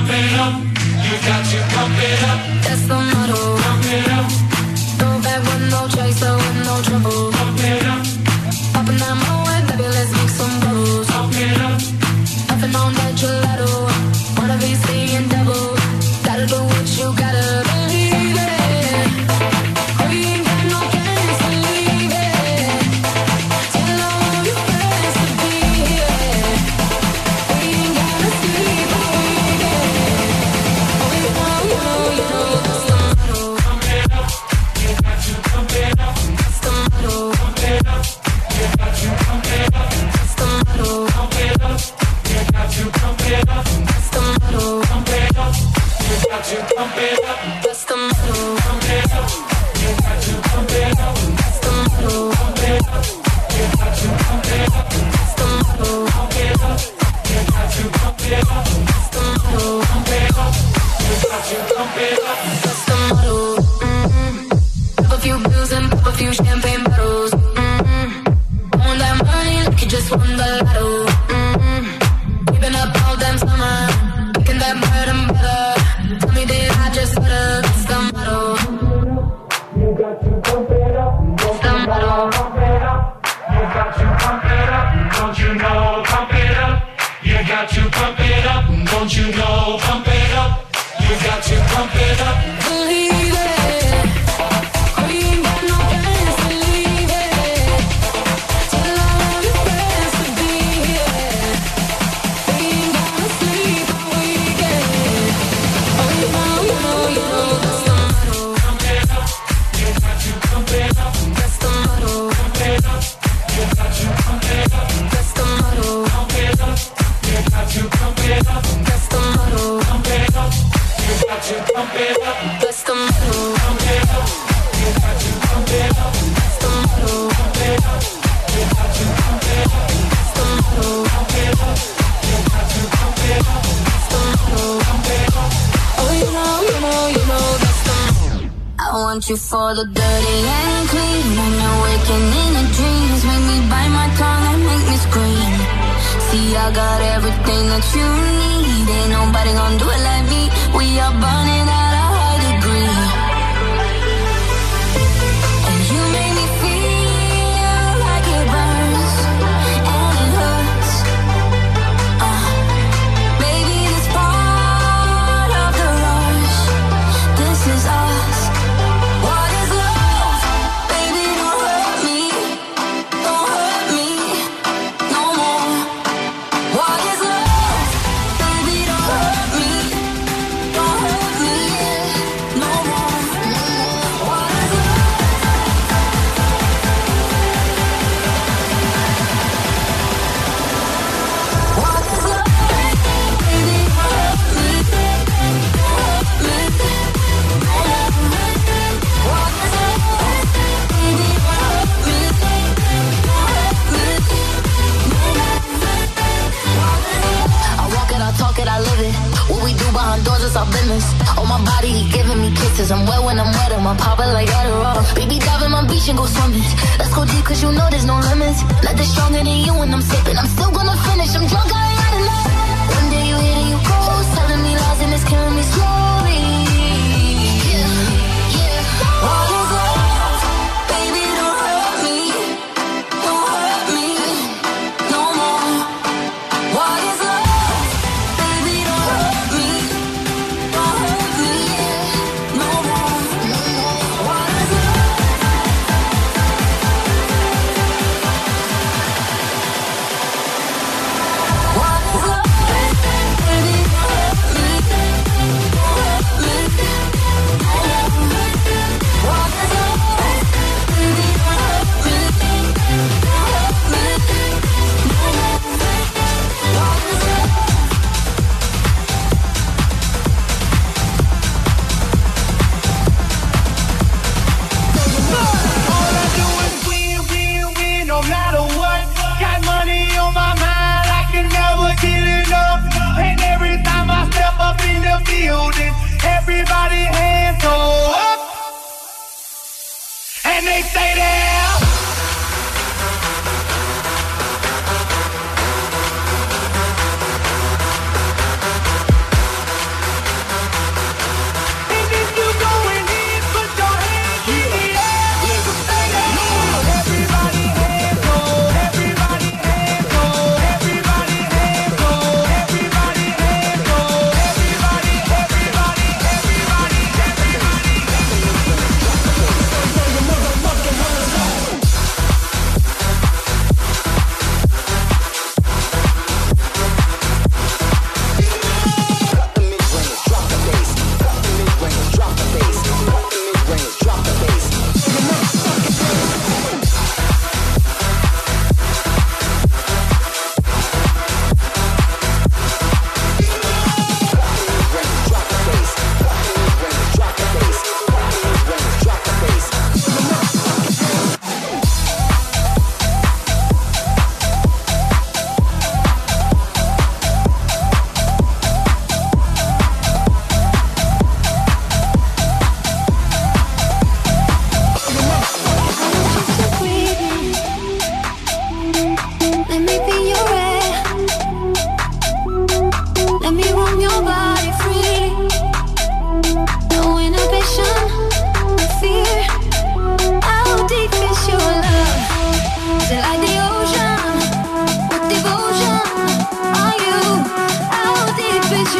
Speaker 13: pump it up. You got to pump it up.
Speaker 21: That's the motto.
Speaker 13: Pump it up.
Speaker 21: Throw back with no chaser, with no trouble.
Speaker 13: Pump it up.
Speaker 21: Popping that moe, baby, let's make some bubbles.
Speaker 13: Pump it up.
Speaker 21: Puffing on that gelato. Wanna be seeing double. Gotta do what you gotta believe it. We ain't got no plans to leave it. Tell all your friends to be here. We ain't gotta sleep all weekend. Oh, you know that's the motto.
Speaker 13: Pump it up. You got to pump it up.
Speaker 21: That's the motto.
Speaker 13: Pump it up. You got to pump it up.
Speaker 21: That's the motto.
Speaker 13: Pump it up. You got to pump it up.
Speaker 21: That's the motto.
Speaker 13: Pump it up. You got to pump it up.
Speaker 21: That's the motto.
Speaker 13: Pump it up. You got to pump it up.
Speaker 21: That's the motto.
Speaker 13: Pump it up. You got to pump it up.
Speaker 21: That's the motto.
Speaker 13: Pump it up. You got to pump it up.
Speaker 21: That's the motto.
Speaker 13: Pump it up. You got to pump it up.
Speaker 21: That's the motto. Pop a few bills and pop a few champagne bottles. On that money like you just won the lotto. Keeping up all damn summer. Making that bread and butter. Tell me did I just stutter? That's the motto.
Speaker 13: You got to pump it up.
Speaker 21: That's the motto.
Speaker 13: Pump it up. You got to pump it up. Don't you know? Pump it up. You got to pump it up. Don't you know? Pump it up. You got to pump it up.
Speaker 21: Believe it. We ain't got no plans to leave it. Tell all your friends to be here. We ain't gonna sleep all weekend. Oh, you know that's the motto.
Speaker 13: Pump it up. You got to pump it up.
Speaker 21: That's the motto.
Speaker 13: Pump it up. You got to pump it up.
Speaker 21: That's the motto.
Speaker 13: Pump it up. You got to pump it up.
Speaker 21: That's the motto.
Speaker 13: Pump it up. You got to pump it up.
Speaker 21: That's the motto.
Speaker 13: Pump it up. You got to pump it up.
Speaker 21: That's the motto.
Speaker 13: Pump it up. You got to pump it up.
Speaker 21: That's the motto.
Speaker 13: Pump it up. You got to pump it up.
Speaker 21: That's the motto.
Speaker 13: Pump it up.
Speaker 21: Oh, you know that's the motto. I want you for the dirty and clean. When you're waking in the dreams, make me bite my tongue and make me scream. See, I got everything that you need. Ain't nobody gonna do it like me. We are burning at a high degree. And you make me feel like it burns and it hurts. Baby, this part of the rush. This is us. What is love? Baby, don't hurt me. Don't hurt me no more. What is love? Baby, don't hurt me. Don't hurt me no more. What is love? What is love? Baby, don't hurt me. Don't hurt me no more. What is love? Baby, don't hurt me. Don't hurt me no more. I walk it, I talk it, I live it. What we do behind doors is our business. On my body, he giving me kisses. I'm wet when I'm wet, I'm popping like Adderall. Baby, dive in my beach and go swimming. Let's go deep, cause you know there's no limits. Nothing stronger than you when I'm sipping. I'm still gonna finish, I'm drunk, I ain't had enough. One day you hit and you go, telling me lies and it's killing me slowly. What is love? Baby, don't hurt me. Don't hurt me no more. What is love? Baby, don't hurt me. Don't hurt me no more. What is love? What is love?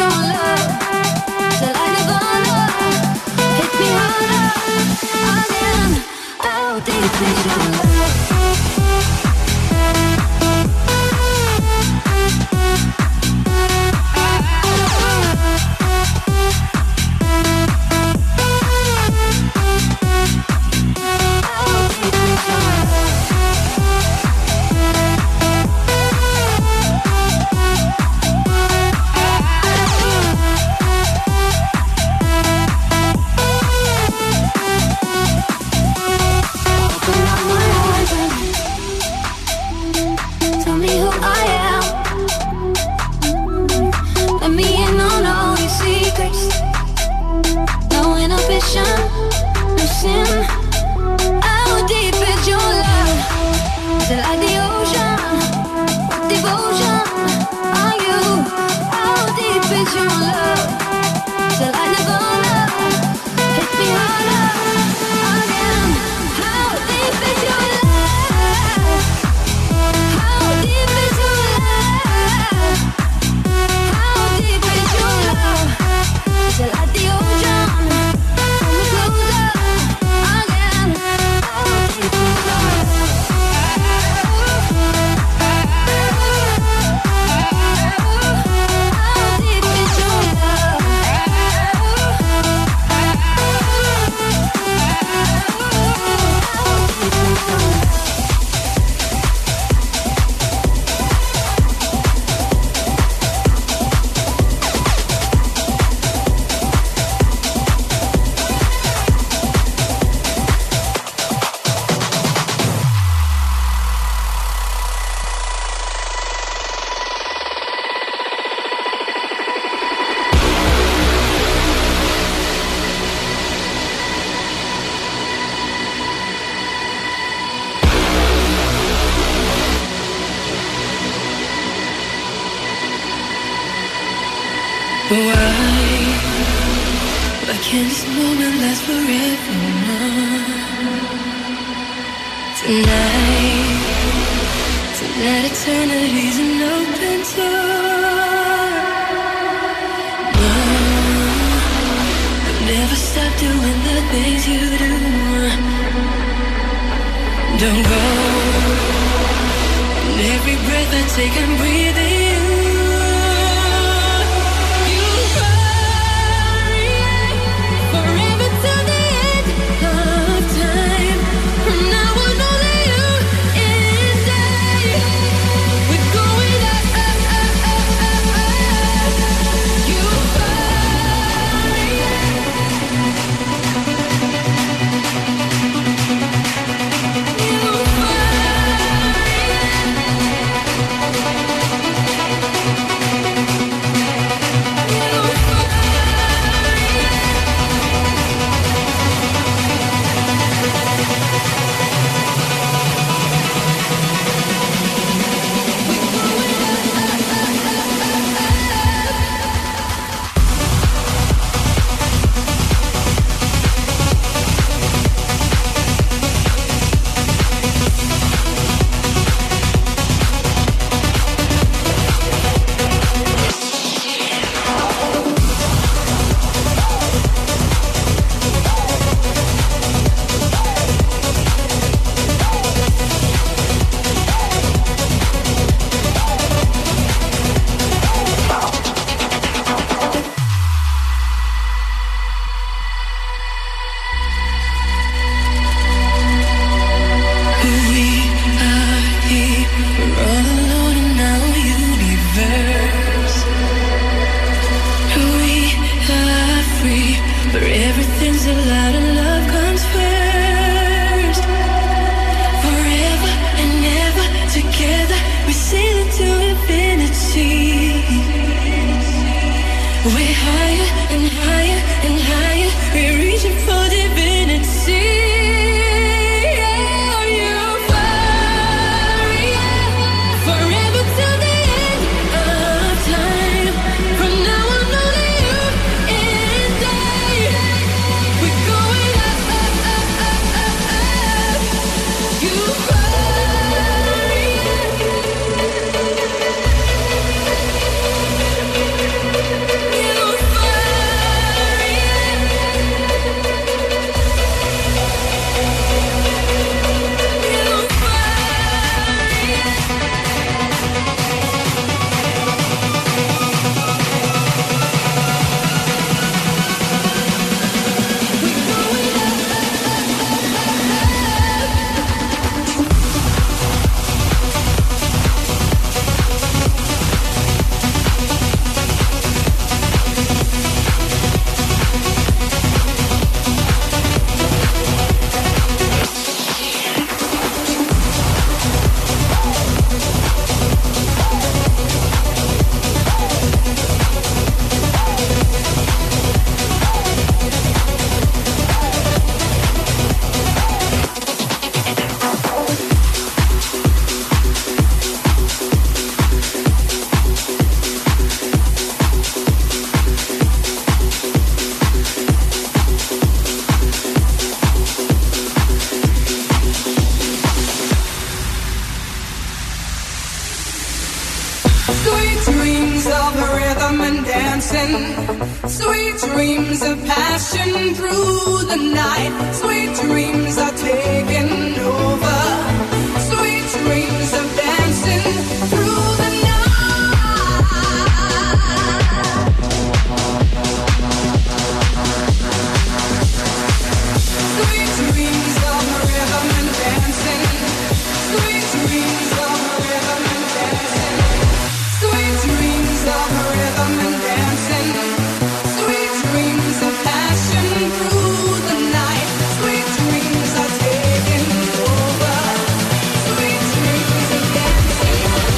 Speaker 21: your love till I never know. Hit me harder again. How deep is your love? Tell me who I am. Let me in on all your secrets. No inhibition, no sin. How deep is your love? Is it like the ocean? What devotion are you? How deep is your love? Till I never know. Hit me harder again. How deep is your love? How deep is your love? How deep is your love? Is it like the ocean? Pull me closer again. How deep is your love? How deep is your love? Why can't this moment last forever? Tonight eternity's an open door. No, I'll never stop doing the things you do. Don't go. And every breath I take, I'm breathing. Forever till the end of time. From now on, only you and I. We're going up, up, up, up, up, up. You Sweet dreams of passion through the night. Sweet dreams are taking over. Sweet dreams of dancing through the night. Sweet dreams of rhythm and dancing. Sweet dreams of rhythm and dancing. Sweet dreams of rhythm and dancing. Sweet dreams of passion through the night. Sweet dreams are taking over. Sweet dreams of dancing.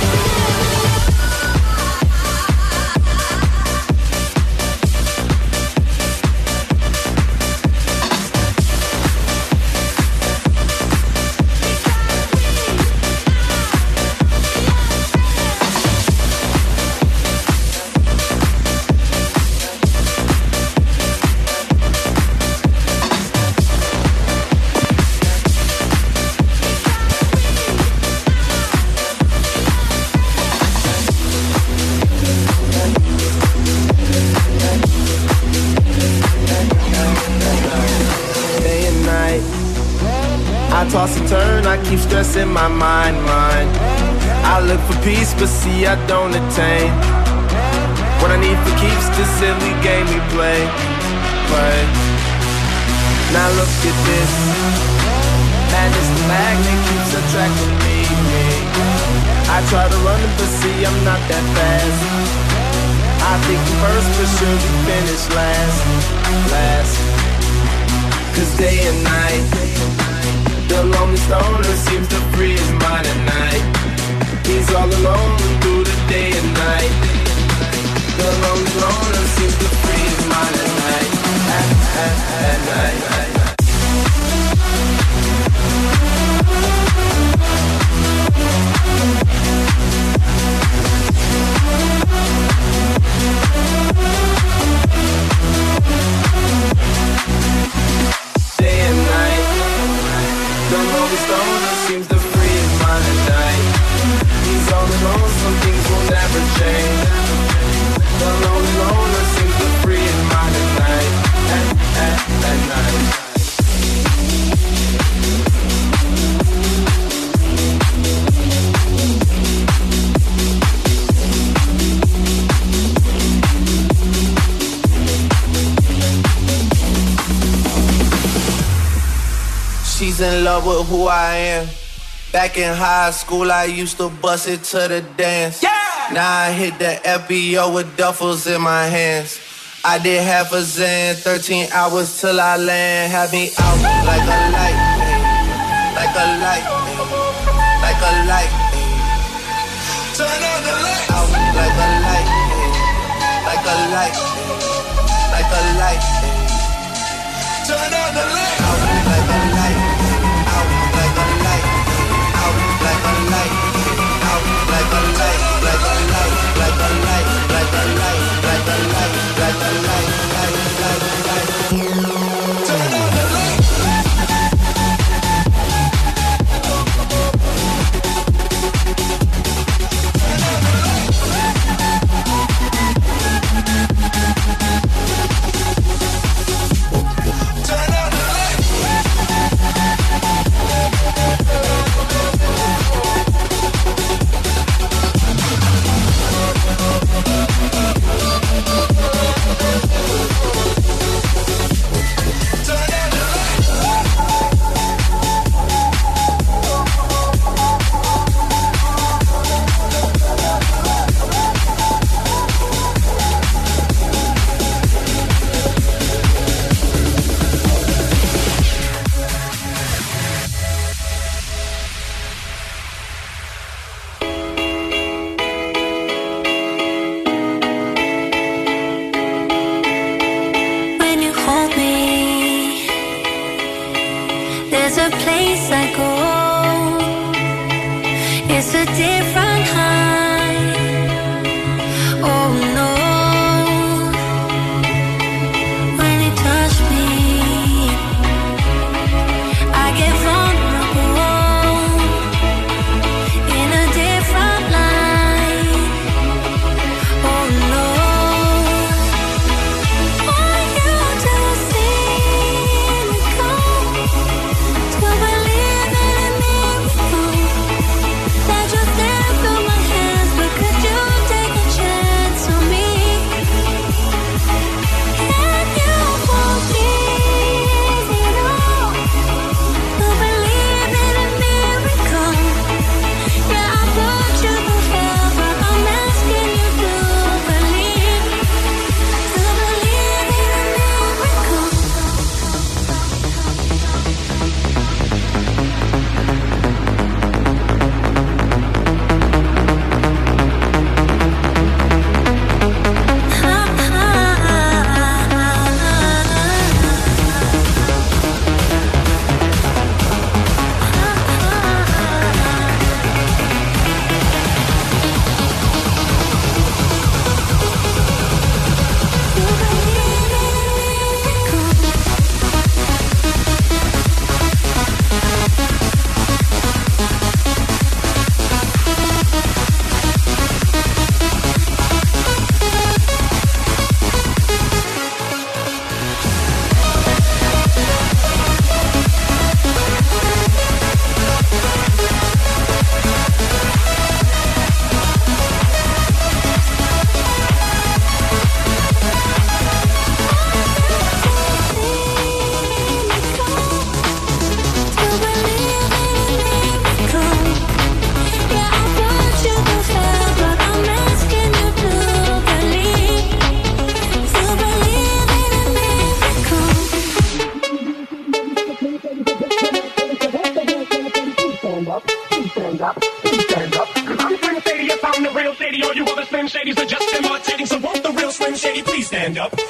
Speaker 7: Day and night, I toss and turn, I keep stressing my mind. I look for peace, but see I don't attain. What I need for keeps this silly game we play. Now look at this, madness the magnet keeps attracting me. I try to run it, but see I'm not that fast. I think I'm first, but surely finish last. Cause day and night, the lonely stoner seems to free his mind at night. He's all alone through the day and night. The lonely loner seems to free his mind at night. At night. Day and night, the lonely stoner seems to free his mind at night. He's all alone, some things will never change. The lonely loner seems to free his mind at night. At night. She's in love with who I am. Back in high school, I used to bust it to the dance. Yeah! Now I hit the FBO with duffels in my hands. I did half a Zen, 13 hours till I land. Have me out like a light, like a light, like a light. Turn on the light. Out like a light, like a light, like a light. Turn on the light. Out like a light, out like a light, out like a light, out like a light, like a light, like a light, like a light, like a light, like a light, light. Turn on the light.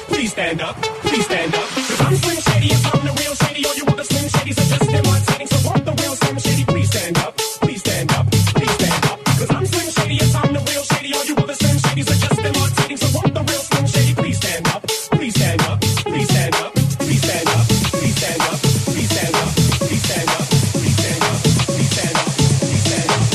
Speaker 9: please stand up, please stand up. 'Cause I'm Slim Shady, yes, I'm the real Shady. All you other Slim Shadys are just imitating. So won't the real Slim Shady please stand up, please stand up, please stand up. 'Cause I'm Slim Shady, yes, I'm the real Shady. All you other Slim Shadys are just imitating. So won't the real Slim Shady please stand up, please stand up, please stand up, please stand up, please stand up, please stand up, please stand up, please stand up, please stand up, please stand up.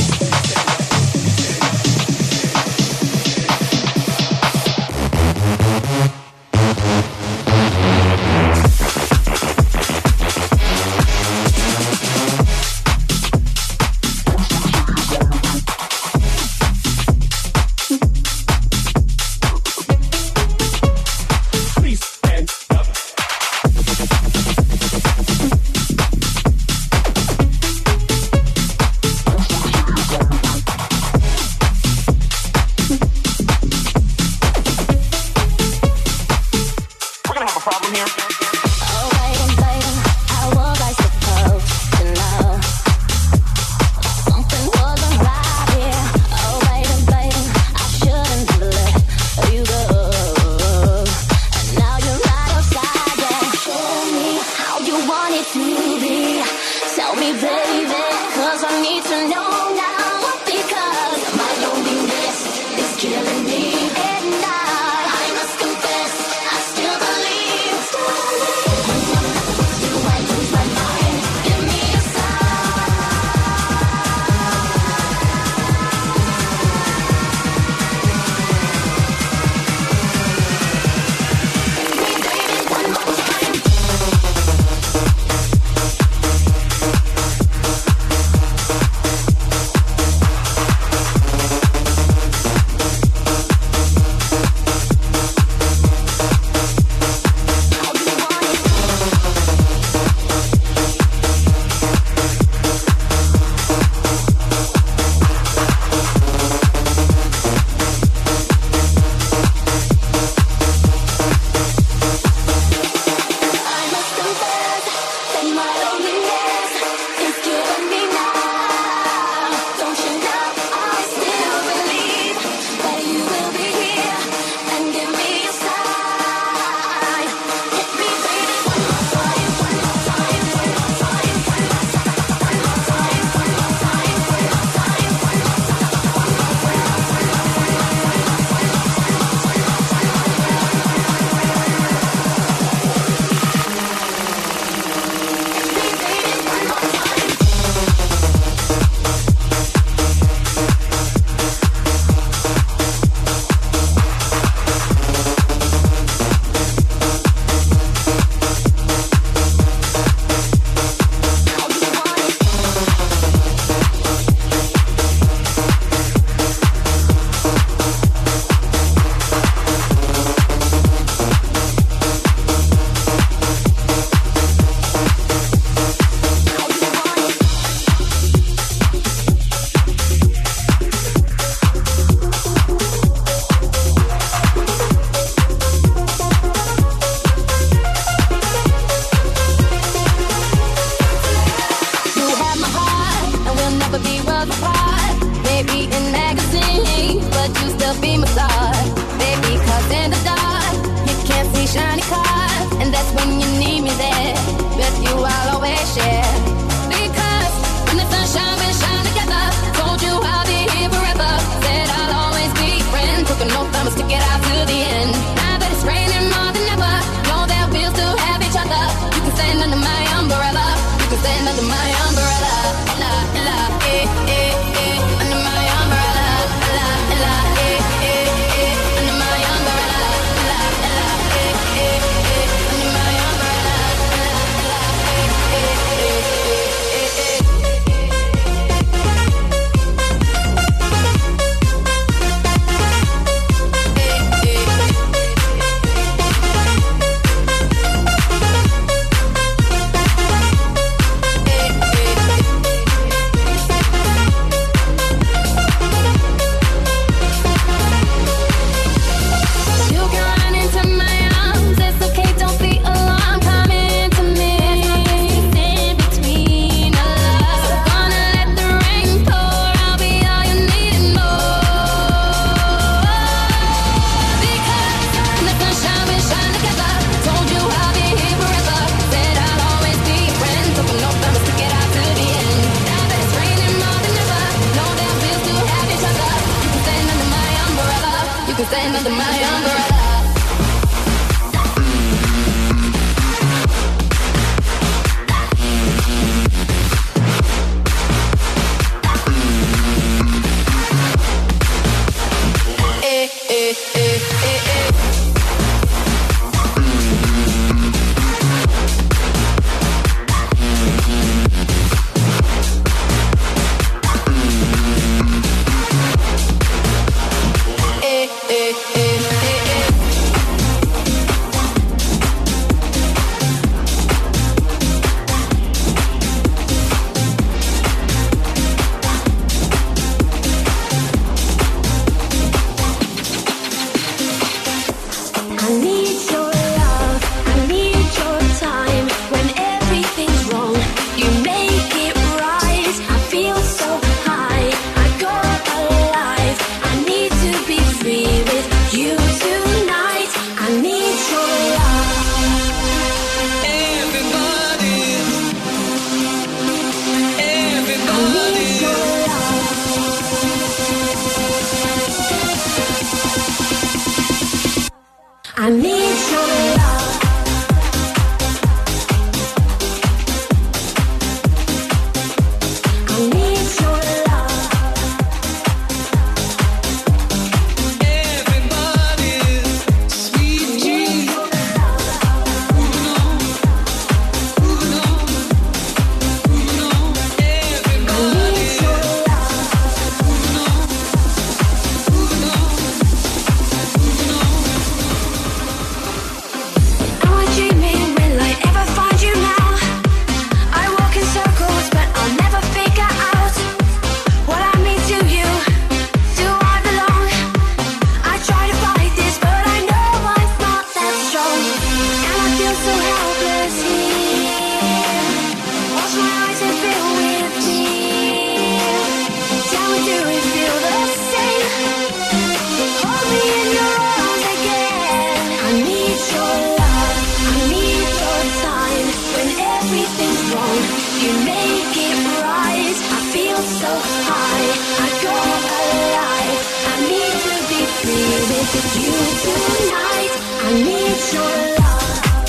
Speaker 21: feel so helpless here. Wash my eyes and fill with tears. Tell me, do we feel the same? Hold me in your arms again. I need your love, I need your time. When everything's wrong, you make it right. I feel so high, I go alive. I need to be free with you tonight. I need your love.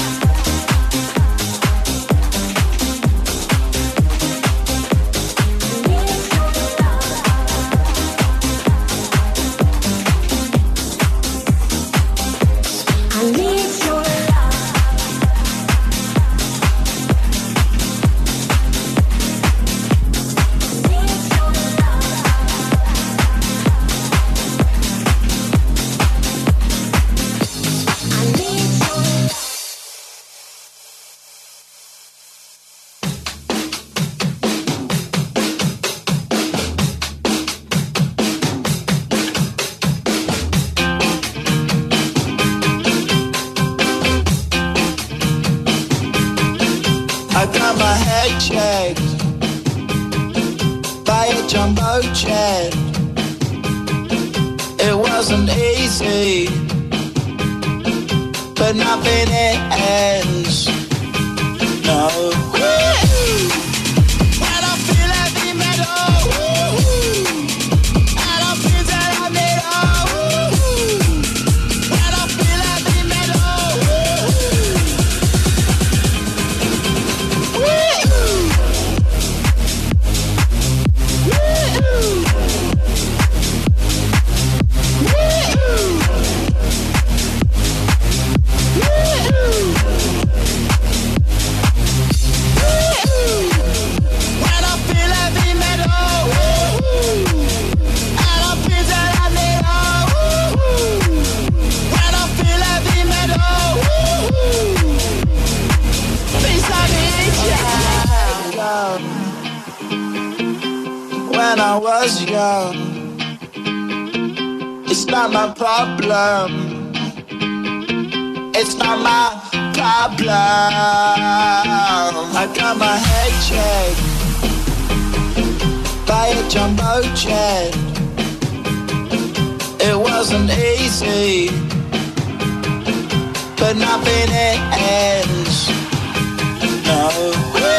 Speaker 21: I need your love.
Speaker 13: I got my head checked by a jumbo jet. It wasn't easy, but nothing ends. No. When I feel heavy metal, and I feel that I need when I feel heavy metal. When I was young, it's not my problem. It's not my problem. I got my head checked by a jumbo jet. It wasn't easy, but nothing ends. No.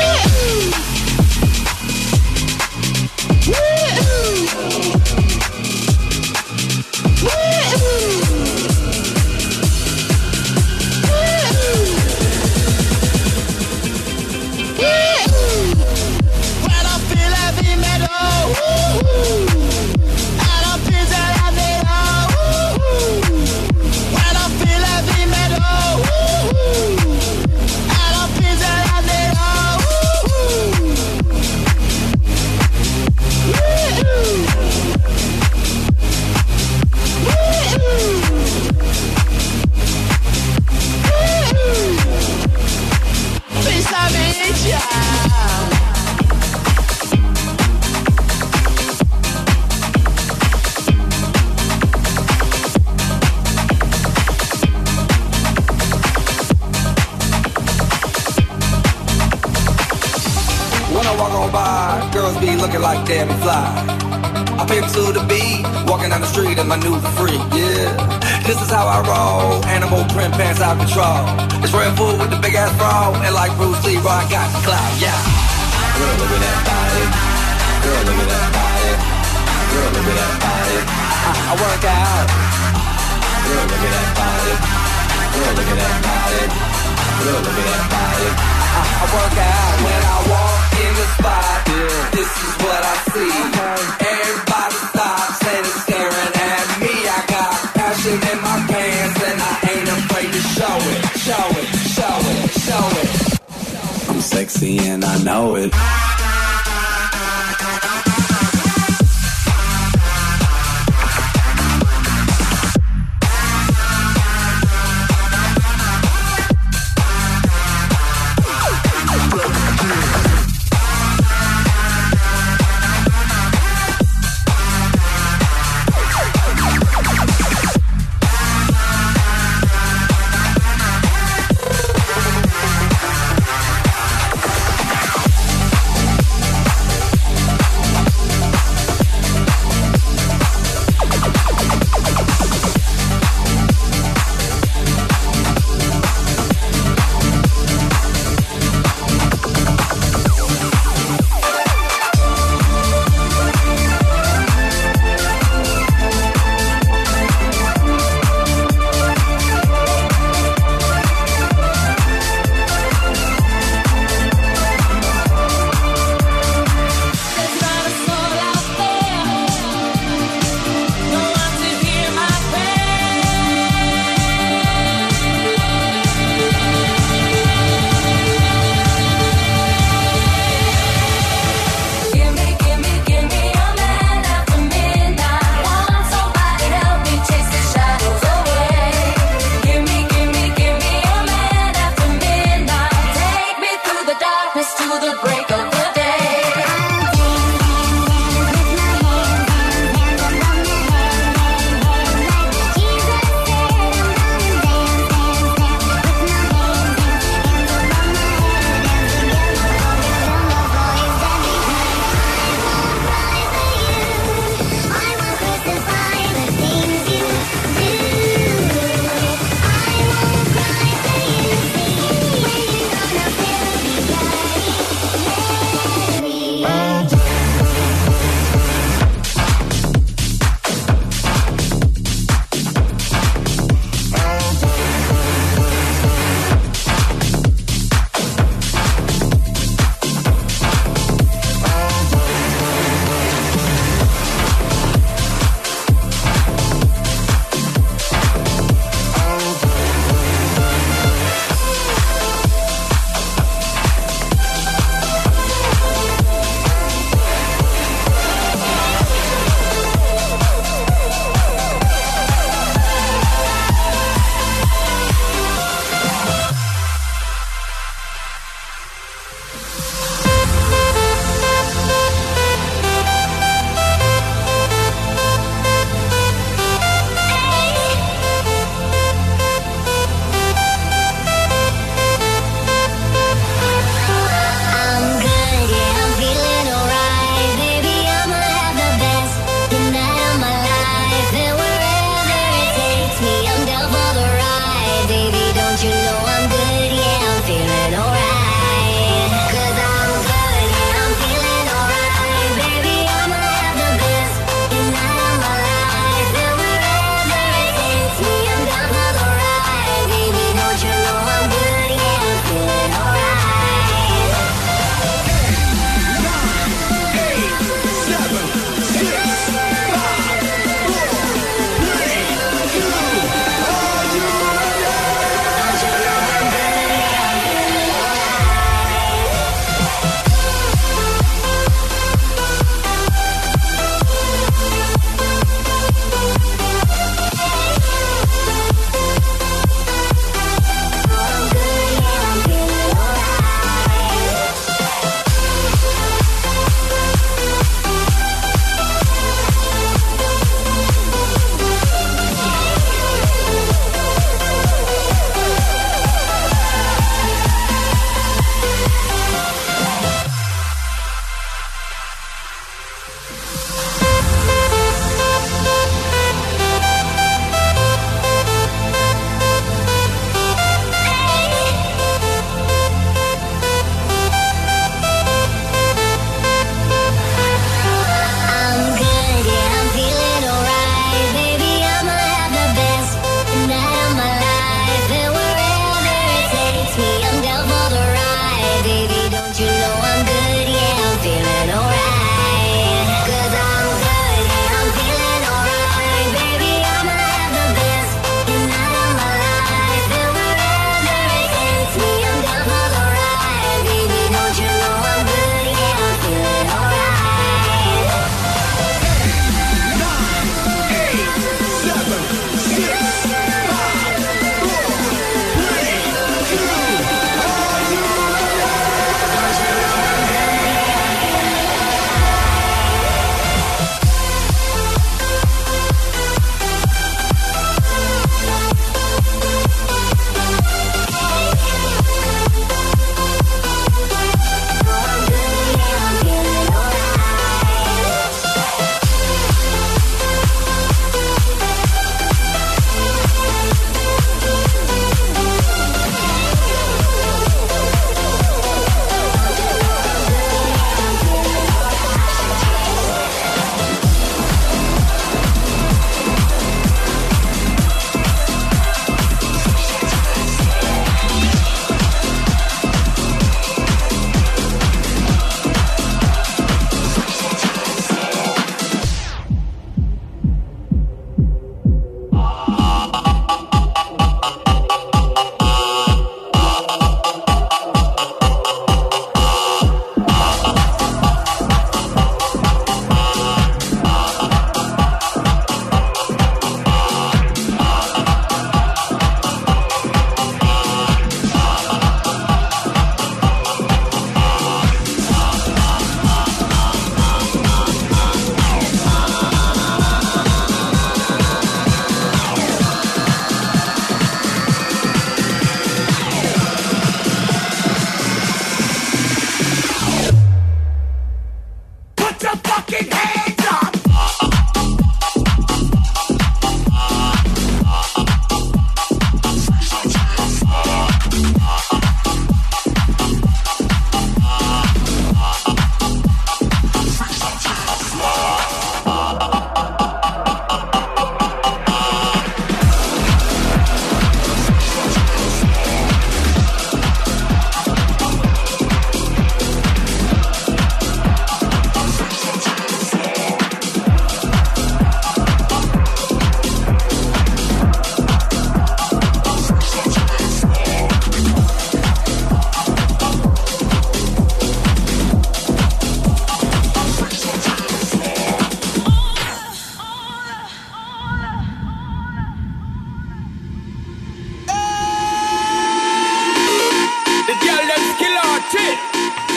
Speaker 15: Looking like Debbie Fly. I pimp to the beat, walking down the street in my new freak, yeah. This is how I roll, animal print pants out control. It's Red Bull with the big ass bra, and like Bruce Lee, I got the clout, yeah. Girl, look at that body. Girl, look at that body. Girl, look at that body. I work out. Girl, look at that body. Girl, look at that body. Girl, look at that body. I work out when I walk in the spot. This is what I see. Everybody stops and is staring at me. I got passion in my pants and I ain't afraid to show it. Show it, show it, show it. I'm sexy and I know it.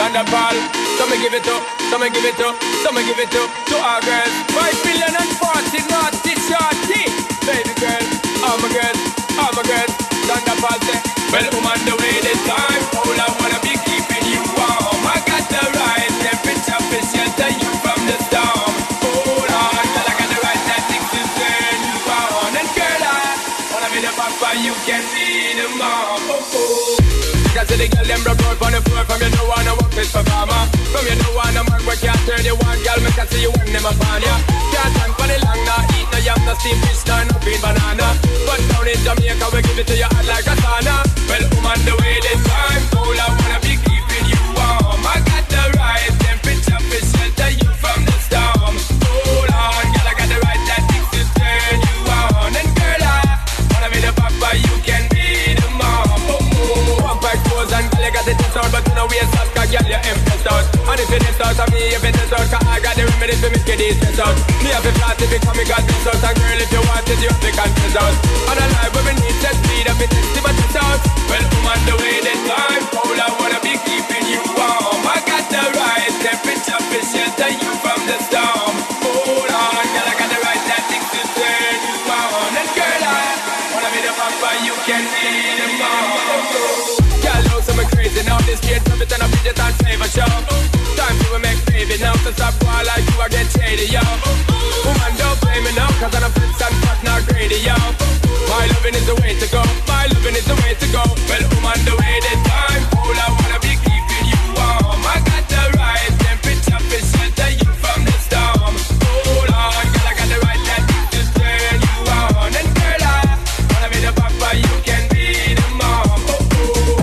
Speaker 9: Thunderball. So me give it up, so me give it up, so me give it up to our girls. 5 billion and 40 naughty shorty. Baby girl, all my girls, all my girls. Thunderball say, well, I'm on the way this time. All I wanna be keeping you warm. I got the right temperature to shelter you from the storm. Hold on, girl, I got the right tactics to turn you on. And girl, I wanna be the papa, you can be the mom. Oh, oh. Cause the girl them broke out on the floor. From you don't wanna work this performer. From you don't wanna man where can't turn you on. Girl, me can see you when them upon ya. Can't stand for the long, nah. Eat no yam, no steam fish, no green banana. But down in Jamaica we give it to you hot like a sauna. Well, I'm on the way this time. All I wanna be keeping you warm. I got the right temperature to shelter you from the storm. Hold on, girl, I got the right tactics to turn you on. And girl, I wanna be the papa, you can be the mom. Oh, oh. One pack clothes and girl, you got the test out, but you know we ain't stop, cause girl, you impressed out. And if you didn't start on me, if you didn't start, cause I got the remedy to make it stress out. Me have a flat if you come, you got this out. And girl, if you want it, you have to confess out. And a life where we need to speed up, it is to but it's out. Well, I'm on the way this time. All I wanna be keeping you warm. I got the right temperature to shelter you from the storm. Hold on, girl, I got the right tactics to turn you on. And girl, I wanna be the papa, you can be the mom. Girl, know some crazy now. This kid love it and I beat it on flavor show. Time to make baby now. To stop while like you, I get shady, yo. Woman, don't blame me now, cause I'm a prince and fuck not greedy, yo. My loving is the way to go. My loving is the way to go. Well, I'm on the way this time. All I wanna be keeping you warm. I got the right temperature to shelter you from the storm. Hold on, girl, I got the right tactics to turn you on. And girl, I wanna be the papa, you can be the mom. Oh, oh.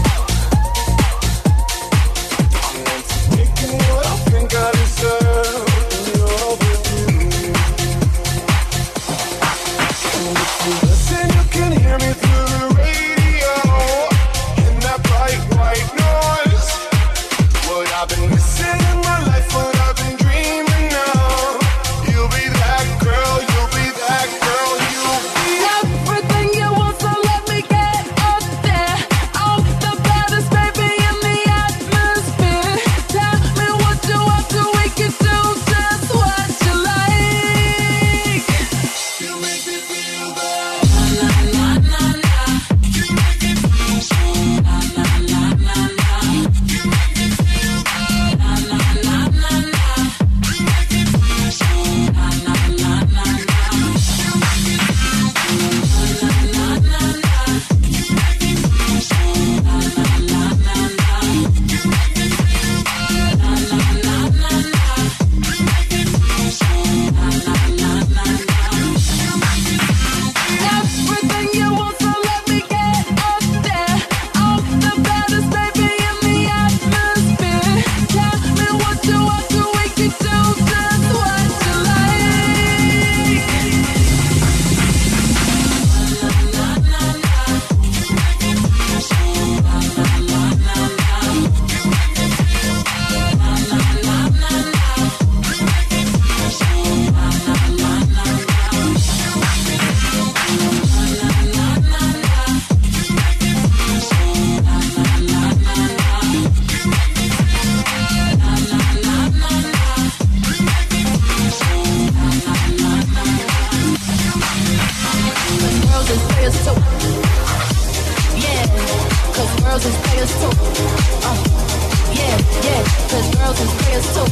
Speaker 13: Making what I think I deserve. In love with you. Listen, you can hear me through the radio. In that bright white noise. What I've been missing in my life, what I've been dreaming of. You'll be that girl, you'll be that girl, you'll be
Speaker 21: everything you want, so let me get up there. I'm the baddest baby in the atmosphere. Tell me what you want so we can do just what you like.
Speaker 13: You make me feel bad.
Speaker 21: La la la la.
Speaker 13: You make me feel so.
Speaker 21: La la la la la.
Speaker 13: You make me feel bad.
Speaker 21: La la la la la.
Speaker 13: You make me feel so.
Speaker 21: La la la la la.
Speaker 13: You make me feel good.
Speaker 21: La la la la.
Speaker 13: You make me feel so.
Speaker 21: La la la la la.
Speaker 13: You make me feel bad.
Speaker 21: La la la la la.
Speaker 13: You make me feel so.
Speaker 21: La la la la la.
Speaker 13: You make me feel good.
Speaker 21: Everything you want, so let me get up there. I'm the baddest baby in the atmosphere. Tell me what you want so we can do just what you like. La la la la.
Speaker 13: You make me feel so.
Speaker 21: La la la la la.
Speaker 13: You make me feel bad.
Speaker 21: La la la la la.
Speaker 13: You make me feel so.
Speaker 21: La la la la la.
Speaker 13: You make me feel good.
Speaker 21: La la la la.
Speaker 13: You make me feel so.
Speaker 21: La la la la la.
Speaker 13: You make me feel bad.
Speaker 21: La la la la la.
Speaker 13: You make me feel so.
Speaker 21: La la la la la. Cause girls is players too. Yeah, cause girls is players too. Yeah, yeah, cause girls is players too.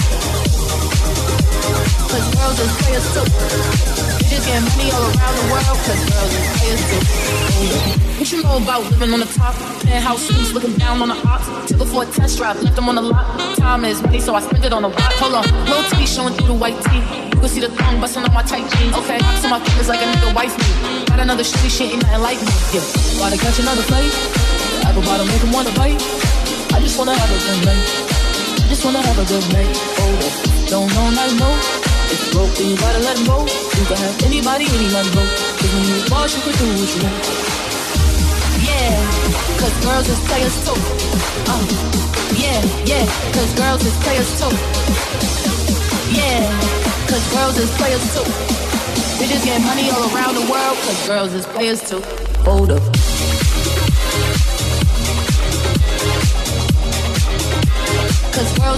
Speaker 21: Cause girls is players too. Bitches get money all around the world, cause girls is players too. What you know about living on the top? Penthouse suites, looking down on the ops. Took her for a test drive, left them on the lot. Time is money, so I spent it on a watch. Hold on, little titty showing through the white tee. You can see the thong busting on my tight jeans. Okay, so my fingers like a nigga wife me. Got another shitty shit, ain't nothing like me. Yeah, gotta catch another flight. Apple bottom, make him wanna bite. I just wanna have a good night. I just wanna have a good night. Hold up, don't know, not know. If you broke, then you gotta let him go. You can have anybody, any man go. Cause when you boss, you can do what you want. Yeah, cause girls is players too. Yeah, yeah, cause girls is players too. Yeah, cause girls is players too. Bitches get money all around the world, cause girls is players too. Hold up.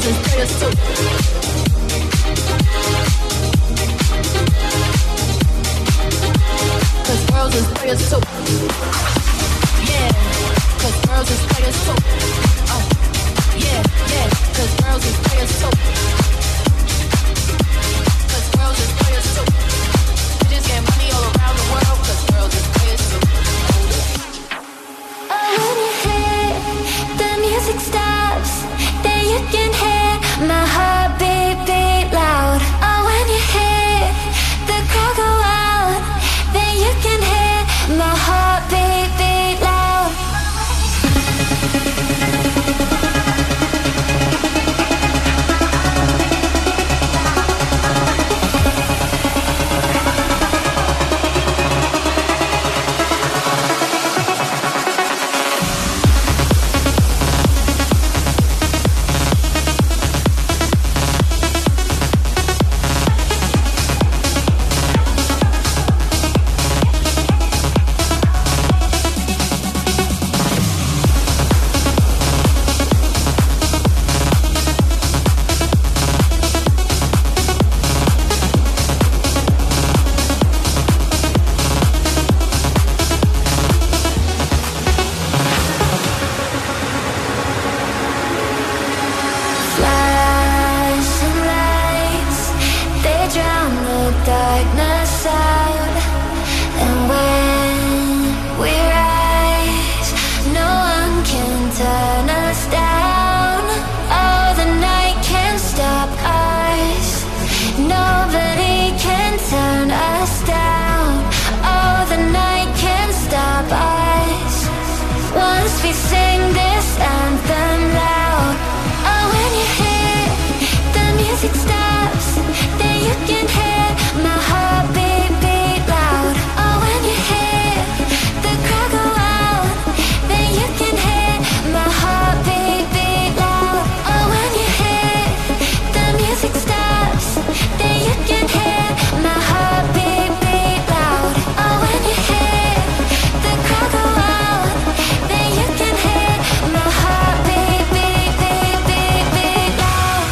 Speaker 21: girls is players too. Cause girls is players too. Yeah, cause girls is players too. Yeah, yeah, cause girls is players too. Cause girls is players too. Bitches get money all around the world, cause girls is players too.
Speaker 10: Oh, when you hear the music stops, then you can hear my heart beat loud. Oh, when you hear the crowd go out, then you can hear my heart beat loud. Flashing lights, they drown the darkness out. And when we rise, no one can turn us down. Oh, the night can't stop us. Nobody can turn us down. Oh, the night can't stop us. Once we sing this anthem loud. Oh, when you hear the music stops, then you can hear my heart beat loud. Oh, when you hear the crowd go out, then you can hear my heart beat loud. Oh, when you hear the music stops, then you can hear my heart beat loud. Oh, when you hear the crowd go out, then you can hear my heart beat loud.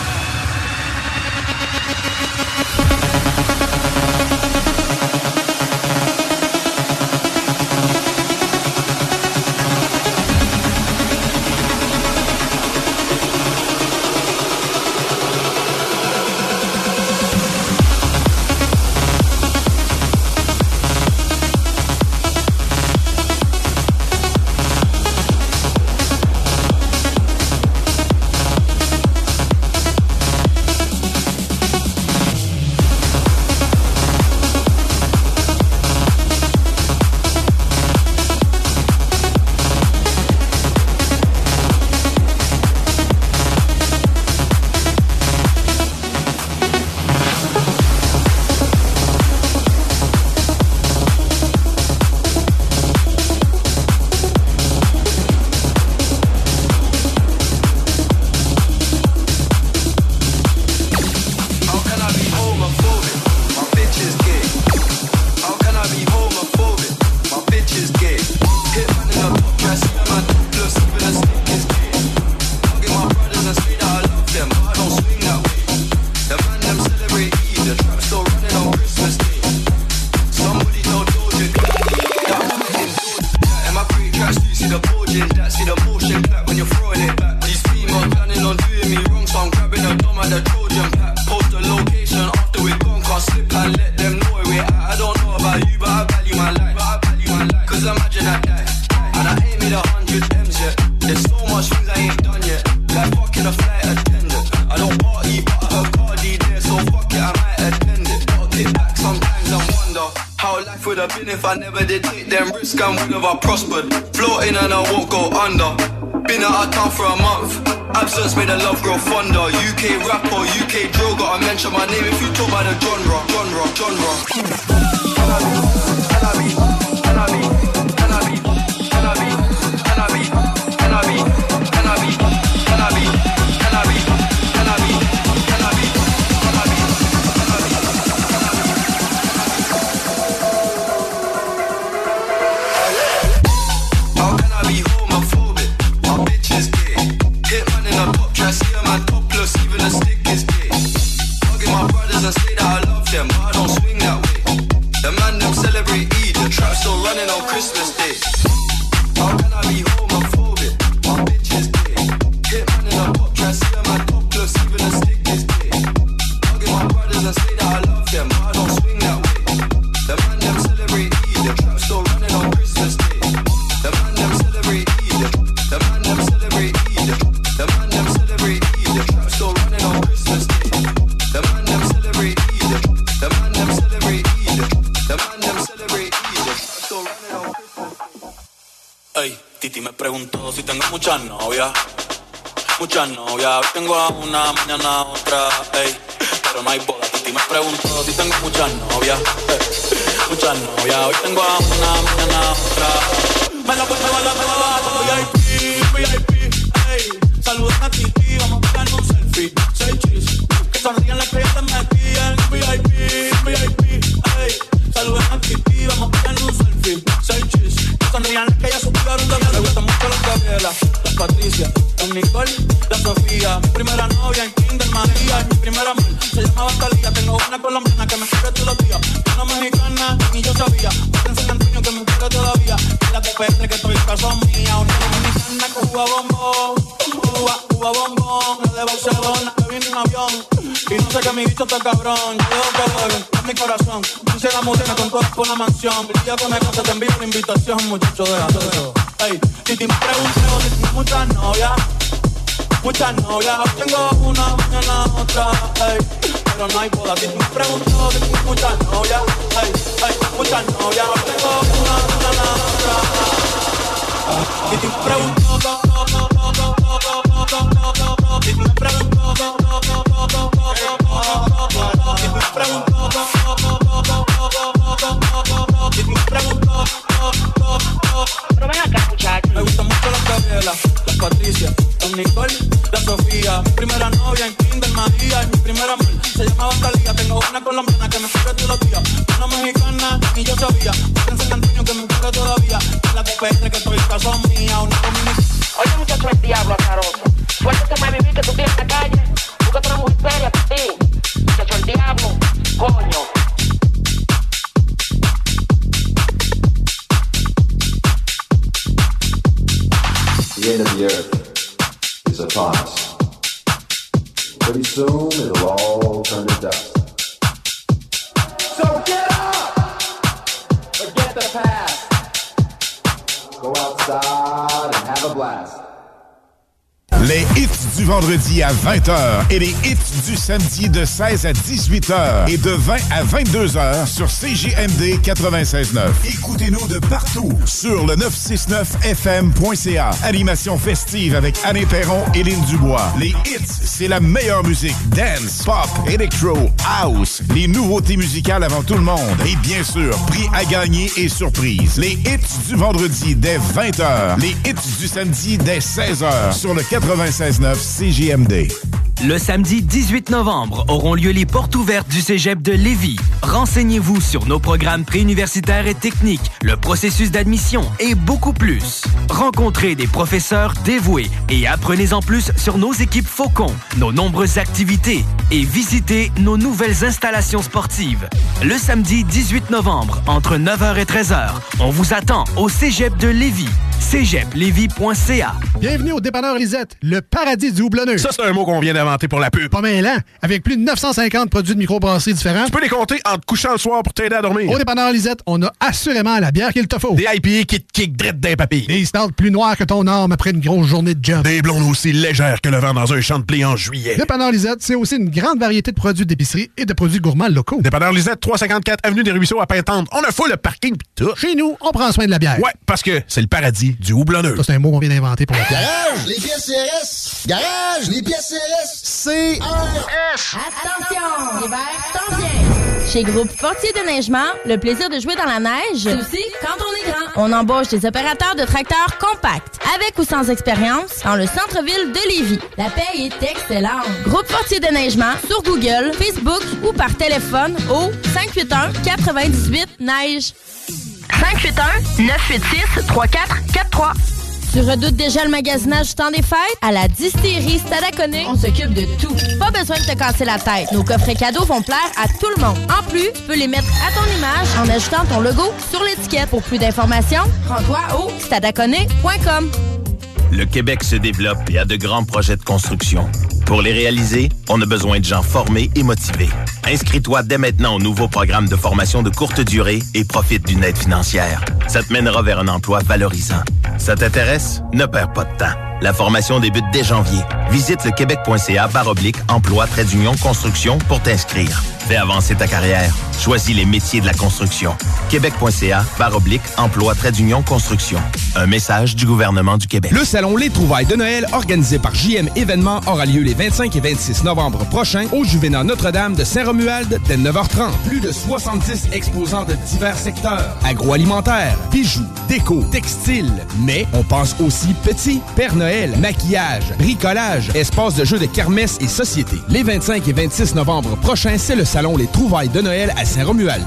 Speaker 15: How can I be homophobic? My bitch is gay. How can I be homophobic? My bitch is gay. Hit man in a pop dress, see man plus with a stick is gay. Hugging my brothers and say that I love them, but I don't swing that way. The man them celebrate Eid, the trap still running on Christmas Day. Somebody told Doja that I'm fucking Doja. And my free tracks, do you see the bulging? That see the motion clap when you're throwing it back. These females planning on doing me wrong, so I'm grabbing a dome at the Trojan pack. Post the location after we're gone, can't slip and let them know where we're at. I don't know about you, but I value my life. Cause imagine I die, and I ain't made 100 M's yet. There's so much things I ain't done yet, like fucking a flight attendant. I don't party, but I heard Cardi there, so fuck it, I might attend it. Gotta get back sometimes and wonder how life would have been if I never did take them risks and would have I prospered. Floating and I won't go under. Been out of town for a month. Absence made the love grow fonder. UK rapper, UK drill, gotta mention my name if you talk about the genre. How can I be homophobic? My bitch is gay. Hit man in a pop dress, see a man pop
Speaker 18: si tengo muchas novias. Muchas novias, hoy tengo a una, mañana a otra, ey. Pero no hay boda, Titi me preguntó si tengo muchas novias, ey. Muchas novias, hoy tengo a una, mañana a otra. Me la voy a VIP, ey. Saluden a Titi, vamos a pegar un selfie. 6 chis, que sonrían las que ya te metían. VIP, ey. Saluden a Titi, vamos a pegar un selfie. 6 chis, que sonrían las que ya supieron de mí. Me gustan mucho las Gabriela, las Patricia, las Nicole, la Sofía. Mi primera novia en Kinder María. Mi primera amor se llamaba Talía. Tengo una colombiana que me quiere todos los días. Una mexicana ni yo sabía. Otra en San Antonio que me quiere todavía. Y la TPR que estoy en casa mía. Una dominicana que juega bombón. Cuba bombón. La de Barcelona que viene en avión. Y no sé que mi bicho está cabrón. Yo dejo que jueguen en mi corazón. Dice la música con todo por la mansión. El día que me case te envío una invitación, muchacho, de eso. Ey, si te pregunto si tienes muchas novias. Muchas novias, hoy tengo una, mañana otra, ey. Pero no hay boda, si me pregunto si tienes muchas novias, ey, muchas novias, hoy tengo una, mañana otra. Si te pregunto, si me pregunto,
Speaker 22: pero ven acá, muchachos.
Speaker 18: Me gusta mucho la Gabriela, la Patricia, la Nicole, la Sofía. Mi primera novia en Kinder María. Mi primera amor se llamaba Talía. Tengo una colombiana que me quiere todos los días. Una mexicana ni yo sabía. Otra en San Antonio que me quiere todavía. La TPR que estoy en casa mía. Una dominicana.
Speaker 22: Oye, muchacho, el diablo azaroso. Suéltate más vivir que tú tienes en la calle. Búscate una mujer seria para ti. Muchacho, el diablo. Coño.
Speaker 23: The end of the earth is upon us. Pretty soon it'll all turn to dust. So get up! Forget the past. Go outside and have a blast.
Speaker 5: Les hits du vendredi à 20h et les hits du samedi de 16 à 18h et de 20 à 22h sur CJMD 96.9. Écoutez-nous de partout sur le 969fm.ca. Animation festive avec Anne Perron et Lynn Dubois. Les hits, c'est la meilleure musique. Dance, pop, electro, house. Les nouveautés musicales avant tout le monde. Et bien sûr, prix à gagner et surprise. Les hits du vendredi dès 20h. Les hits du samedi dès 16h sur le 96.9 CJMD.
Speaker 16: Le samedi 18 novembre auront lieu les portes ouvertes du Cégep de Lévis. Renseignez-vous sur nos programmes préuniversitaires et techniques, le processus d'admission et beaucoup plus. Rencontrez des professeurs dévoués et apprenez-en plus sur nos équipes Faucon, nos nombreuses activités et visitez nos nouvelles installations sportives. Le samedi 18 novembre, entre 9h et 13h, on vous attend au Cégep de Lévis. cégeplevy.ca.
Speaker 24: Bienvenue au dépanneur Lisette, le paradis du houblonneux.
Speaker 25: Ça, c'est un mot qu'on vient d'inventer pour la pub.
Speaker 24: Pas mêlant, avec plus de 950 produits de microbrasserie différents.
Speaker 25: Tu peux les compter en te couchant le soir pour t'aider à dormir.
Speaker 24: Au dépanneur Lisette, on a assurément la bière qu'il te faut.
Speaker 25: Des IPA qui te kick drette d'un papy.
Speaker 24: Des stouts plus noirs que ton arme après une grosse journée de job.
Speaker 25: Des blondes aussi légères que le vent dans un champ de blé en juillet.
Speaker 24: Dépanneur Lisette, c'est aussi une grande variété de produits d'épicerie et de produits gourmands locaux.
Speaker 25: Dépanneur Lisette, 354 Avenue des Ruisseaux à Pintante. On a full le parking pis tout.
Speaker 24: Chez nous, on prend soin de la bière.
Speaker 25: Ouais, parce que c'est le paradis du houblonneux.
Speaker 24: Ça, c'est un mot qu'on vient d'inventer pour la bière.
Speaker 26: Garage, les pièces CRS. Garage, les pièces CRS. CRS.
Speaker 3: Attention! L'hiver s'en vient! Chez Groupe Fortier Déneigement, le plaisir de jouer dans la neige, c'est aussi quand on est grand. On embauche des opérateurs de tracteurs compacts, avec ou sans expérience, dans le centre-ville de Lévis. La paye est excellente. Groupe Fortier Déneigement sur Google, Facebook ou par téléphone au 581-98-NEIGE.
Speaker 1: 581-986-3443.
Speaker 3: Tu redoutes déjà le magasinage du temps des fêtes? À la distillerie Stadaconé, on s'occupe de tout. Pas besoin de te casser la tête. Nos coffrets cadeaux vont plaire à tout le monde. En plus, tu peux les mettre à ton image en ajoutant ton logo sur l'étiquette. Pour plus d'informations, rends-toi au stadaconé.com.
Speaker 27: Le Québec se développe et a de grands projets de construction. Pour les réaliser, on a besoin de gens formés et motivés. Inscris-toi dès maintenant au nouveau programme de formation de courte durée et profite d'une aide financière. Ça te mènera vers un emploi valorisant. Ça t'intéresse? Ne perds pas de temps. La formation débute dès janvier. Visite le québec.ca/emploi-construction pour t'inscrire. Fais avancer ta carrière. Choisis les métiers de la construction. Québec.ca/emploi construction. Un message du gouvernement du Québec.
Speaker 6: Le salon Les Trouvailles de Noël, organisé par JM Événements, aura lieu les 25 et 26 novembre prochains au Juvénat Notre-Dame de Saint-Romuald dès 9h30. Plus de 70 exposants de divers secteurs. Agroalimentaire, bijoux, déco, textile. Mais on pense aussi petit, Père Noël, maquillage, bricolage, espace de jeux de kermesse et société. Les 25 et 26 novembre prochains, c'est le salon Les Trouvailles de Noël à Saint-Romuald.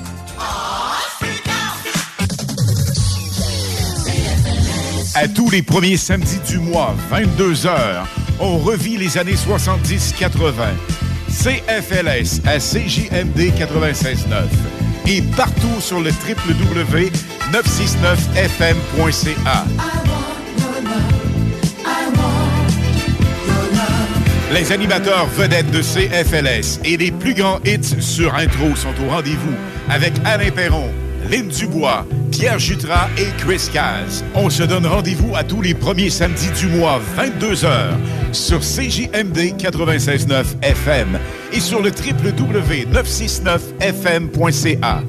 Speaker 5: À tous les premiers samedis du mois, 22h, on revit les années 70-80. CFLS à CJMD 96.9 et partout sur le www.969fm.ca. Les animateurs vedettes de CFLS et les plus grands hits sur intro sont au rendez-vous avec Alain Perron, Lynn Dubois, Pierre Jutras et Chris Caz. On se donne rendez-vous à tous les premiers samedis du mois, 22h, sur CJMD 96.9 FM et sur le www.969fm.ca.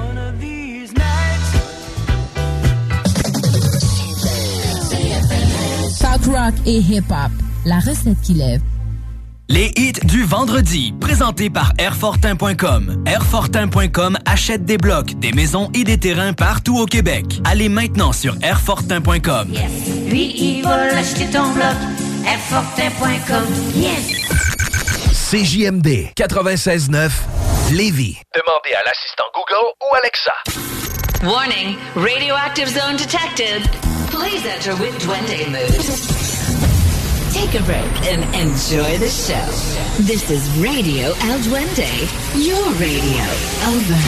Speaker 2: Talk rock et hip-hop, la recette qui lève.
Speaker 16: Les hits du vendredi, présentés par Airfortin.com. Airfortin.com achète des blocs, des maisons et des terrains partout au Québec. Allez maintenant sur Airfortin.com.
Speaker 21: Yes. Lui, il va l'acheter ton bloc. Airfortin.com. Yes.
Speaker 4: CJMD 96.9 Lévis.
Speaker 8: Demandez à l'assistant Google ou Alexa.
Speaker 11: Warning, radioactive zone detected. Please enter with Duende mood. Take a break and enjoy the show. This is Radio El Duende, your radio. Over.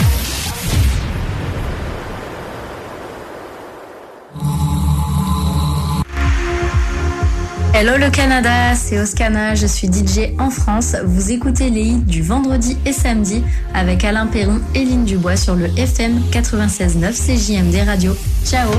Speaker 17: Hello le Canada, c'est Oscana, je suis DJ en France. Vous écoutez les hits du vendredi et samedi avec Alain Perron et Lynn Dubois sur le FM 96.9 CJMD Radio. Ciao.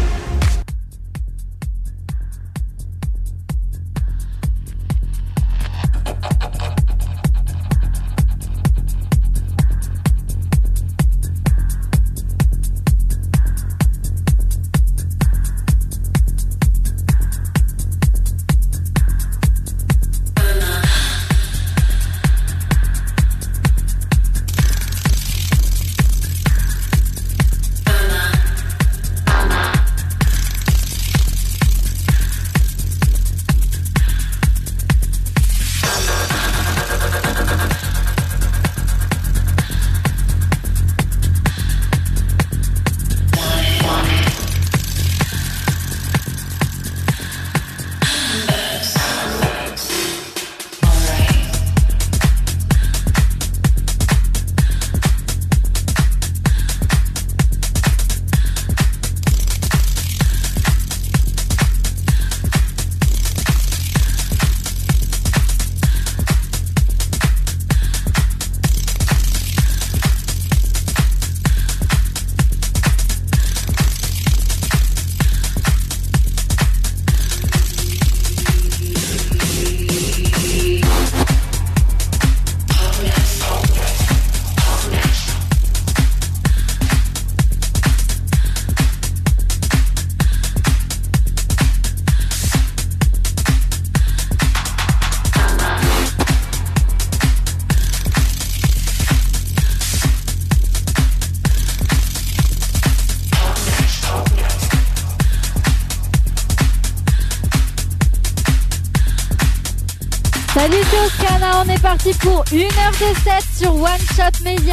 Speaker 19: Salut, c'est Oscana, on est parti pour 1 heure de set sur One Shot Media.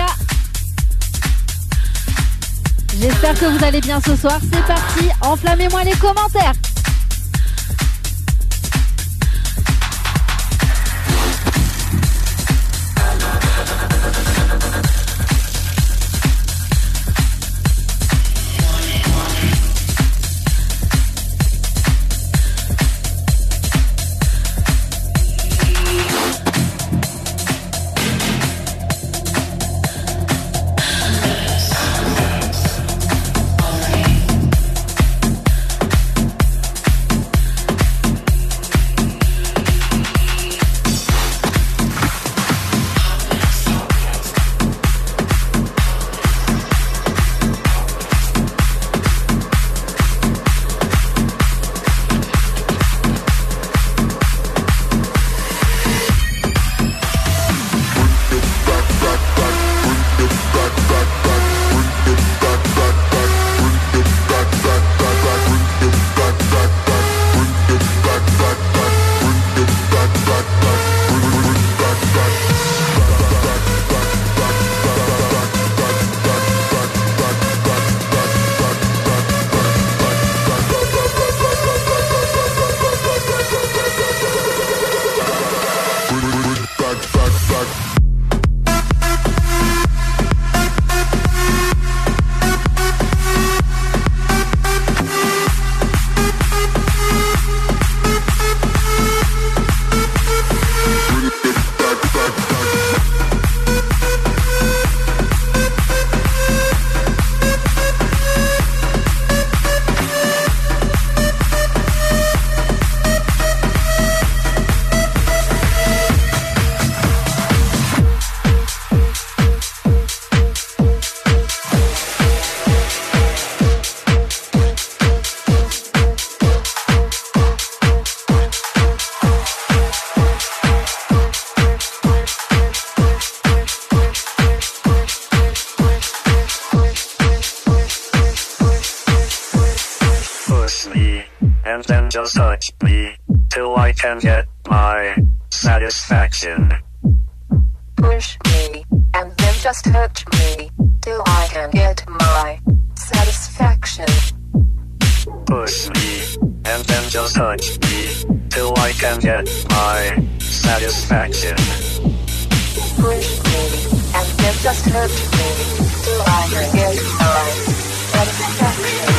Speaker 19: J'espère que vous allez bien ce soir, c'est parti, enflammez-moi les commentaires.
Speaker 7: just touch me till I can get my satisfaction.
Speaker 21: Push me, and then just touch me till I can get my satisfaction.
Speaker 7: Push me, and then just touch me till I can get my satisfaction.
Speaker 21: Push me, and then just touch me till I can get my satisfaction.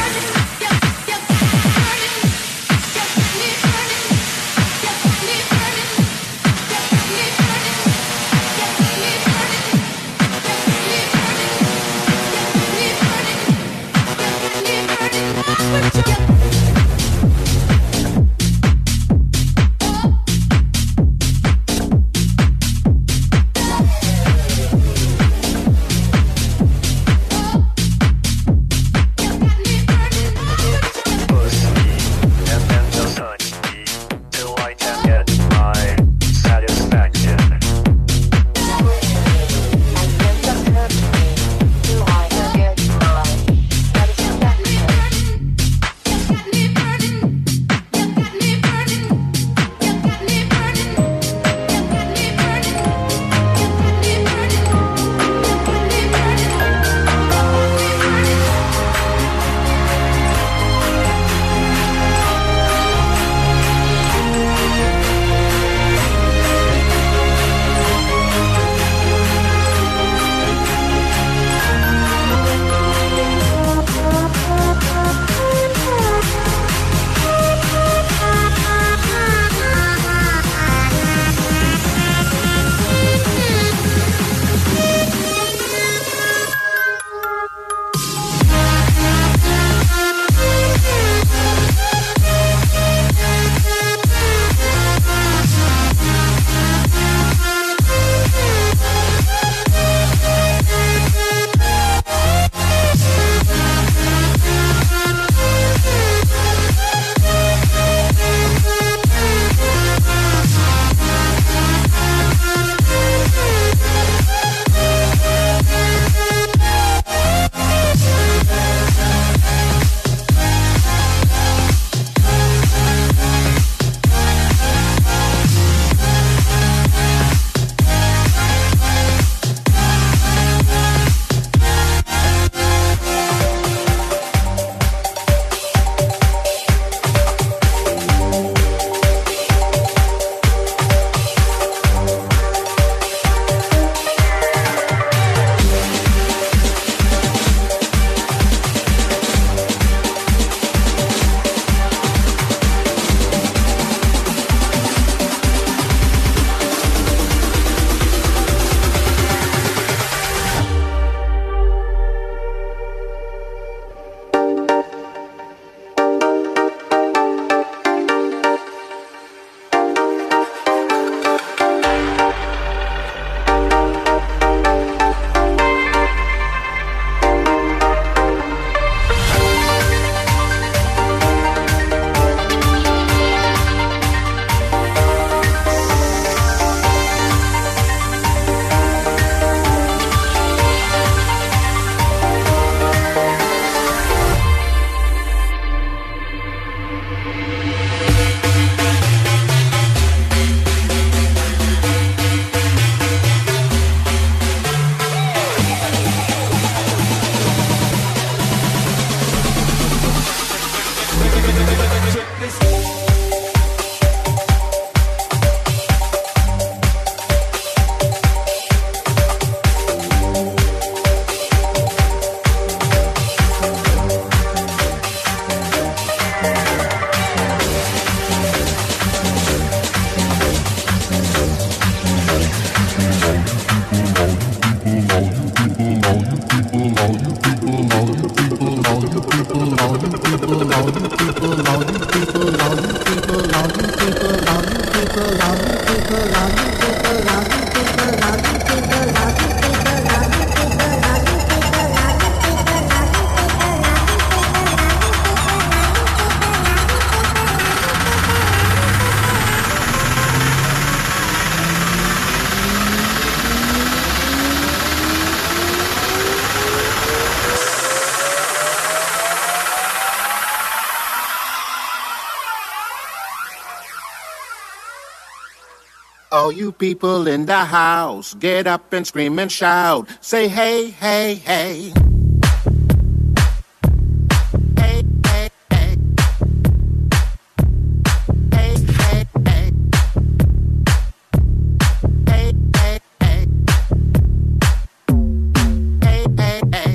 Speaker 9: All you people in the house, get up and scream and shout. Say hey, hey, hey. Hey, hey, hey. Hey, hey, hey. Hey, hey, hey. Hey, hey, hey.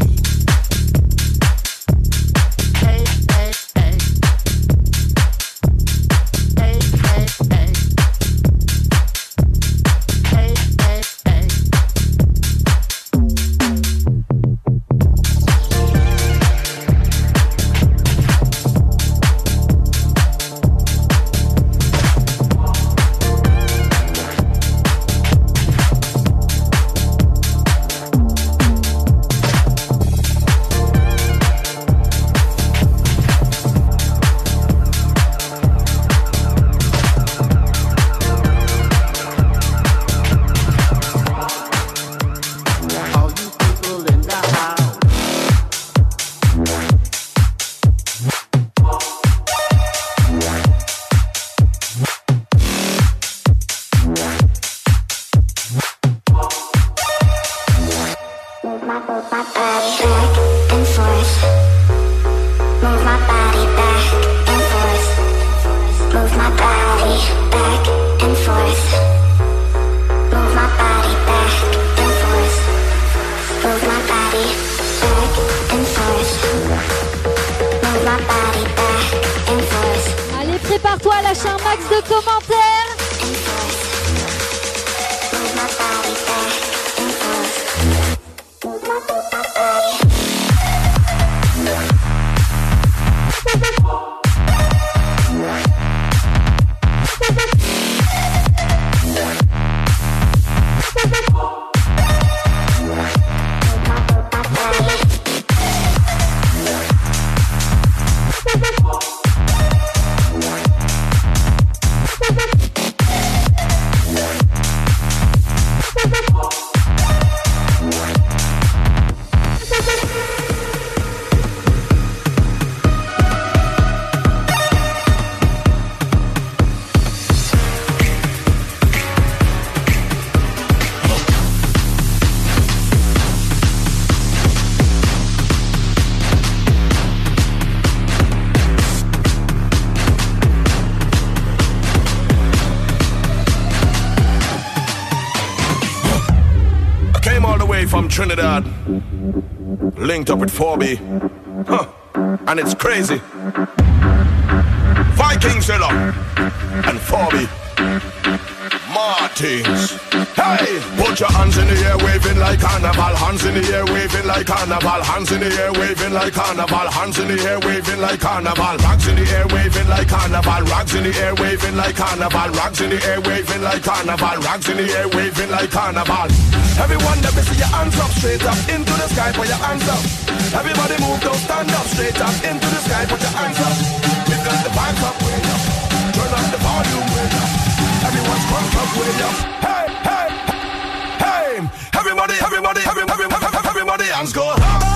Speaker 9: Hey, hey, hey. Hey, hey, hey. Hey, hey, hey.
Speaker 19: Allez, prépare-toi à lâcher un max de commentaires.
Speaker 10: From Trinidad, linked up with 4B, and it's crazy. Viking Zilla and 4B, Martins. Hey, put your hands in the air, waving like carnival. Hands in the air, waving like carnival. Hands in the air, waving like carnival. Hands in the air, waving like carnival. Rags in the air, waving like carnival. Rags in the air, waving like carnival. Rags in the air, waving like carnival. Rags in the air, waving like carnival. Everyone, let me see your hands up, straight up into the sky, put your hands up. Everybody move, don't stand up, straight up into the sky, put your hands up. Lift the vibes up, way up. Turn up the volume, way up. Everyone's crunk up, way up. Hey, hey, hey. Everybody, everybody, everybody, hands go up.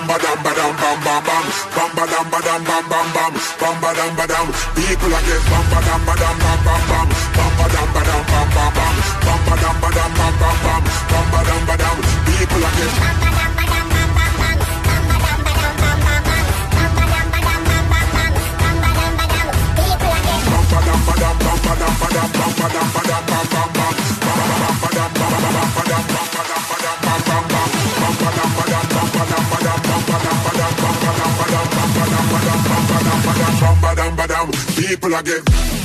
Speaker 10: People again, bam ba dam ba dam bam bam bam, bam ba dam ba dam bam bam bam, bam ba dam ba dam bam bam bam, bam ba dam ba dam. People again. People again.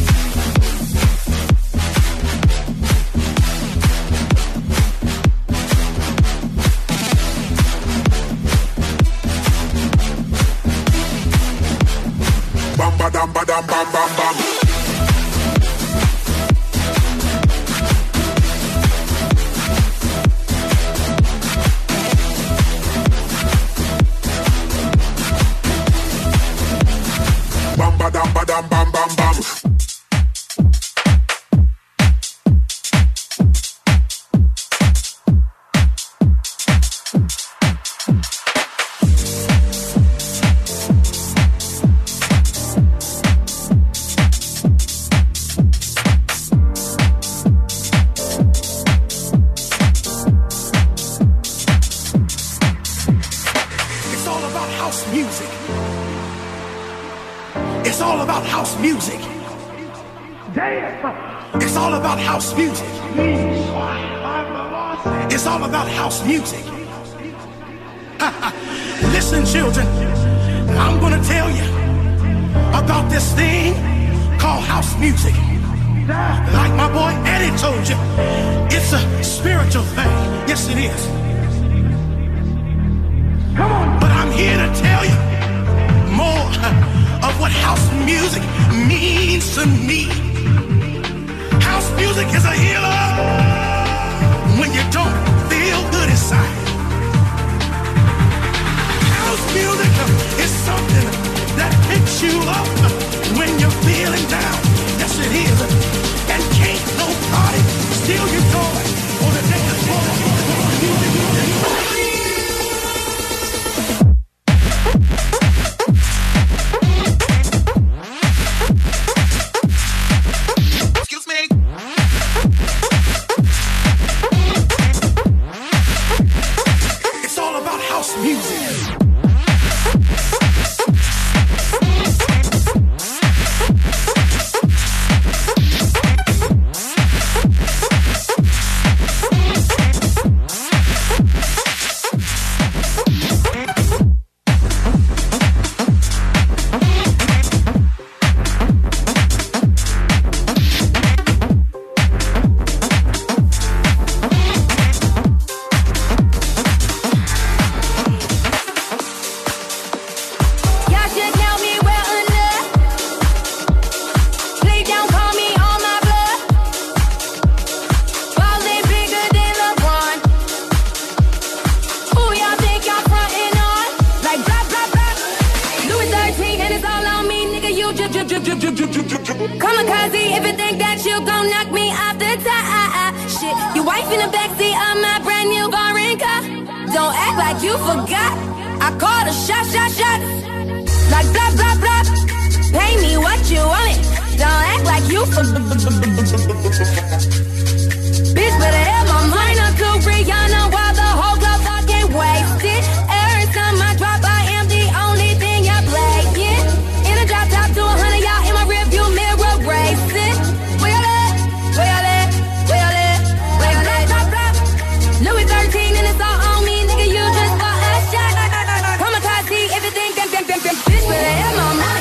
Speaker 10: Bam ba dam ba dam bam bam bam. Bam ba dam ba dam bam bam bam. It's all about house music. It's all about house music. It's all about house music. It's all about house music. Listen, children, I'm gonna tell you about this thing called house music. Like my boy Eddie told you, it's a spiritual thing. Yes, it is. Come on. But I'm here to tell you more of what house music means to me. House music is a healer when you don't feel good inside. House music is something that picks you up when you're feeling down. Yes, it is. And can't nobody steal your joy on the dance floor.
Speaker 21: Kamikaze, if you think that you gon' knock me off the top. Shit, your wife in the backseat of my brand new foreign car. Don't act like you forgot. I called a shot. Like blah, blah, blah. Pay me what you want it. Don't act like you Bitch, better have my minor to Rihanna while the whole club fucking wasted. Every time I drop, I am the only thing you play. Yeah, in a drop top to 100, y'all in my rearview mirror racing. Where y'all at? Where y'all at? Where y'all at? Where y'all at? Drop, drop. Louis 13 and it's all on me, nigga. You just bought a shot. Kamikaze, if you think that, bitch, better have my money.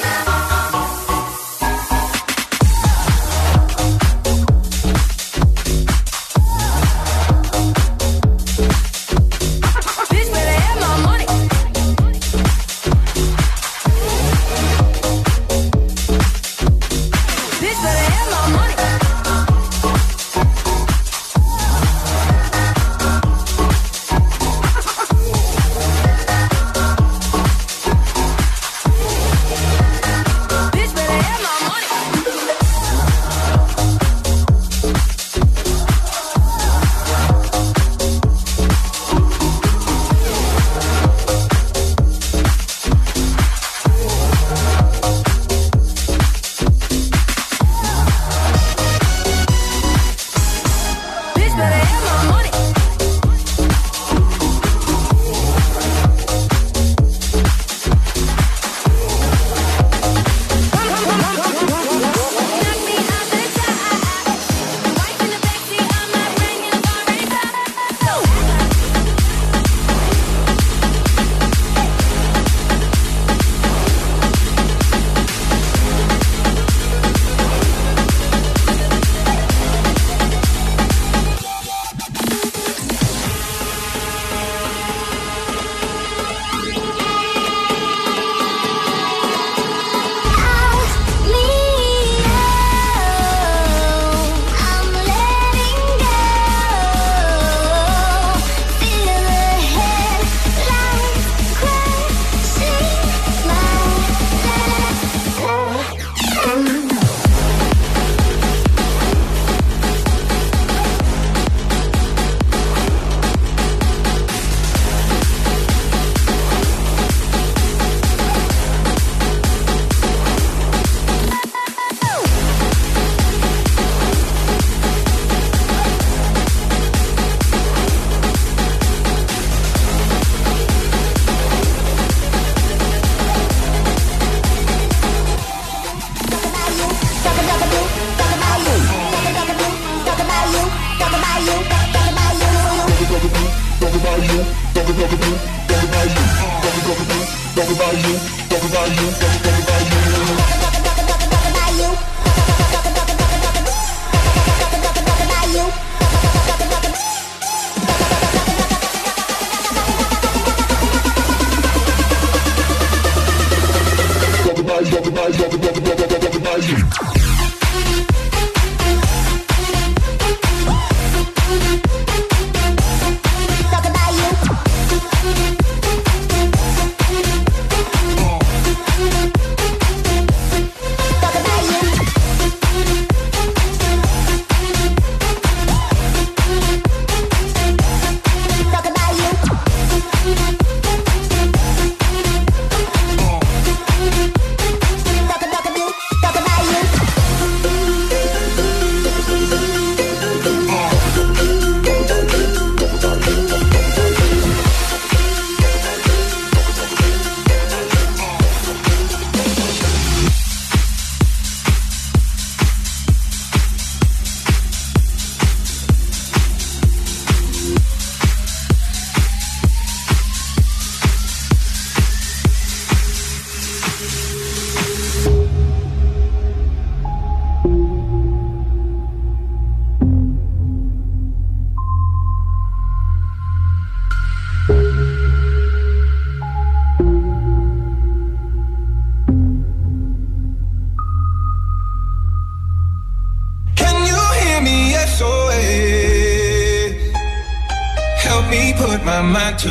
Speaker 12: To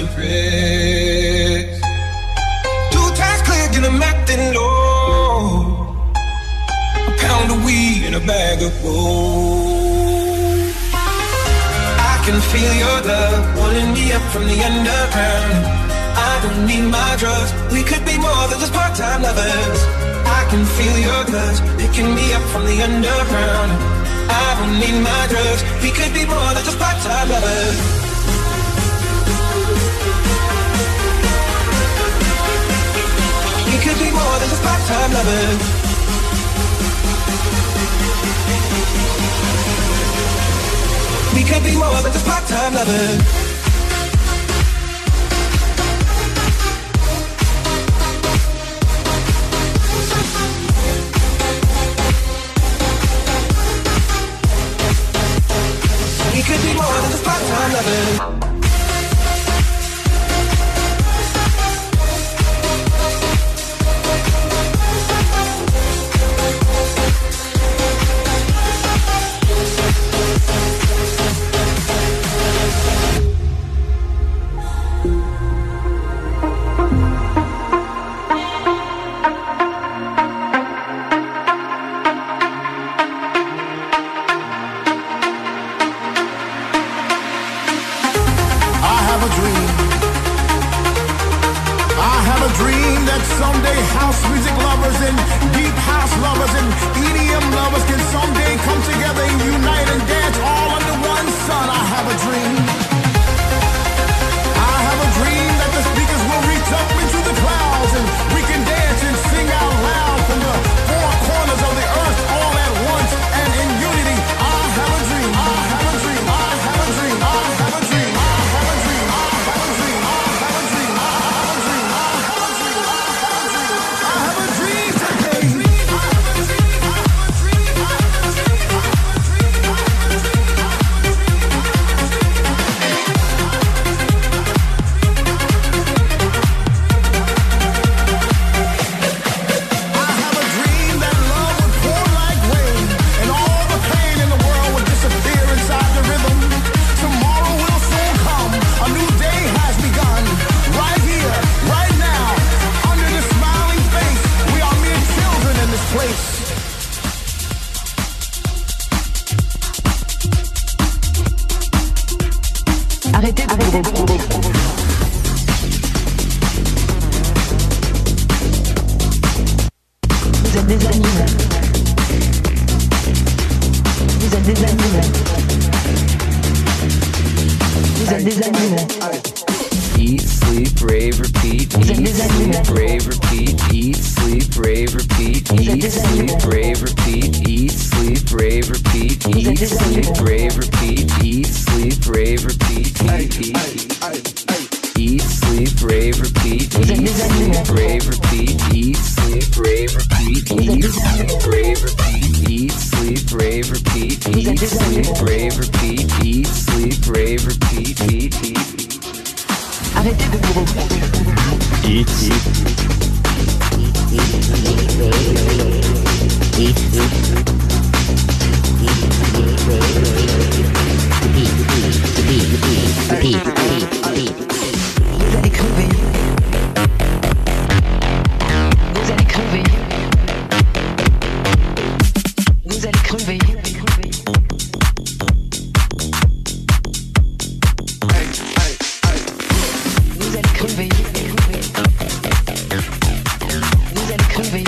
Speaker 12: rest. 2 times click and I'm acting low. A pound of weed and a bag of gold. I can feel your love pulling me up from the underground. I don't need my drugs. We could be more than just part-time lovers. I can feel your guts picking me up from the underground. I don't need my drugs. We could be more than just part-time lovers. We could be more than just part-time lovers. We could be more than just part-time lovers. We could be more than just part-time lovers.
Speaker 21: Eat, sleep, rave, repeat. Eat,
Speaker 13: rave, repeat, eat, sleep, rave, repeat, eat, sleep, rave, repeat, eat, sleep, rave, repeat, eat, sleep, rave, repeat, eat, sleep, rave, repeat, eat. Arrêtez de vous reposer. Eat,
Speaker 21: Vous allez crever. Vous allez crever. Vous allez crever. Vous allez crever. Vous allez crever.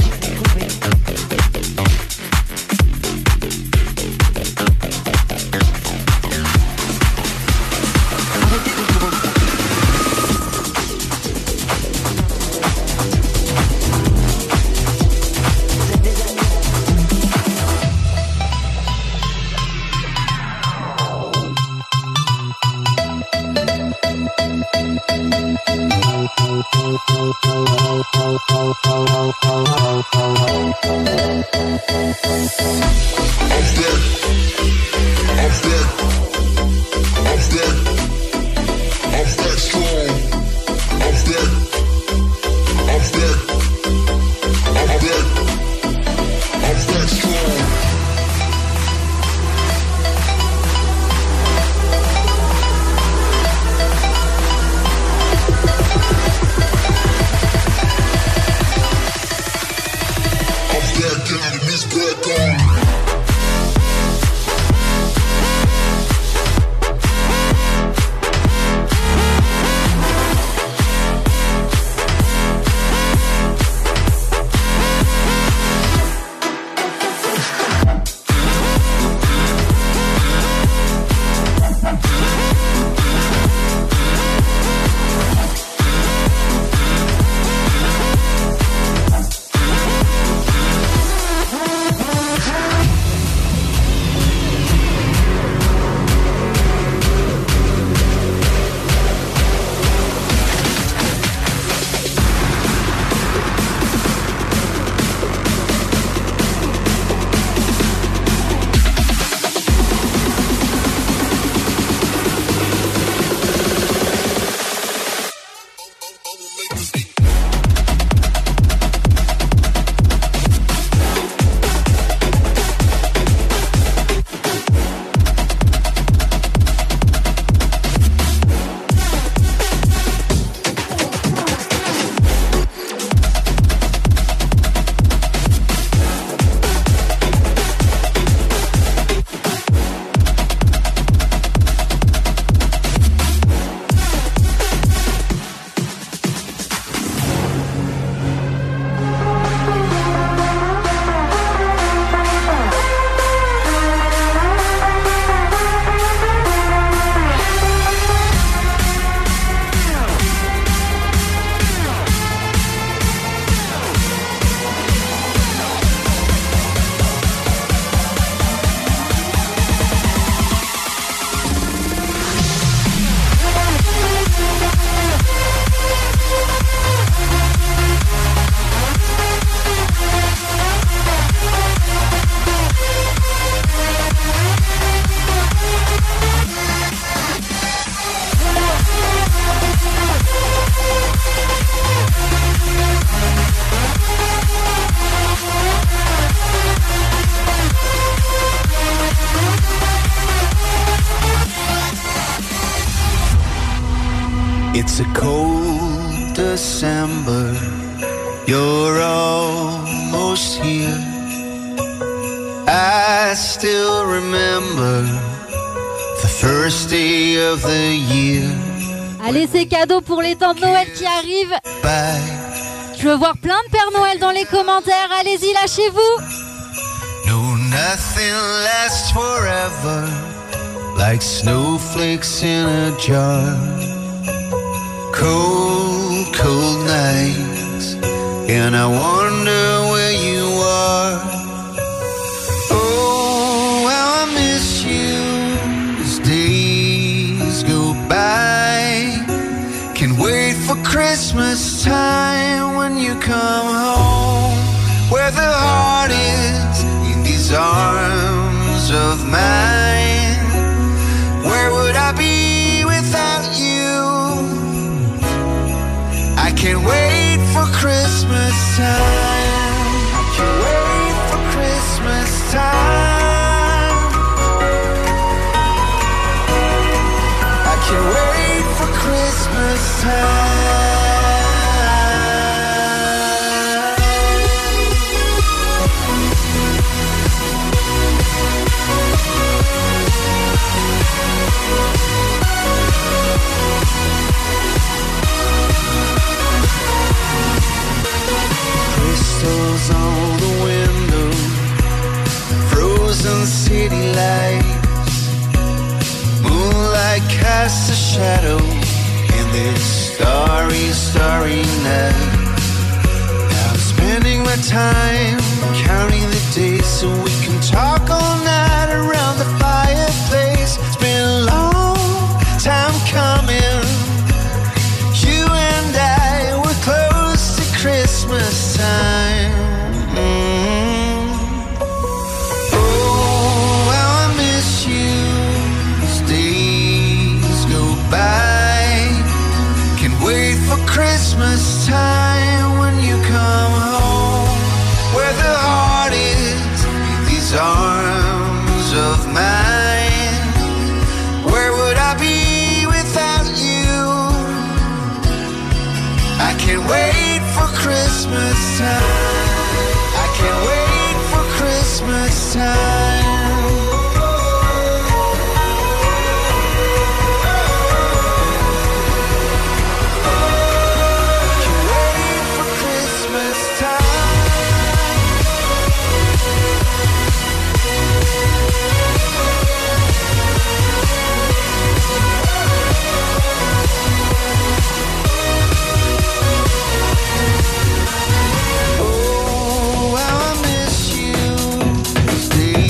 Speaker 14: It's a cold December, you're almost here. I still remember the first day of the year.
Speaker 19: Allez, c'est cadeau pour les temps de Noël qui arrivent.
Speaker 14: Bye.
Speaker 19: Je veux voir plein de Père Noël dans les commentaires. Allez-y, lâchez-vous.
Speaker 14: No, nothing lasts forever, like snowflakes in a jar. Cold, cold nights, and I wonder where you are. Oh, how I miss you as days go by. Can't wait for Christmas time. when you come home, where the heart is in these arms of mine. Where would I be without you? I can't wait for Christmas time. I can't wait for Christmas time. I can't wait for Christmas time. Crystals on the window, frozen city lights, moonlight casts a shadow in this starry, starry night. Now I'm spending my time counting the days so we can talk all night around the fireplace. It's been a long time coming. You and I were close to Christmas time. Oh, how I miss you as days go by. Can't wait for Christmas time when you come home, where the heart is in these arms of mine. Where would I be without you? I can't wait for Christmas time. I can't wait for Christmas time. Oh, how I miss you. Stay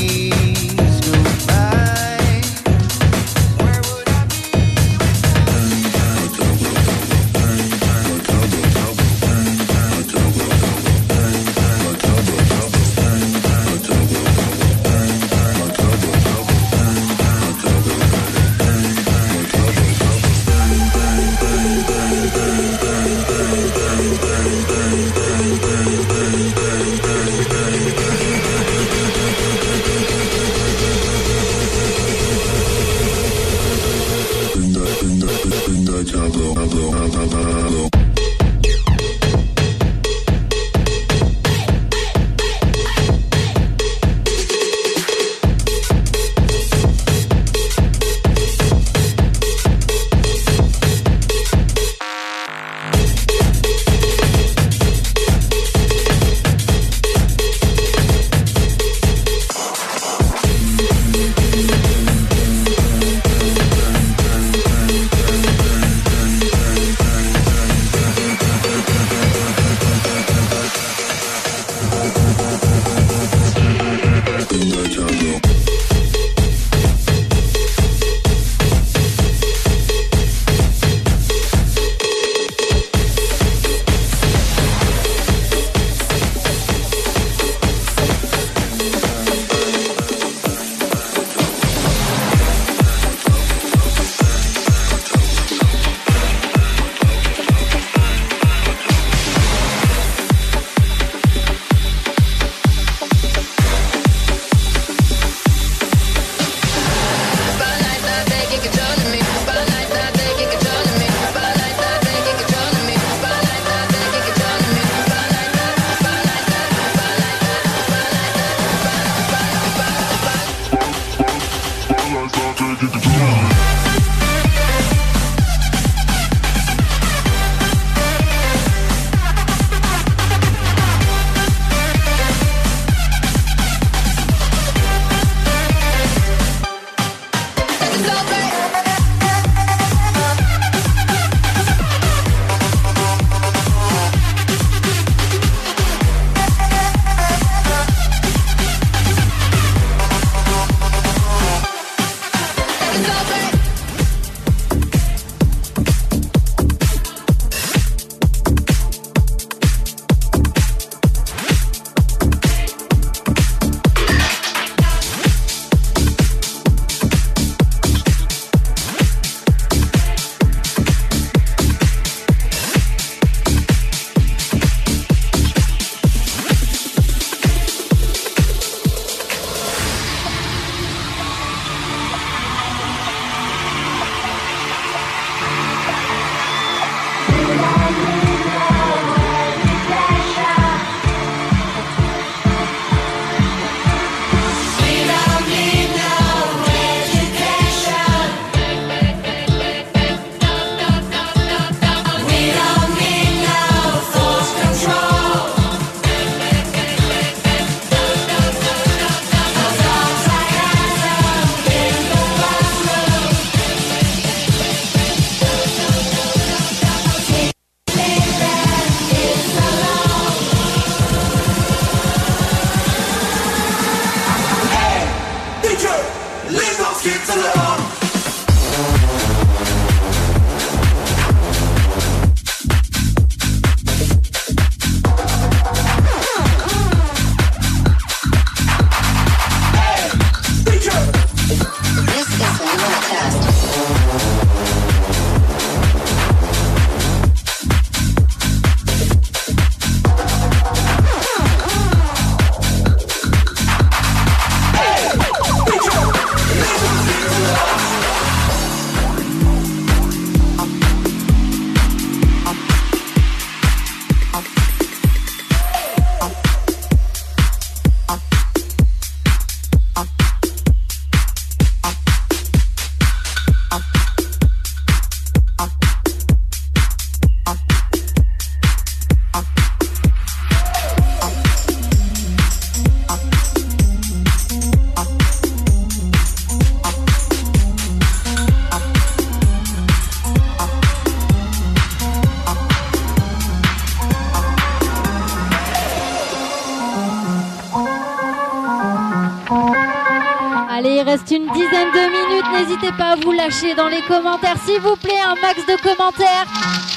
Speaker 19: Allez, il reste une dizaine de minutes. N'hésitez pas à vous lâcher dans les commentaires, s'il vous plaît. Un max de commentaires.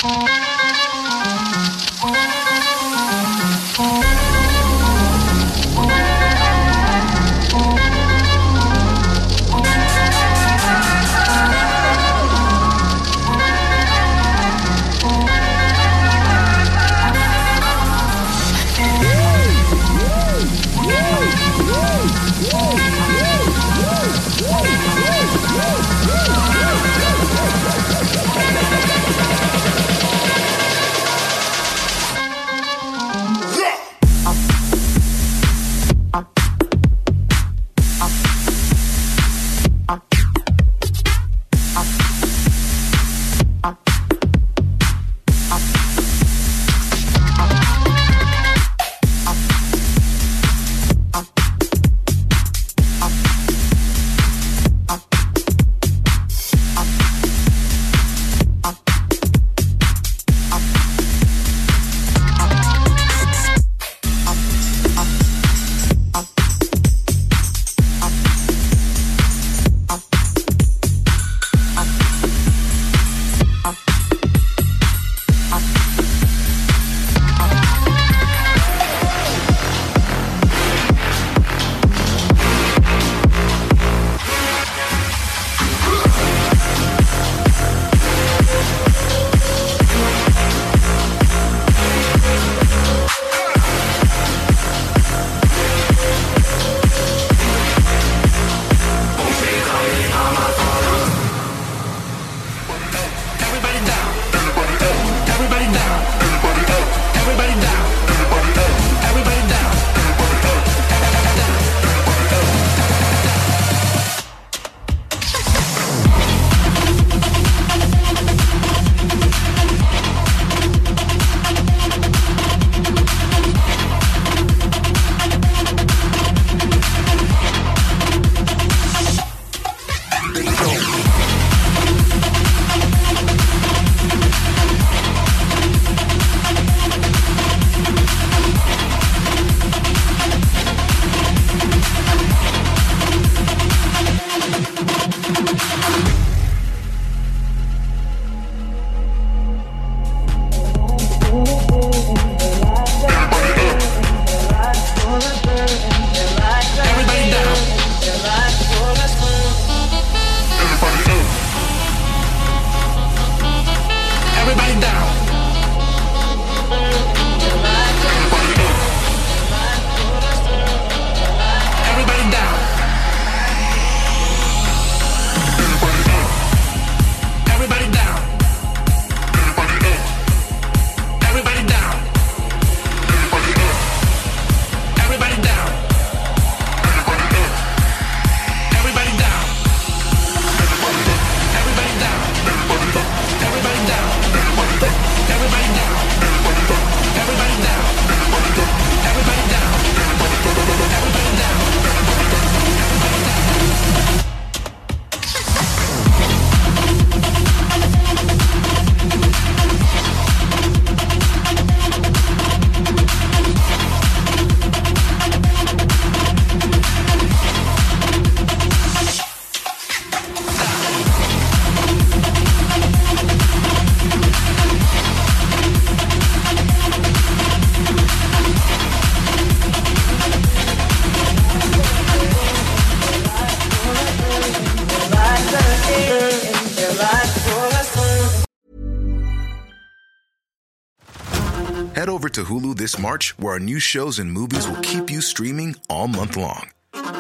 Speaker 15: Head over to Hulu this March, where our new shows and movies will keep you streaming all month long.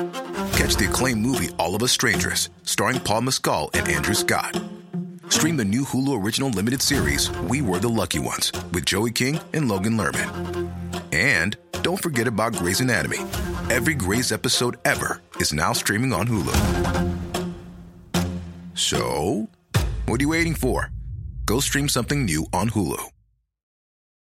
Speaker 15: Catch the acclaimed movie All of Us Strangers, starring Paul Mescal and Andrew Scott. Stream the new Hulu original limited series We Were the Lucky Ones with Joey King and Logan Lerman. And don't forget about Grey's Anatomy. Every Grey's episode ever is now streaming on Hulu. So, what are you waiting for? Go stream something new on Hulu.